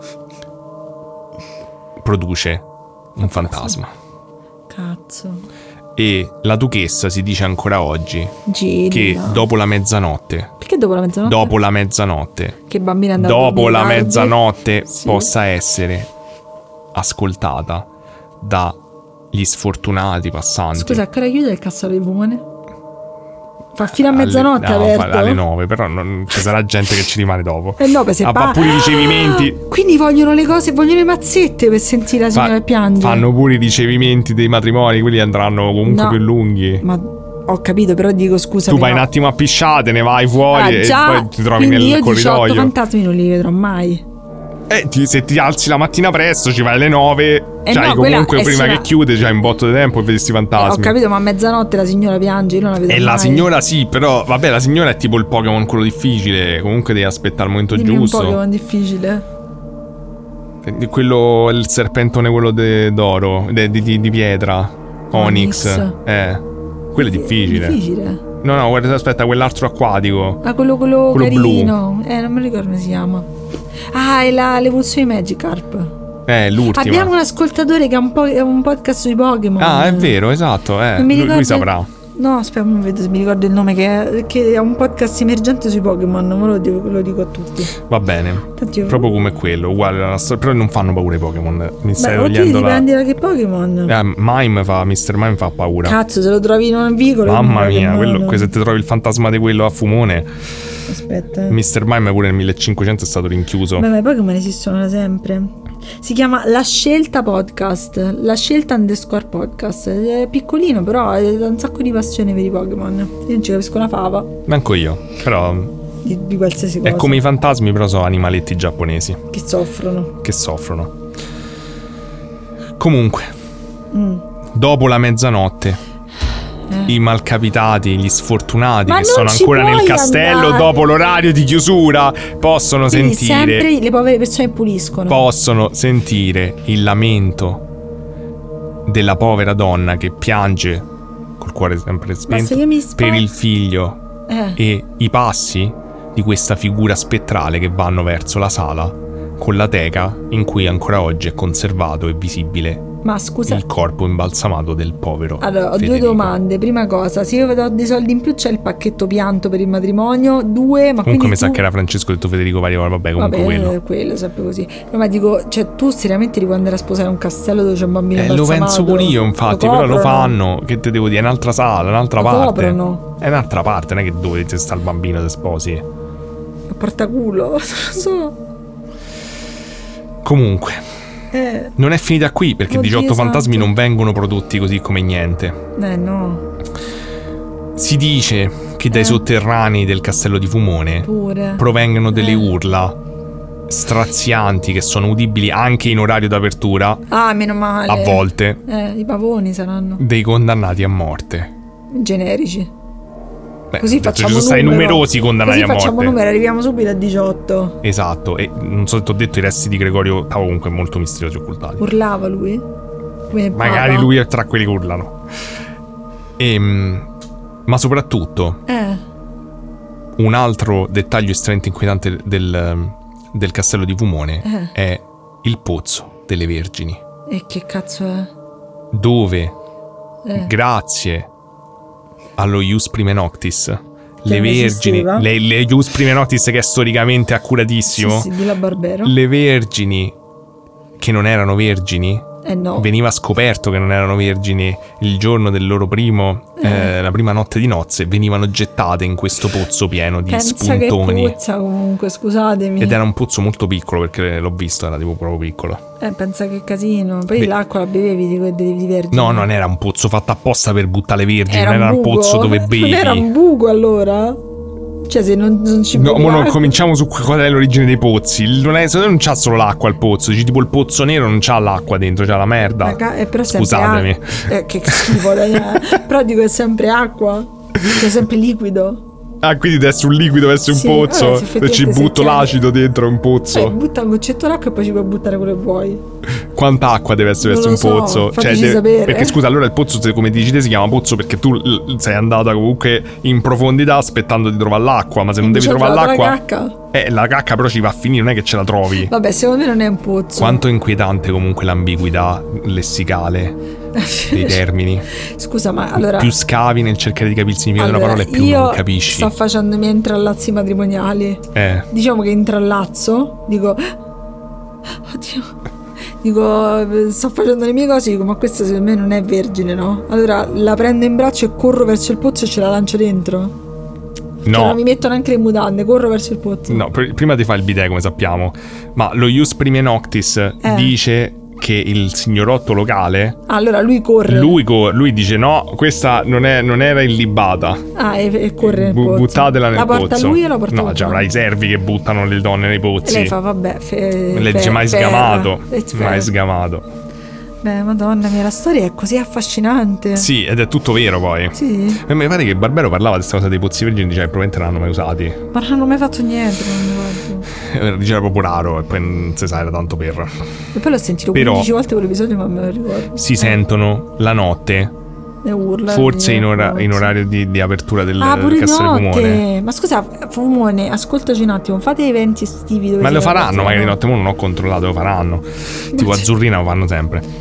produce un fantasma. Cazzo. E la duchessa si dice ancora oggi che dopo la mezzanotte. Perché dopo la mezzanotte? Dopo la mezzanotte. Che bambina andava dopo la mezzanotte possa essere ascoltata dagli sfortunati passanti. Scusa, a che ora chiude il castello di Fumone? Fa fino a mezzanotte aperto? Alle 9, però ci sarà gente che ci rimane dopo. Se fa pure i ricevimenti. Quindi vogliono le cose, vogliono le mazzette per sentire la signora piangere. Fanno pure i ricevimenti dei matrimoni, quelli andranno comunque più lunghi. Ma ho capito, però dico scusa. Tu vai un attimo a pisciate, ne vai fuori e poi ti trovi nel corridoio. Io 18 fantasmi non li vedrò mai. Se ti alzi la mattina presto, ci vai alle 9. Comunque prima che chiude c'hai un botto di tempo e vedi sti fantasmi. Ho capito, ma a mezzanotte la signora piange, io non la vedo mai. La signora sì, però vabbè, la signora è tipo il Pokémon quello difficile. Comunque devi aspettare il momento giusto. Un Pokémon difficile. Quello, il serpentone, quello d'oro, di pietra, Onyx. Quello è difficile. No, guarda, aspetta, quell'altro acquatico. Quello carino. Blu. Non mi ricordo come si chiama. È l'evoluzione di Magikarp. L'ultima. Abbiamo un ascoltatore che ha un podcast sui Pokémon. È vero, esatto. Lui saprà. No, aspetta, non vedo se mi ricordo il nome, che ha un podcast emergente sui Pokémon. Ma lo dico a tutti. Va bene. Proprio come quello, uguale alla storia. Però non fanno paura i Pokémon. Mi stai togliendo dipende da che Pokémon. Mr. Mime fa paura. Cazzo, se lo trovi in un vicolo. Mamma mia, se ti trovi il fantasma di quello a Fumone. Aspetta. Mr. Mime pure nel 1500 è stato rinchiuso. Ma i Pokémon esistono da sempre. Si chiama La Scelta Podcast. La Scelta _ podcast. È piccolino, però ha un sacco di passione per i Pokémon. Io non ci capisco una fava. Manco io, però di qualsiasi cosa. È come i fantasmi, però sono animaletti giapponesi che soffrono. Comunque, dopo la mezzanotte, i malcapitati, gli sfortunati che sono ancora nel castello dopo l'orario di chiusura possono sentire sempre le povere persone puliscono. Possono sentire il lamento della povera donna che piange col cuore sempre spento per il figlio e i passi di questa figura spettrale che vanno verso la sala con la teca in cui ancora oggi è conservato e visibile Ma scusa, il corpo imbalsamato del povero allora, ho Federico. due domande. Prima cosa, se io do dei soldi in più c'è il pacchetto pianto per il matrimonio. Due, ma comunque mi sa tu... che era Francesco detto Federico Variolo, vabbè, comunque quello sempre così. No, ma dico, cioè tu seriamente devi andare a sposare un castello dove c'è un bambino lo penso pure io, infatti, però lo fanno, che te devo dire, è un'altra sala, un'altra parte. Coprono. È un'altra parte, non è che dove sta il bambino se sposi. A portaculo, non lo so. Comunque non è finita qui, perché 18 fantasmi non vengono prodotti così come niente. No. Si dice che dai sotterranei del castello di Fumone provengano delle urla strazianti che sono udibili anche in orario d'apertura. Ah, meno male. A volte. I pavoni saranno. Dei condannati a morte. Generici. Beh, così facciamo ci sono stati numerosi condannati a morte. Facciamo numero, arriviamo subito a 18. Esatto, e non so se ti ho detto, i resti di Gregorio VIII comunque molto misteriosi occultati. Urlava lui? Magari lui è tra quelli che urlano. Ma soprattutto un altro dettaglio estremamente inquietante del castello di Fumone è il pozzo delle Vergini. E che cazzo è? Dove grazie allo Ius Prime Noctis le Vergini, le Ius Prime Noctis, che è storicamente accuratissimo, sì, di la Barbero. le vergini che non erano vergini, no. Veniva scoperto che non erano vergini il giorno del loro la prima notte di nozze, venivano gettate in questo pozzo pieno di spuntoni. Che puzza comunque, scusatemi. Ed era un pozzo molto piccolo, perché l'ho visto, era tipo proprio piccolo. Pensa che casino. Poi l'acqua la bevevi di vergini. No, non era un pozzo fatto apposta per buttare le vergini, non era un pozzo dove bevi. Non era un buco allora? Cioè, se non ci no, ma non cominciamo su qual è l'origine dei pozzi. Non c'ha solo l'acqua il pozzo. Dici, tipo il pozzo nero non c'ha l'acqua dentro, c'ha la merda. Però scusatemi. Che schifo. Però dico, è sempre acqua. È sempre liquido. Ah, quindi deve essere un liquido, deve essere un pozzo. Se ci butto l'acido dentro è un pozzo. Butta un goccetto d'acqua e poi ci puoi buttare quello che vuoi. Quanta acqua deve essere un pozzo? Sapere. Perché scusa, allora il pozzo, come dici te, si chiama pozzo perché tu sei andata comunque in profondità aspettando di trovare l'acqua. Ma se non devi trovare l'acqua, la cacca però ci va a finire, non è che ce la trovi. Vabbè, secondo me non è un pozzo. Quanto è inquietante comunque l'ambiguità lessicale dei termini. Scusa, ma allora, più scavi nel cercare di capire il significato di una parola e più non capisci. Sto facendo i miei intrallazzi matrimoniali. Diciamo che intrallazzo, dico, sto facendo le mie cose, dico, ma questa secondo me non è vergine, no? Allora la prendo in braccio e corro verso il pozzo e ce la lancio dentro. No, cioè, non mi metto neanche le mutande, corro verso il pozzo. No, prima ti fa il bidet, come sappiamo. Ma lo Ius Prime Noctis dice che il signorotto locale, allora lui corre. Lui dice no, questa non era illibata. E corre nel pozzo. Buttatela nel pozzo. La porta lui o la porta no, già avrai i servi che buttano le donne nei pozzi. E lei fa vabbè, legge mai sgamato. Mai sgamato. Beh, madonna mia, la storia è così affascinante. Sì, ed è tutto vero poi. Sì. E mi pare che Barbero parlava di questa cosa dei pozzi vergini, diceva che probabilmente non l'hanno mai usati. Ma non hanno mai fatto niente, non mi ricordo. Diceva proprio raro, e poi non si sa, era tanto per. E poi l'ho sentito 15 volte quell'episodio, ma me lo ricordo. Si sentono la notte. E urla. Forse in orario di apertura del castello Fumone. Ma scusa, Fumone, ascoltaci un attimo, fate eventi estivi dove. Ma lo faranno magari di notte, ma non ho controllato, lo faranno. Tipo Azzurrina lo fanno sempre.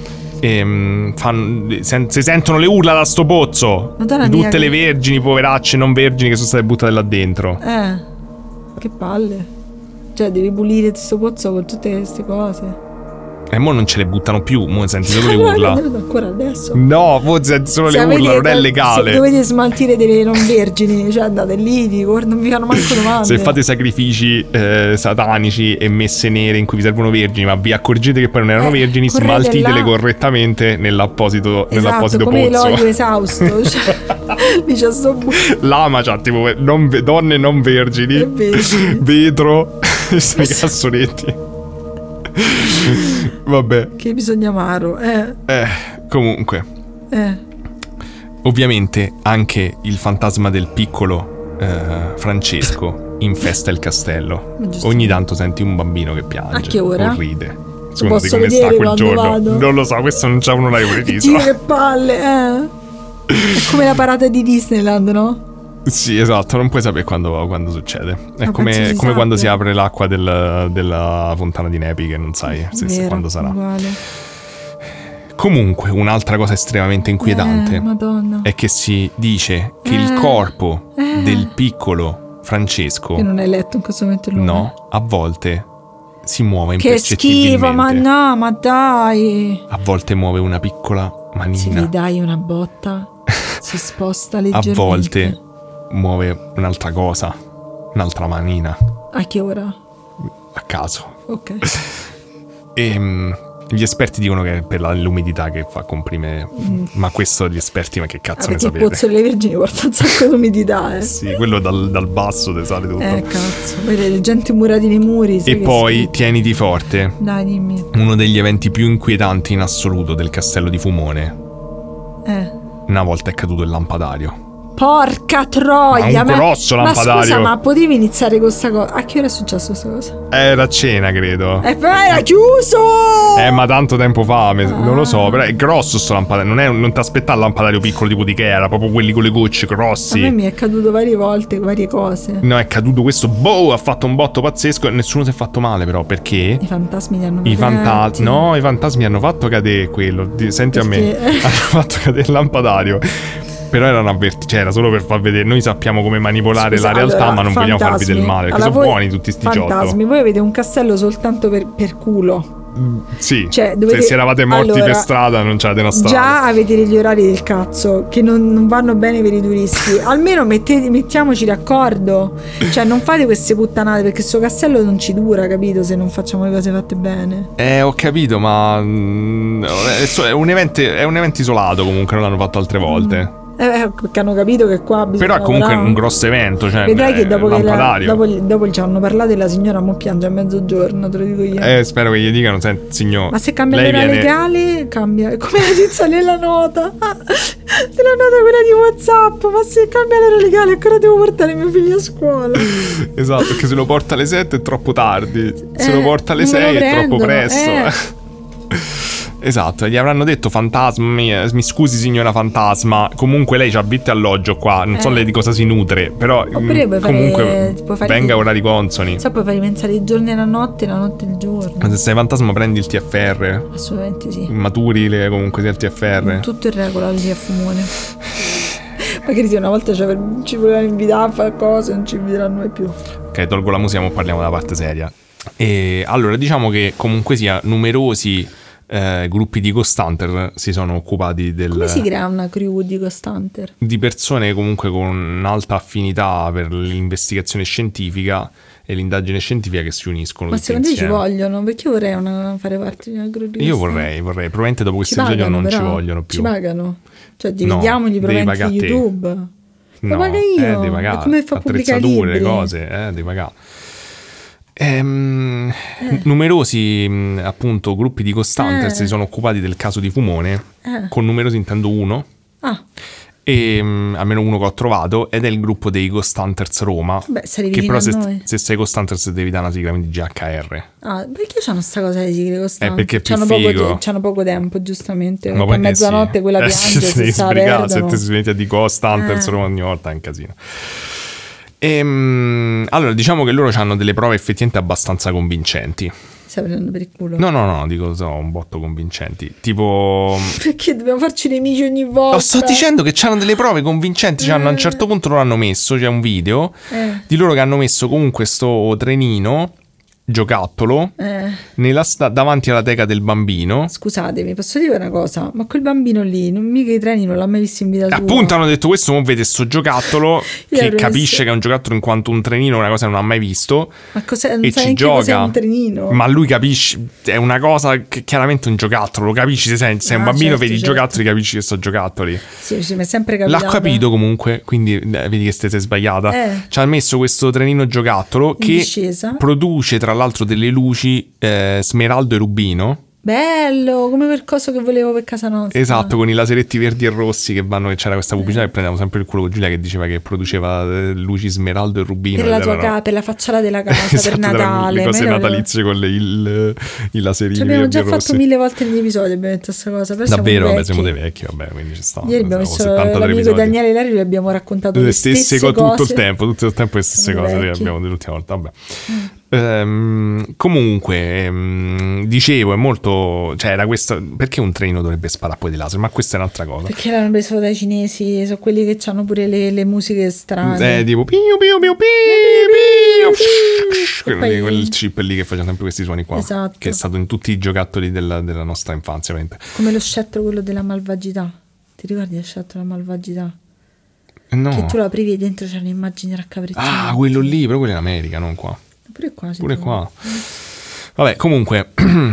Si sentono le urla da sto pozzo. Madonna di tutte mia, le vergini, poveracce, non vergini, che sono state buttate là dentro. Che palle. Cioè, devi pulire questo pozzo con tutte queste cose. E mo non ce le buttano più, mo senti solo le urla. Ancora adesso. No, mo senti solo le urla, non è legale. Se dovete smaltire delle non vergini, cioè andate lì, non vi fanno manco domande. Se fate sacrifici satanici e messe nere in cui vi servono vergini, ma vi accorgete che poi non erano vergini, smaltitele correttamente nell'apposito come pozzo. l'olio esausto. Cioè, dice Lama c'ha tipo donne non vergini, vetro, questi cassonetti. Vabbè. Che bisogna amaro. Comunque. Ovviamente anche il fantasma del piccolo Francesco infesta il castello. Ogni tanto senti un bambino che piange. A che ora? O ride. Secondo di come sta quel giorno. Vado. Non lo so, questo non c'ha un orario preciso. Dio, che palle, È come la parata di Disneyland, no? Sì, esatto, non puoi sapere quando succede. È come quando si apre l'acqua della fontana di Nepi, che non sai se quando sarà. Uguale. Comunque, un'altra cosa estremamente inquietante è che si dice che il corpo del piccolo Francesco, che non hai letto in questo momento il nome. No, a volte si muove che impercettibilmente. schifo, ma no, ma dai. A volte muove una piccola manina. Se gli dai una botta si sposta leggermente. A volte muove un'altra cosa, un'altra manina. A che ora? A caso. Ok. E gli esperti dicono che è per l'umidità che fa comprimere. Ma questo gli esperti, ma che cazzo ne sapete? Perché il pozzo delle vergini porta un sacco di umidità, Sì, quello dal basso te sale tutto. Cazzo. Vedete, gente murati nei muri. E poi tieniti forte. Dai, dimmi. Uno degli eventi più inquietanti in assoluto del castello di Fumone. Una volta è caduto il lampadario. Porca troia! Ma un grosso lampadario. Ma scusa, ma potevi iniziare con sta cosa? A che ora è successo questa cosa? Era a cena, credo. Era chiuso! Ma tanto tempo fa, non lo so. Però è grosso sto lampadario. Non ti aspettare il lampadario piccolo tipo di che era, proprio quelli con le gocce grossi. A me mi è caduto varie volte, varie cose. No, è caduto questo, ha fatto un botto pazzesco e nessuno si è fatto male, però, perché? I fantasmi li hanno fatto. No, i fantasmi hanno fatto cadere quello. Senti perché? A me. Hanno fatto cadere il lampadario. Però erano era solo per far vedere. Noi sappiamo come manipolare la realtà, ma non vogliamo farvi del male. Perché sono buoni tutti sti giochi. Fantasmi, voi avete un castello soltanto per culo. Sì, cioè, se eravate morti per strada non c'avete una strada. Già avete degli orari del cazzo che non vanno bene per i turisti. Almeno mettiamoci d'accordo. Cioè non fate queste puttanate, perché sto castello non ci dura, capito? Se non facciamo le cose fatte bene. Ho capito, ma è un evento isolato. Comunque non l'hanno fatto altre volte. Perché hanno capito che qua bisogna. Però è comunque un grosso evento, cioè. Vedrai che dopo ci hanno parlato e la signora mo piange a mezzogiorno, te lo dico io. Spero che gli dicano, signor. Ma se cambia l'ora legale, cambia. Come la tizia nella nota. Nella nota quella di WhatsApp. Ma se cambia l'ora legale, ancora devo portare mio figlio a scuola. Esatto, perché se lo porta alle 7 è troppo tardi. Se lo porta alle 6 è troppo presto. Esatto, gli avranno detto fantasmi, mi scusi signora fantasma, comunque lei c'ha vitto e alloggio qua, non so lei di cosa si nutre, però comunque venga a orari consoni. Puoi fare pensare i giorni alla notte e la notte il giorno. Ma se sei fantasma prendi il TFR? Assolutamente sì. Maturi comunque sia il TFR. Tutto in regola lì a Fumone. Magari sì, una volta ci volevano invitare a fare cose, non ci inviteranno mai più. Ok, tolgo la musica, ma parliamo della parte seria. E allora diciamo che comunque sia numerosi gruppi di Ghost Hunter si sono occupati del. Come si crea una crew di Ghost Hunter? Di persone comunque con un'alta affinità per l'investigazione scientifica e l'indagine scientifica che si uniscono. Ma secondo te ci vogliono? Perché io vorrei fare parte di una crew di Io vorrei, probabilmente dopo questo episodio non ci vogliono più. Ci pagano? Cioè dividiamogli i proventi di YouTube? No, paga io. devi pagare. È come fa attrezzature, libri. cose, devi pagare. Numerosi appunto gruppi di Ghost Hunter si sono occupati del caso di Fumone. Con numerosi intendo uno. E almeno uno che ho trovato, ed è il gruppo dei Ghost Hunters Roma. Beh, che però se sei Ghost Hunters devi dare una sigla, quindi GHR. Perché c'hanno sta cosa di sigle Ghost Hunters? Perché è più figo. C'hanno poco tempo, giustamente. Ma a mezzanotte quella piange, se sa perdono. Se ti svegli di Ghost Hunters Roma ogni volta è un casino. Allora diciamo che loro hanno delle prove effettivamente abbastanza convincenti. Stai prendendo per il culo? No, dico un botto convincenti. Tipo, perché dobbiamo farci nemici ogni volta? Sto dicendo che c'hanno delle prove convincenti. A un certo punto loro hanno messo, c'è un video di loro che hanno messo comunque sto trenino giocattolo davanti alla teca del bambino. Scusatemi, posso dire una cosa? Ma quel bambino lì, mica i treni non l'ha mai visto in vita sua. Appunto hanno detto questo, non vede sto giocattolo che capisce che è un giocattolo in quanto un trenino è una cosa che non ha mai visto. Ma cos'è? Non e sai ci gioca. Cos'è un trenino? Ma lui capisce, è una cosa che chiaramente un giocattolo, lo capisci, se sei un bambino, certo, vedi i giocattoli, capisci che sono giocattoli. Sì, mi è sempre capitato. L'ha capito comunque, quindi vedi che sei sbagliata. Ci ha messo questo trenino giocattolo che produce tra l'altro delle luci smeraldo e rubino. Bello, come quel coso che volevo per casa nostra. Esatto, con i laseretti verdi e rossi che vanno, che c'era questa pubblicità che prendevamo sempre il culo con Giulia che diceva che produceva luci smeraldo e rubino. Per la tua casa, per la facciata della casa, esatto, per Natale. Le cose natalizie con i laserini. Abbiamo già fatto 1000 volte negli episodi, abbiamo detto questa cosa. Però davvero, siamo dei vecchi, vabbè, quindi ci sta. Ieri abbiamo messo l'amico Daniele Lario e abbiamo raccontato le stesse cose. Tutto il tempo le stesse cose che abbiamo dell'ultima volta, vabbè. Comunque dicevo è molto, cioè era questa, perché un trenino dovrebbe sparare poi di laser, ma questa è un'altra cosa, perché l'hanno preso dai cinesi, sono quelli che hanno pure le musiche strane, tipo piu piu piu piu piu, quel chip lì che faceva sempre questi suoni qua, esatto, che è stato in tutti i giocattoli della nostra infanzia, veramente. Come lo scettro, quello della malvagità, ti ricordi lo scettro della malvagità? No. Che tu lo aprivi e dentro c'erano immagini raccapriccianti. Quello lì, però quello in America, non qua. Pure qua. Vabbè, comunque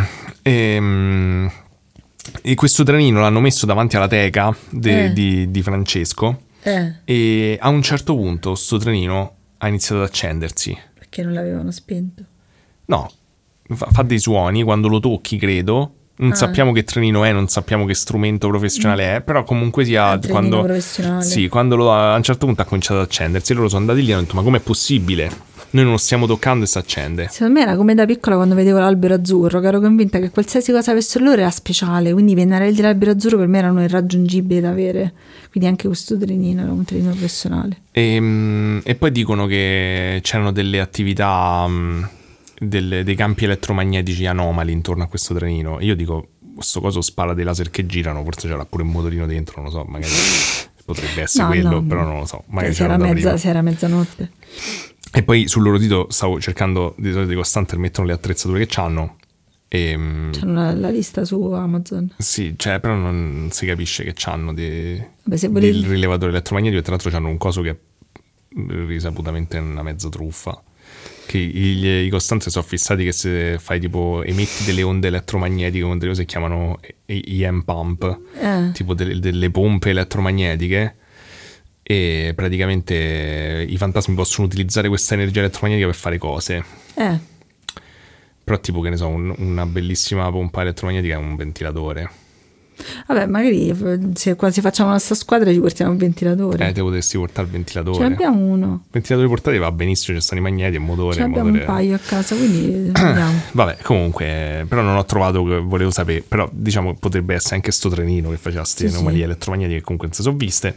e questo trenino l'hanno messo davanti alla teca di Francesco e a un certo punto sto trenino ha iniziato ad accendersi. Perché non l'avevano spento? No, fa dei suoni quando lo tocchi, credo. Non sappiamo che trenino è, non sappiamo che strumento professionale è, però comunque sia quando professionale. Sì, quando a un certo punto ha cominciato ad accendersi e loro sono andati lì e hanno detto: ma com'è possibile? Noi non lo stiamo toccando e si accende. Secondo me era come da piccola quando vedevo l'albero azzurro, che ero convinta che qualsiasi cosa avessero loro era speciale, quindi i pennarelli dell'albero azzurro per me erano irraggiungibili da avere, quindi anche questo trenino era un trenino professionale. E poi dicono che c'erano delle attività, dei campi elettromagnetici anomali intorno a questo trenino. Io dico, questo coso spara dei laser che girano, forse c'era pure un motorino dentro, non lo so, magari potrebbe essere quello, però non lo so, magari se era mezzanotte. E poi sul loro sito stavo cercando di solito di costante, mettono le attrezzature che c'hanno. C'hanno la lista su Amazon. Sì, cioè, però non si capisce che c'hanno il rilevatore elettromagnetico, e tra l'altro c'hanno un coso che è risaputamente una mezza truffa. Che i costanti sono fissati che se fai tipo emetti delle onde elettromagnetiche con delle cose che chiamano EM pump, tipo delle pompe elettromagnetiche, e praticamente i fantasmi possono utilizzare questa energia elettromagnetica per fare cose. Però tipo, che ne so, una bellissima pompa elettromagnetica è un ventilatore. Vabbè, magari se quasi facciamo la nostra squadra ci portiamo un ventilatore. Te potresti portare il ventilatore. Ce l'abbiamo uno. Il ventilatore portatile va benissimo, ci stanno i magneti e il motore. Abbiamo un paio a casa, quindi andiamo. Vabbè, comunque, però non ho trovato, volevo sapere, però diciamo potrebbe essere anche sto trenino che faceva queste anomalie elettromagnetiche che comunque non si sono viste.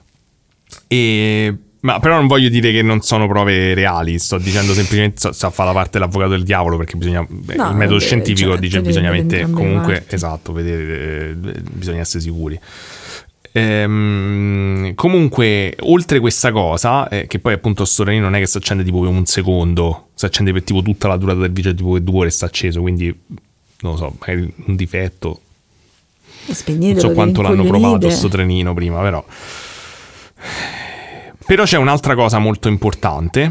Ma però non voglio dire che non sono prove reali, sto dicendo semplicemente sta a fare la parte dell'avvocato del diavolo, perché bisogna il metodo scientifico dice bisogna mettere comunque esatto, vedere, bisogna essere sicuri. Comunque, oltre questa cosa, che poi appunto sto trenino non è che si accende tipo per un secondo, si accende per tipo tutta la durata del video, tipo per 2 ore sta acceso, quindi non lo so, magari un difetto. Spegnetelo, non so quanto l'hanno provato sto trenino prima, però c'è un'altra cosa molto importante,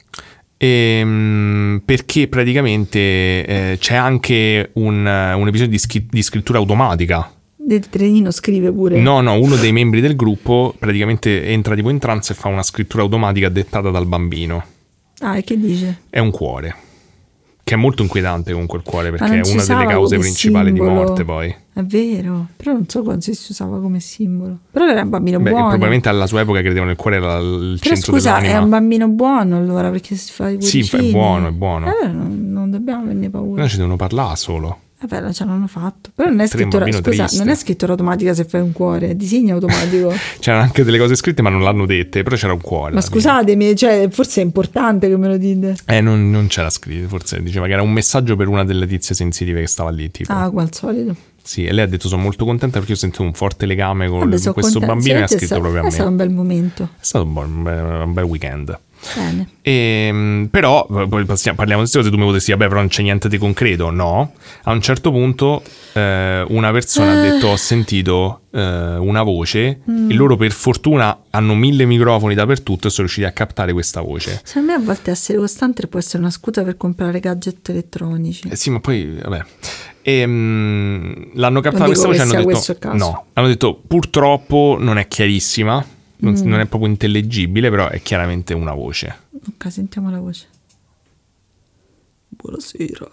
perché praticamente c'è anche un episodio di scrittura automatica. Del trenino scrive pure? No, uno dei membri del gruppo praticamente entra tipo in trance e fa una scrittura automatica dettata dal bambino. Ah, e che dice? È un cuore, che è molto inquietante comunque il cuore, perché è una delle cause principali di morte poi. È vero, però non so quando si usava come simbolo. Però era un bambino buono. Probabilmente alla sua epoca credevano il cuore era il centro dell'anima. È un bambino buono allora, perché si fa i cuoricini. Sì, è buono. Allora non dobbiamo averne paura. Noi ci devono parlare solo. Vabbè, ce l'hanno fatto. Però non è scrittura, non è scrittura automatica se fai un cuore, è disegno automatico. C'erano anche delle cose scritte ma non l'hanno dette, però c'era un cuore. Ma scusatemi, cioè, forse è importante che me lo dite. Non c'era scritto, forse diceva che era un messaggio per una delle tizie sensitive che stava lì, tipo. Ah, al solito. Sì, e lei ha detto sono molto contenta perché ho sentito un forte legame con questo bambino e ha scritto proprio a me. È stato un bel momento. È stato un bel weekend. Bene. Però poi parliamo di queste cose, tu mi potresti dire, vabbè, però non c'è niente di concreto. No, a un certo punto una persona ha detto, ho sentito una voce, e loro per fortuna hanno 1000 microfoni dappertutto e sono riusciti a captare questa voce. Secondo me a volte essere costante può essere una scusa per comprare gadget elettronici. Sì, ma poi, vabbè. L'hanno captata questa voce e hanno detto, no, hanno detto purtroppo non è chiarissima, non è proprio intellegibile, però è chiaramente una voce. Ok, sentiamo la voce. Buonasera.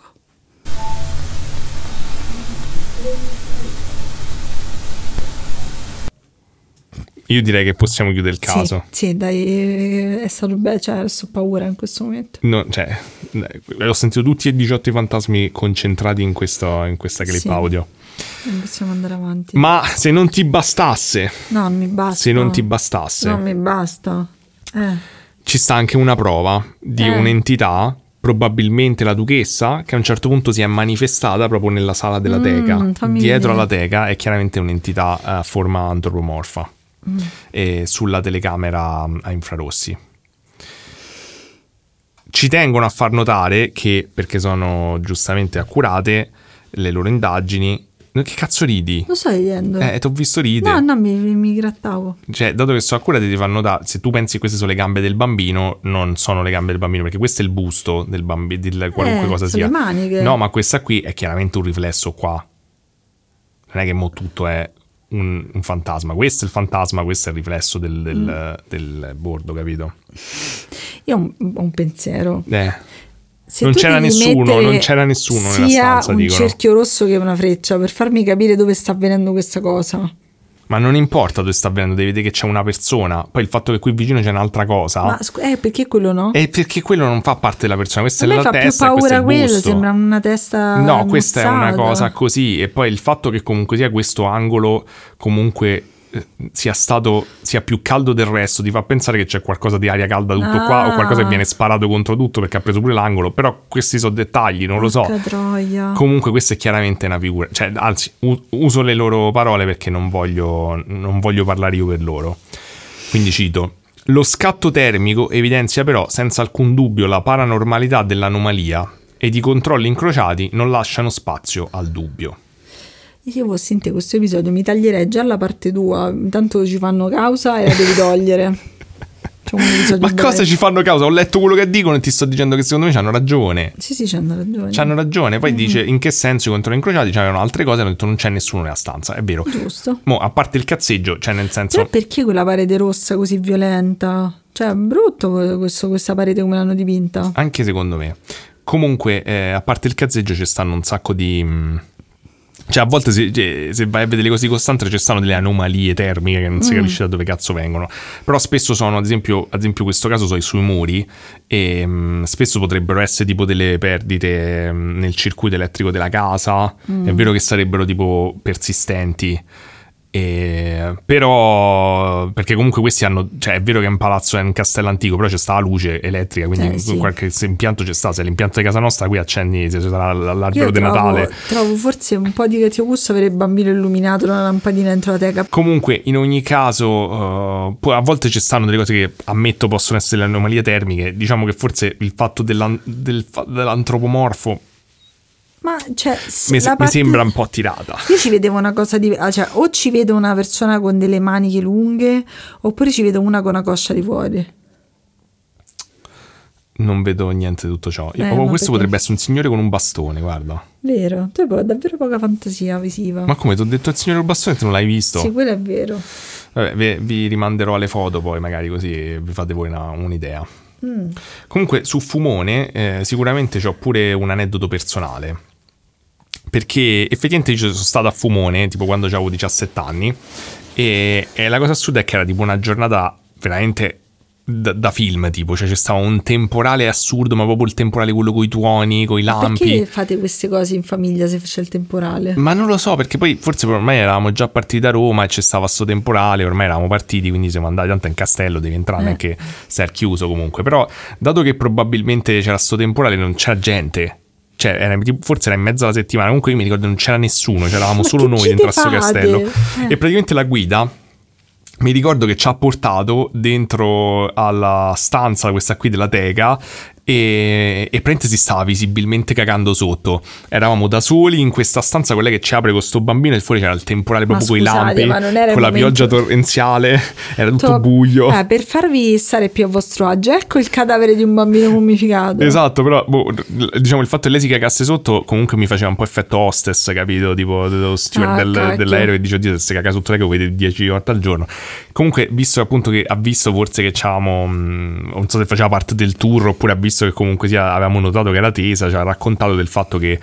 Io direi che possiamo chiudere il caso. Sì, dai, è stato bello, cioè adesso ho paura in questo momento. No, cioè, ho sentito tutti e 18 i fantasmi concentrati in questa clip audio. Non possiamo andare avanti. Ma se non ti bastasse... No, non mi basta. Se non ti bastasse... Non mi basta. Ci sta anche una prova di un'entità, probabilmente la duchessa, che a un certo punto si è manifestata proprio nella sala della teca. Dietro alla teca è chiaramente un'entità a forma antropomorfa. E sulla telecamera a infrarossi. Ci tengono a far notare che, perché sono giustamente accurate le loro indagini. Che cazzo ridi? Lo sto ridendo. Ti ho visto ridere. No, mi grattavo. Cioè, dato che sono accurate, ti fanno notare, se tu pensi che queste sono le gambe del bambino, non sono le gambe del bambino, perché questo è il busto del bambino, di qualunque cosa sia. Le maniche. No, ma questa qui è chiaramente un riflesso qua. Non è che mo tutto è un fantasma. Questo è il fantasma, questo è il riflesso del bordo, capito? Io ho un pensiero. Non c'era nessuno nella stanza, sia un dicono. Cerchio rosso che una freccia per farmi capire dove sta avvenendo questa cosa. Ma non importa dove sta avvenendo, devi vedere che c'è una persona. Poi il fatto che qui vicino c'è un'altra cosa. Ma perché quello no? È perché quello non fa parte della persona. Questa a è la testa. testa. A me fa più paura quello, quello, sembra una testa. No, questa è una mozzata. cosa così. E poi il fatto che comunque sia questo angolo comunque sia più caldo del resto ti fa pensare che c'è qualcosa di aria calda tutto qua, o qualcosa che viene sparato contro tutto perché ha preso pure l'angolo. Però questi sono dettagli, non lo so. Troia. Comunque questa è chiaramente una figura, cioè anzi uso le loro parole perché non voglio parlare io per loro. Quindi cito: lo scatto termico evidenzia però senza alcun dubbio la paranormalità dell'anomalia ed i controlli incrociati non lasciano spazio al dubbio. Io ho sentito questo episodio, mi taglierei già la parte tua, intanto ci fanno causa e la devi togliere. Ma cosa ci fanno causa? Ho letto quello che dicono e ti sto dicendo che secondo me c'hanno ragione. Sì, c'hanno ragione. C'hanno ragione. Poi dice in che senso i controlli incrociati, c'avevano altre cose, hanno detto non c'è nessuno nella stanza, è vero. Giusto. Mo, a parte il cazzeggio, cioè nel senso... Però perché quella parete rossa così violenta? Cioè è brutto questa parete come l'hanno dipinta. Anche secondo me. Comunque, a parte il cazzeggio ci stanno un sacco di... Cioè a volte se vai a vedere le cose di Costanza ci stanno delle anomalie termiche che non si capisce da dove cazzo vengono. Però spesso sono, ad esempio questo caso sono sui muri e spesso potrebbero essere tipo delle perdite nel circuito elettrico della casa. È vero che sarebbero tipo persistenti. Però perché comunque questi hanno, cioè è vero che è un palazzo, è un castello antico, però c'è sta la luce elettrica, quindi sì. qualche impianto c'è sta. Se l'impianto di casa nostra qui accendi, se sarà l'albero di Natale. Trovo forse un po' di cattivo gusto avere il bambino illuminato da una lampadina dentro la teca. Comunque in ogni caso a volte ci stanno delle cose che ammetto possono essere le anomalie termiche. Diciamo che forse il fatto dell'antropomorfo ma cioè, mi sembra un po' tirata. Io ci vedevo una cosa cioè o ci vedo una persona con delle maniche lunghe oppure ci vedo una con una coscia di fuori. Non vedo niente di tutto ciò. Questo potrebbe essere un signore con un bastone, guarda. Vero, tu hai davvero poca fantasia visiva. Ma come, ti ho detto il signore con il bastone e tu non l'hai visto? Sì, quello è vero. Vabbè, vi rimanderò alle foto poi magari, così vi fate voi un'idea. Comunque su Fumone sicuramente c'ho pure un aneddoto personale, perché effettivamente io sono stato a Fumone tipo quando avevo 17 anni e la cosa assurda è che era tipo una giornata veramente da film, tipo, cioè c'è stato un temporale assurdo, ma proprio il temporale quello coi tuoni, coi lampi. Perché fate queste cose in famiglia se c'è il temporale? Ma non lo so, perché poi forse ormai eravamo già partiti da Roma e c'è stava sto temporale, ormai eravamo partiti, quindi siamo andati, tanto in castello devi entrare, anche se è chiuso comunque. Però dato che probabilmente c'era sto temporale non c'era gente, cioè forse era in mezzo alla settimana, comunque io mi ricordo non c'era nessuno, c'eravamo solo noi dentro a sto castello. E praticamente la guida mi ricordo che ci ha portato dentro alla stanza questa qui della teca e praticamente si stava visibilmente cagando sotto. Eravamo da soli in questa stanza, quella che ci apre con sto bambino, e fuori c'era il temporale proprio con i lampi, con la pioggia torrenziale, era tutto buio. Per farvi stare più a vostro agio, ecco il cadavere di un bambino mummificato. Esatto, però diciamo il fatto che lei si cagasse sotto comunque mi faceva un po' effetto hostess, capito? Tipo dello steward dell'aereo che dice: oddio, se si caga sotto lei che lo vede 10 volte al giorno. Comunque, visto appunto che ha visto forse che c'avevamo, non so se faceva parte del tour oppure ha visto che comunque avevamo notato che era tesa, ci ha raccontato del fatto che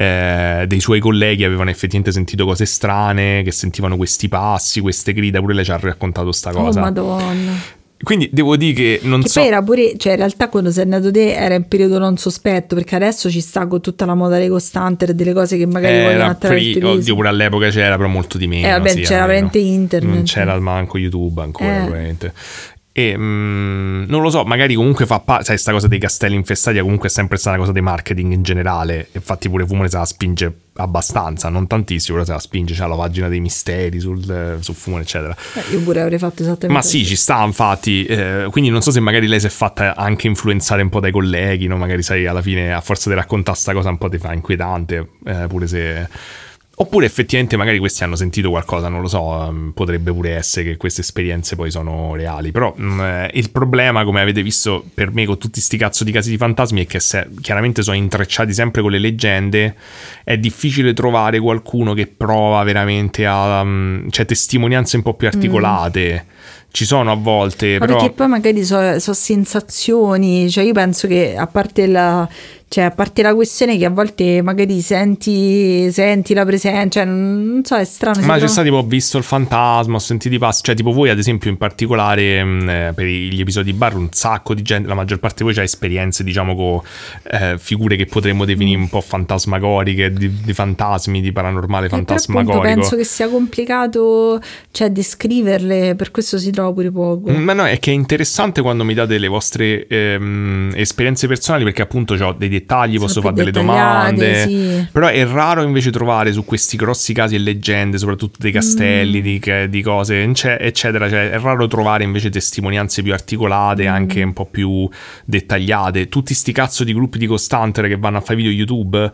dei suoi colleghi avevano effettivamente sentito cose strane, che sentivano questi passi, queste grida, pure lei ci ha raccontato sta cosa. Oh Madonna. Quindi devo dire che che poi era pure, cioè in realtà quando sei andato te era in periodo non sospetto, perché adesso ci sta con tutta la moda dei costanter, delle cose che magari vogliono attrarre il turismo. Oddio, pure all'epoca c'era, però molto di meno. Vabbè, c'era veramente internet. Non c'era manco YouTube ancora, veramente. E non lo so, magari comunque fa parte, sai, sta cosa dei castelli infestati comunque è sempre stata una cosa di marketing in generale. Infatti pure Fumone se la spinge abbastanza, non tantissimo, però se la spinge, c'ha la pagina dei misteri sul Fumone eccetera. Io pure avrei fatto esattamente ma sì, ci sta infatti, quindi non so se magari lei si è fatta anche influenzare un po' dai colleghi, no? Magari sai, alla fine a forza di raccontare sta cosa un po' ti fa inquietante, pure se... Oppure effettivamente magari questi hanno sentito qualcosa, non lo so, potrebbe pure essere che queste esperienze poi sono reali. Però il problema, come avete visto per me con tutti sti cazzo di casi di fantasmi, è che chiaramente sono intrecciati sempre con le leggende, è difficile trovare qualcuno che prova veramente a... cioè testimonianze un po' più articolate. Ci sono a volte, ma però... perché poi magari so sensazioni, cioè io penso che a parte la questione che a volte magari senti la presenza, cioè non so, è strano. Ma c'è stato tipo, ho visto il fantasma, ho sentito i passi, cioè tipo voi ad esempio in particolare per gli episodi bar un sacco di gente, la maggior parte di voi c'ha esperienze diciamo con figure che potremmo definire un po' fantasmagoriche, di fantasmi, di paranormale fantasmagorico. Penso che sia complicato, cioè descriverle, per questo si trova pure poco. Ma no, è che è interessante quando mi date le vostre esperienze personali, perché appunto ho dei dettagli, posso fare delle domande, sì. Però è raro invece trovare su questi grossi casi e leggende, soprattutto dei castelli, di cose eccetera, cioè è raro trovare invece testimonianze più articolate, anche un po' più dettagliate. Tutti sti cazzo di gruppi di costantere che vanno a fare video YouTube,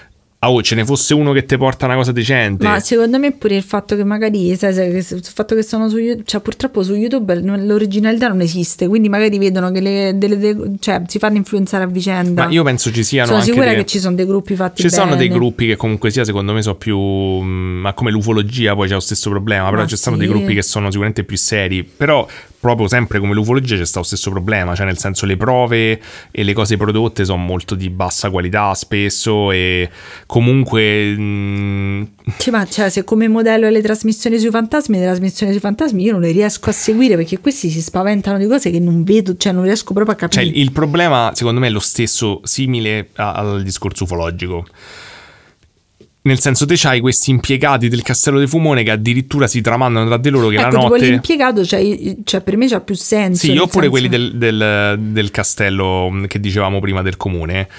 ce ne fosse uno che ti porta una cosa decente. Ma secondo me pure il fatto che magari sai, il fatto che sono su YouTube, cioè purtroppo su YouTube l'originalità non esiste, quindi magari vedono che cioè si fanno influenzare a vicenda. Ma io penso ci siano, sono anche sicura che ci sono dei gruppi fatti ci bene. Sono dei gruppi che comunque sia secondo me sono più ma come l'ufologia poi c'è lo stesso problema, però ci sono dei gruppi che sono sicuramente più seri, però proprio sempre come l'ufologia c'è sta lo stesso problema, cioè nel senso le prove e le cose prodotte sono molto di bassa qualità spesso, e comunque ma cioè, se come modello le trasmissioni sui fantasmi io non le riesco a seguire, perché questi si spaventano di cose che non vedo, cioè non riesco proprio a capire. Cioè il problema secondo me è lo stesso, simile al discorso ufologico. Nel senso, te c'hai questi impiegati del Castello di Fumone che addirittura si tramandano tra di loro che la notte... Tipo l'impiegato, cioè per me c'ha più senso. Sì, oppure quelli del castello che dicevamo prima del comune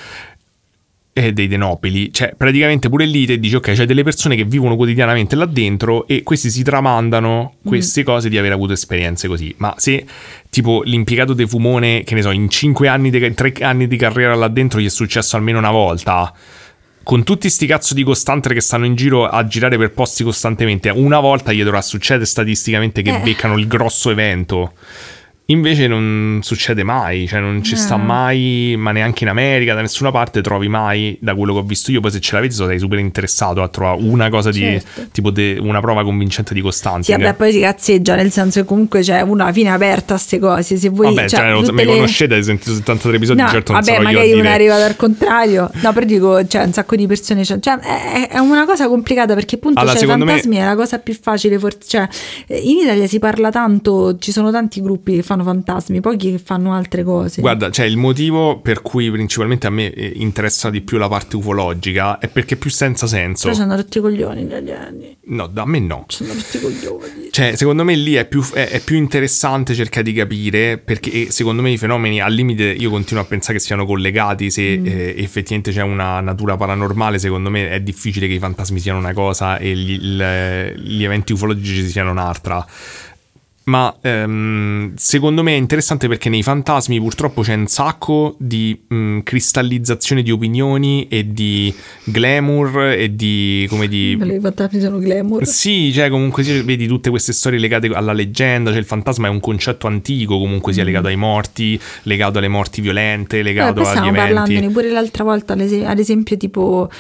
e dei nobili. Cioè praticamente pure lì te dici ok, c'è delle persone che vivono quotidianamente là dentro e questi si tramandano queste cose di aver avuto esperienze così. Ma se tipo l'impiegato di Fumone, che ne so, in 3 anni di carriera là dentro gli è successo almeno una volta, con tutti sti cazzo di costantere che stanno in giro a girare per posti costantemente, una volta gli dovrà succedere statisticamente che beccano il grosso evento. Invece non succede mai, cioè non ci sta mai, ma neanche in America, da nessuna parte trovi mai, da quello che ho visto io. Poi se ce l'avete sei super interessato a trovare una cosa di tipo una prova convincente di costanza. Sì, vabbè, poi si cazzeggia, nel senso che comunque c'è una fine aperta a ste cose. Se voi, vabbè, cioè, me conoscete, hai sentito 73 episodi, no, certo non vabbè, sarò io a magari dire. una arriva dal contrario. No, però dico, cioè un sacco di persone, cioè è una cosa complicata, perché appunto allora, i fantasmi è la cosa più facile, cioè in Italia si parla tanto, ci sono tanti gruppi che fanno fantasmi, poi che fanno altre cose. Guarda, cioè il motivo per cui principalmente a me interessa di più la parte ufologica è perché è più senza senso. Però c'hanno tutti i coglioni gli alieni. No, da me no. C'hanno tutti i coglioni. Cioè secondo me lì è più interessante cercare di capire, perché secondo me i fenomeni al limite io continuo a pensare che siano collegati. Se effettivamente c'è una natura paranormale, secondo me è difficile che i fantasmi siano una cosa e gli eventi ufologici siano un'altra. Ma secondo me è interessante perché nei fantasmi purtroppo c'è un sacco di cristallizzazione di opinioni e di glamour e di I fantasmi sono glamour. Sì, cioè comunque vedi tutte queste storie legate alla leggenda, cioè il fantasma è un concetto antico, comunque sia legato ai morti, legato alle morti violente, legato agli eventi. Stiamo parlandone pure l'altra volta, ad esempio tipo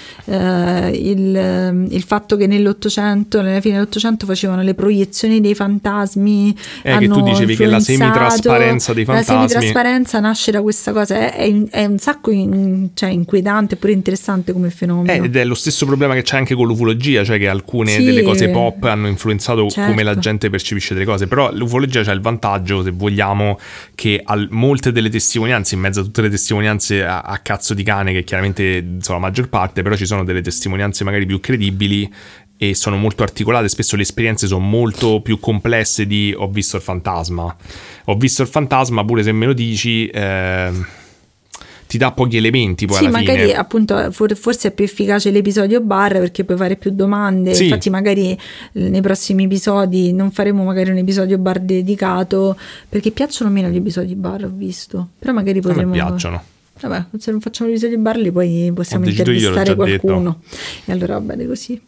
il fatto che nell'Ottocento, nella fine dell'Ottocento facevano le proiezioni dei fantasmi. Che tu dicevi che la semitrasparenza dei fantasmi. La semitrasparenza nasce da questa cosa, è un sacco inquietante, pure interessante come fenomeno. Ed è lo stesso problema che c'è anche con l'ufologia, cioè che alcune delle cose pop hanno influenzato come la gente percepisce delle cose. Però l'ufologia c'ha il vantaggio, se vogliamo, che molte delle testimonianze, in mezzo a tutte le testimonianze a cazzo di cane, che chiaramente sono la maggior parte, però ci sono delle testimonianze magari più credibili e sono molto articolate, spesso le esperienze sono molto più complesse di ho visto il fantasma, pure se me lo dici ti dà pochi elementi poi alla fine. Sì, magari appunto forse è più efficace l'episodio bar perché puoi fare più domande. Sì. Infatti magari nei prossimi episodi non faremo magari un episodio bar dedicato, perché piacciono meno gli episodi bar, ho visto, però magari potremo... Mi piacciono. Vabbè, se non facciamo l'episodio bar poi possiamo intervistare qualcuno e allora va bene così.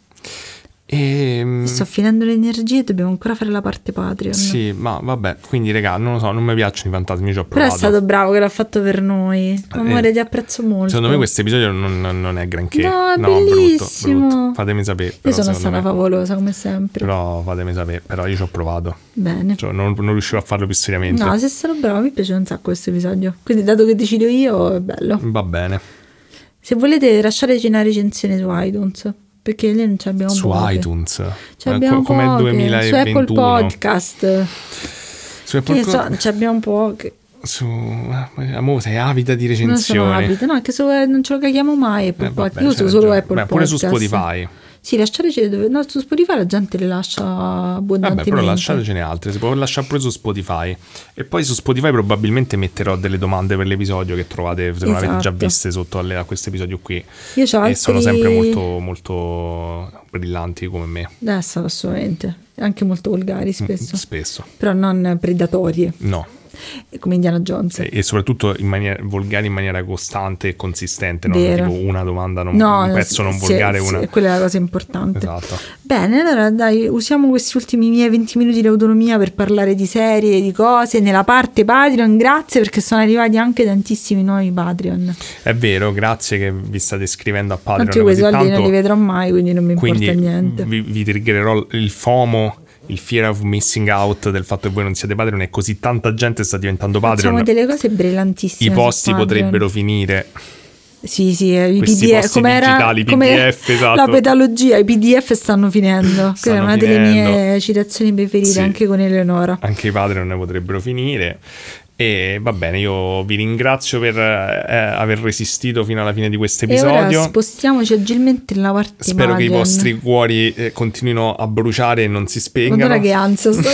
Sto finendo le energie, dobbiamo ancora fare la parte Patreon. Sì, ma vabbè, quindi raga, non lo so, non mi piacciono i fantasmi, ci ho provato. Però è stato bravo che l'ha fatto per noi. Amore, ti apprezzo molto. Secondo me questo episodio non è granché. No, è bellissimo. Brutto. Fatemi sapere. Io sono stata favolosa come sempre. Però fatemi sapere, però io ci ho provato. Bene. Cioè, non riuscivo a farlo più seriamente. No, sei stato bravo, mi piace un sacco questo episodio. Quindi dato che decido io, è bello. Va bene. Se volete lasciateci una recensione su iTunes, perché lì non ci abbiamo su poche. iTunes come il 2021 su Apple Podcast su Apple ci abbiamo poche. Amore, sei avida di recensioni. Non sono avida, no, che non ce lo caghiamo mai Apple Podcast. Io uso solo Apple pure Podcast. Su Spotify. Sì, lasciateci no, su Spotify la gente le lascia abbondantemente. Però lasciatecene altre, si può lasciare pure su Spotify. E poi su Spotify probabilmente metterò delle domande per l'episodio che trovate, se non avete già viste sotto a questo episodio qui. Io c'ho altri... sono sempre molto, molto brillanti come me. Assolutamente. Anche molto volgari spesso. Però non predatorie. No. Come Indiana Jones. E soprattutto volgari in maniera costante e consistente, no? Tipo una domanda un pezzo non volgare. Quella è la cosa importante. Esatto. Bene, allora dai, usiamo questi ultimi miei 20 minuti di autonomia per parlare di serie, di cose nella parte Patreon. Grazie, perché sono arrivati anche tantissimi nuovi Patreon. È vero, grazie che vi state iscrivendo a Patreon. Anche quei soldi non li vedrò mai, quindi non mi importa niente. Vi triggererò il FOMO, il fear of missing out del fatto che voi non siate Patreon, e così tanta gente sta diventando Patreon. Facciamo delle cose brillantissime. I posti potrebbero finire. Sì, i PDF, digitali, PDF, esatto. La pedalogia, i PDF stanno finendo. Quella è una delle mie citazioni preferite, sì. Anche con Eleonora. Anche i Patreon ne potrebbero finire. E va bene, io vi ringrazio per aver resistito fino alla fine di questo episodio. E ora spostiamoci agilmente nella parte Spero che i vostri cuori continuino a bruciare e non si spengano. Guarda che ansia sta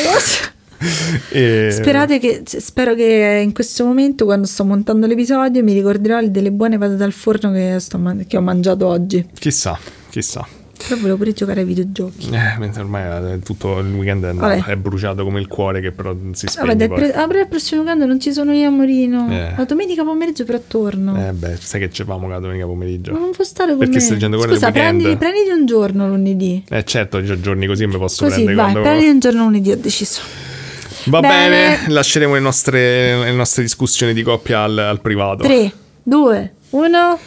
cosa. Spero che in questo momento, quando sto montando l'episodio, mi ricorderò delle buone patate al forno che ho mangiato oggi. Chissà. Però volevo pure giocare ai videogiochi. Ormai tutto il weekend è bruciato come il cuore, che però non si spegne. Il prossimo weekend non ci sono io, amorino. La domenica pomeriggio però torno. Sai che c'eravamo la domenica pomeriggio. Ma non può stare con perché me. Stai dicendo Scusa, prenditi un giorno lunedì. Certo, giorni così mi posso prendere. Vai, prendi un giorno lunedì, ho deciso. Va bene, lasceremo le nostre discussioni di coppia al privato. 3, 2, 1...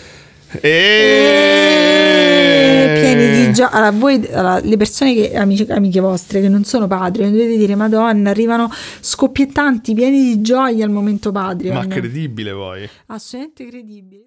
pieni di gioia. Allora, voi, le persone che amiche vostre che non sono Patreon, dovete dire: Madonna, arrivano scoppiettanti, pieni di gioia al momento Patreon. Ma credibile poi? Assolutamente credibile.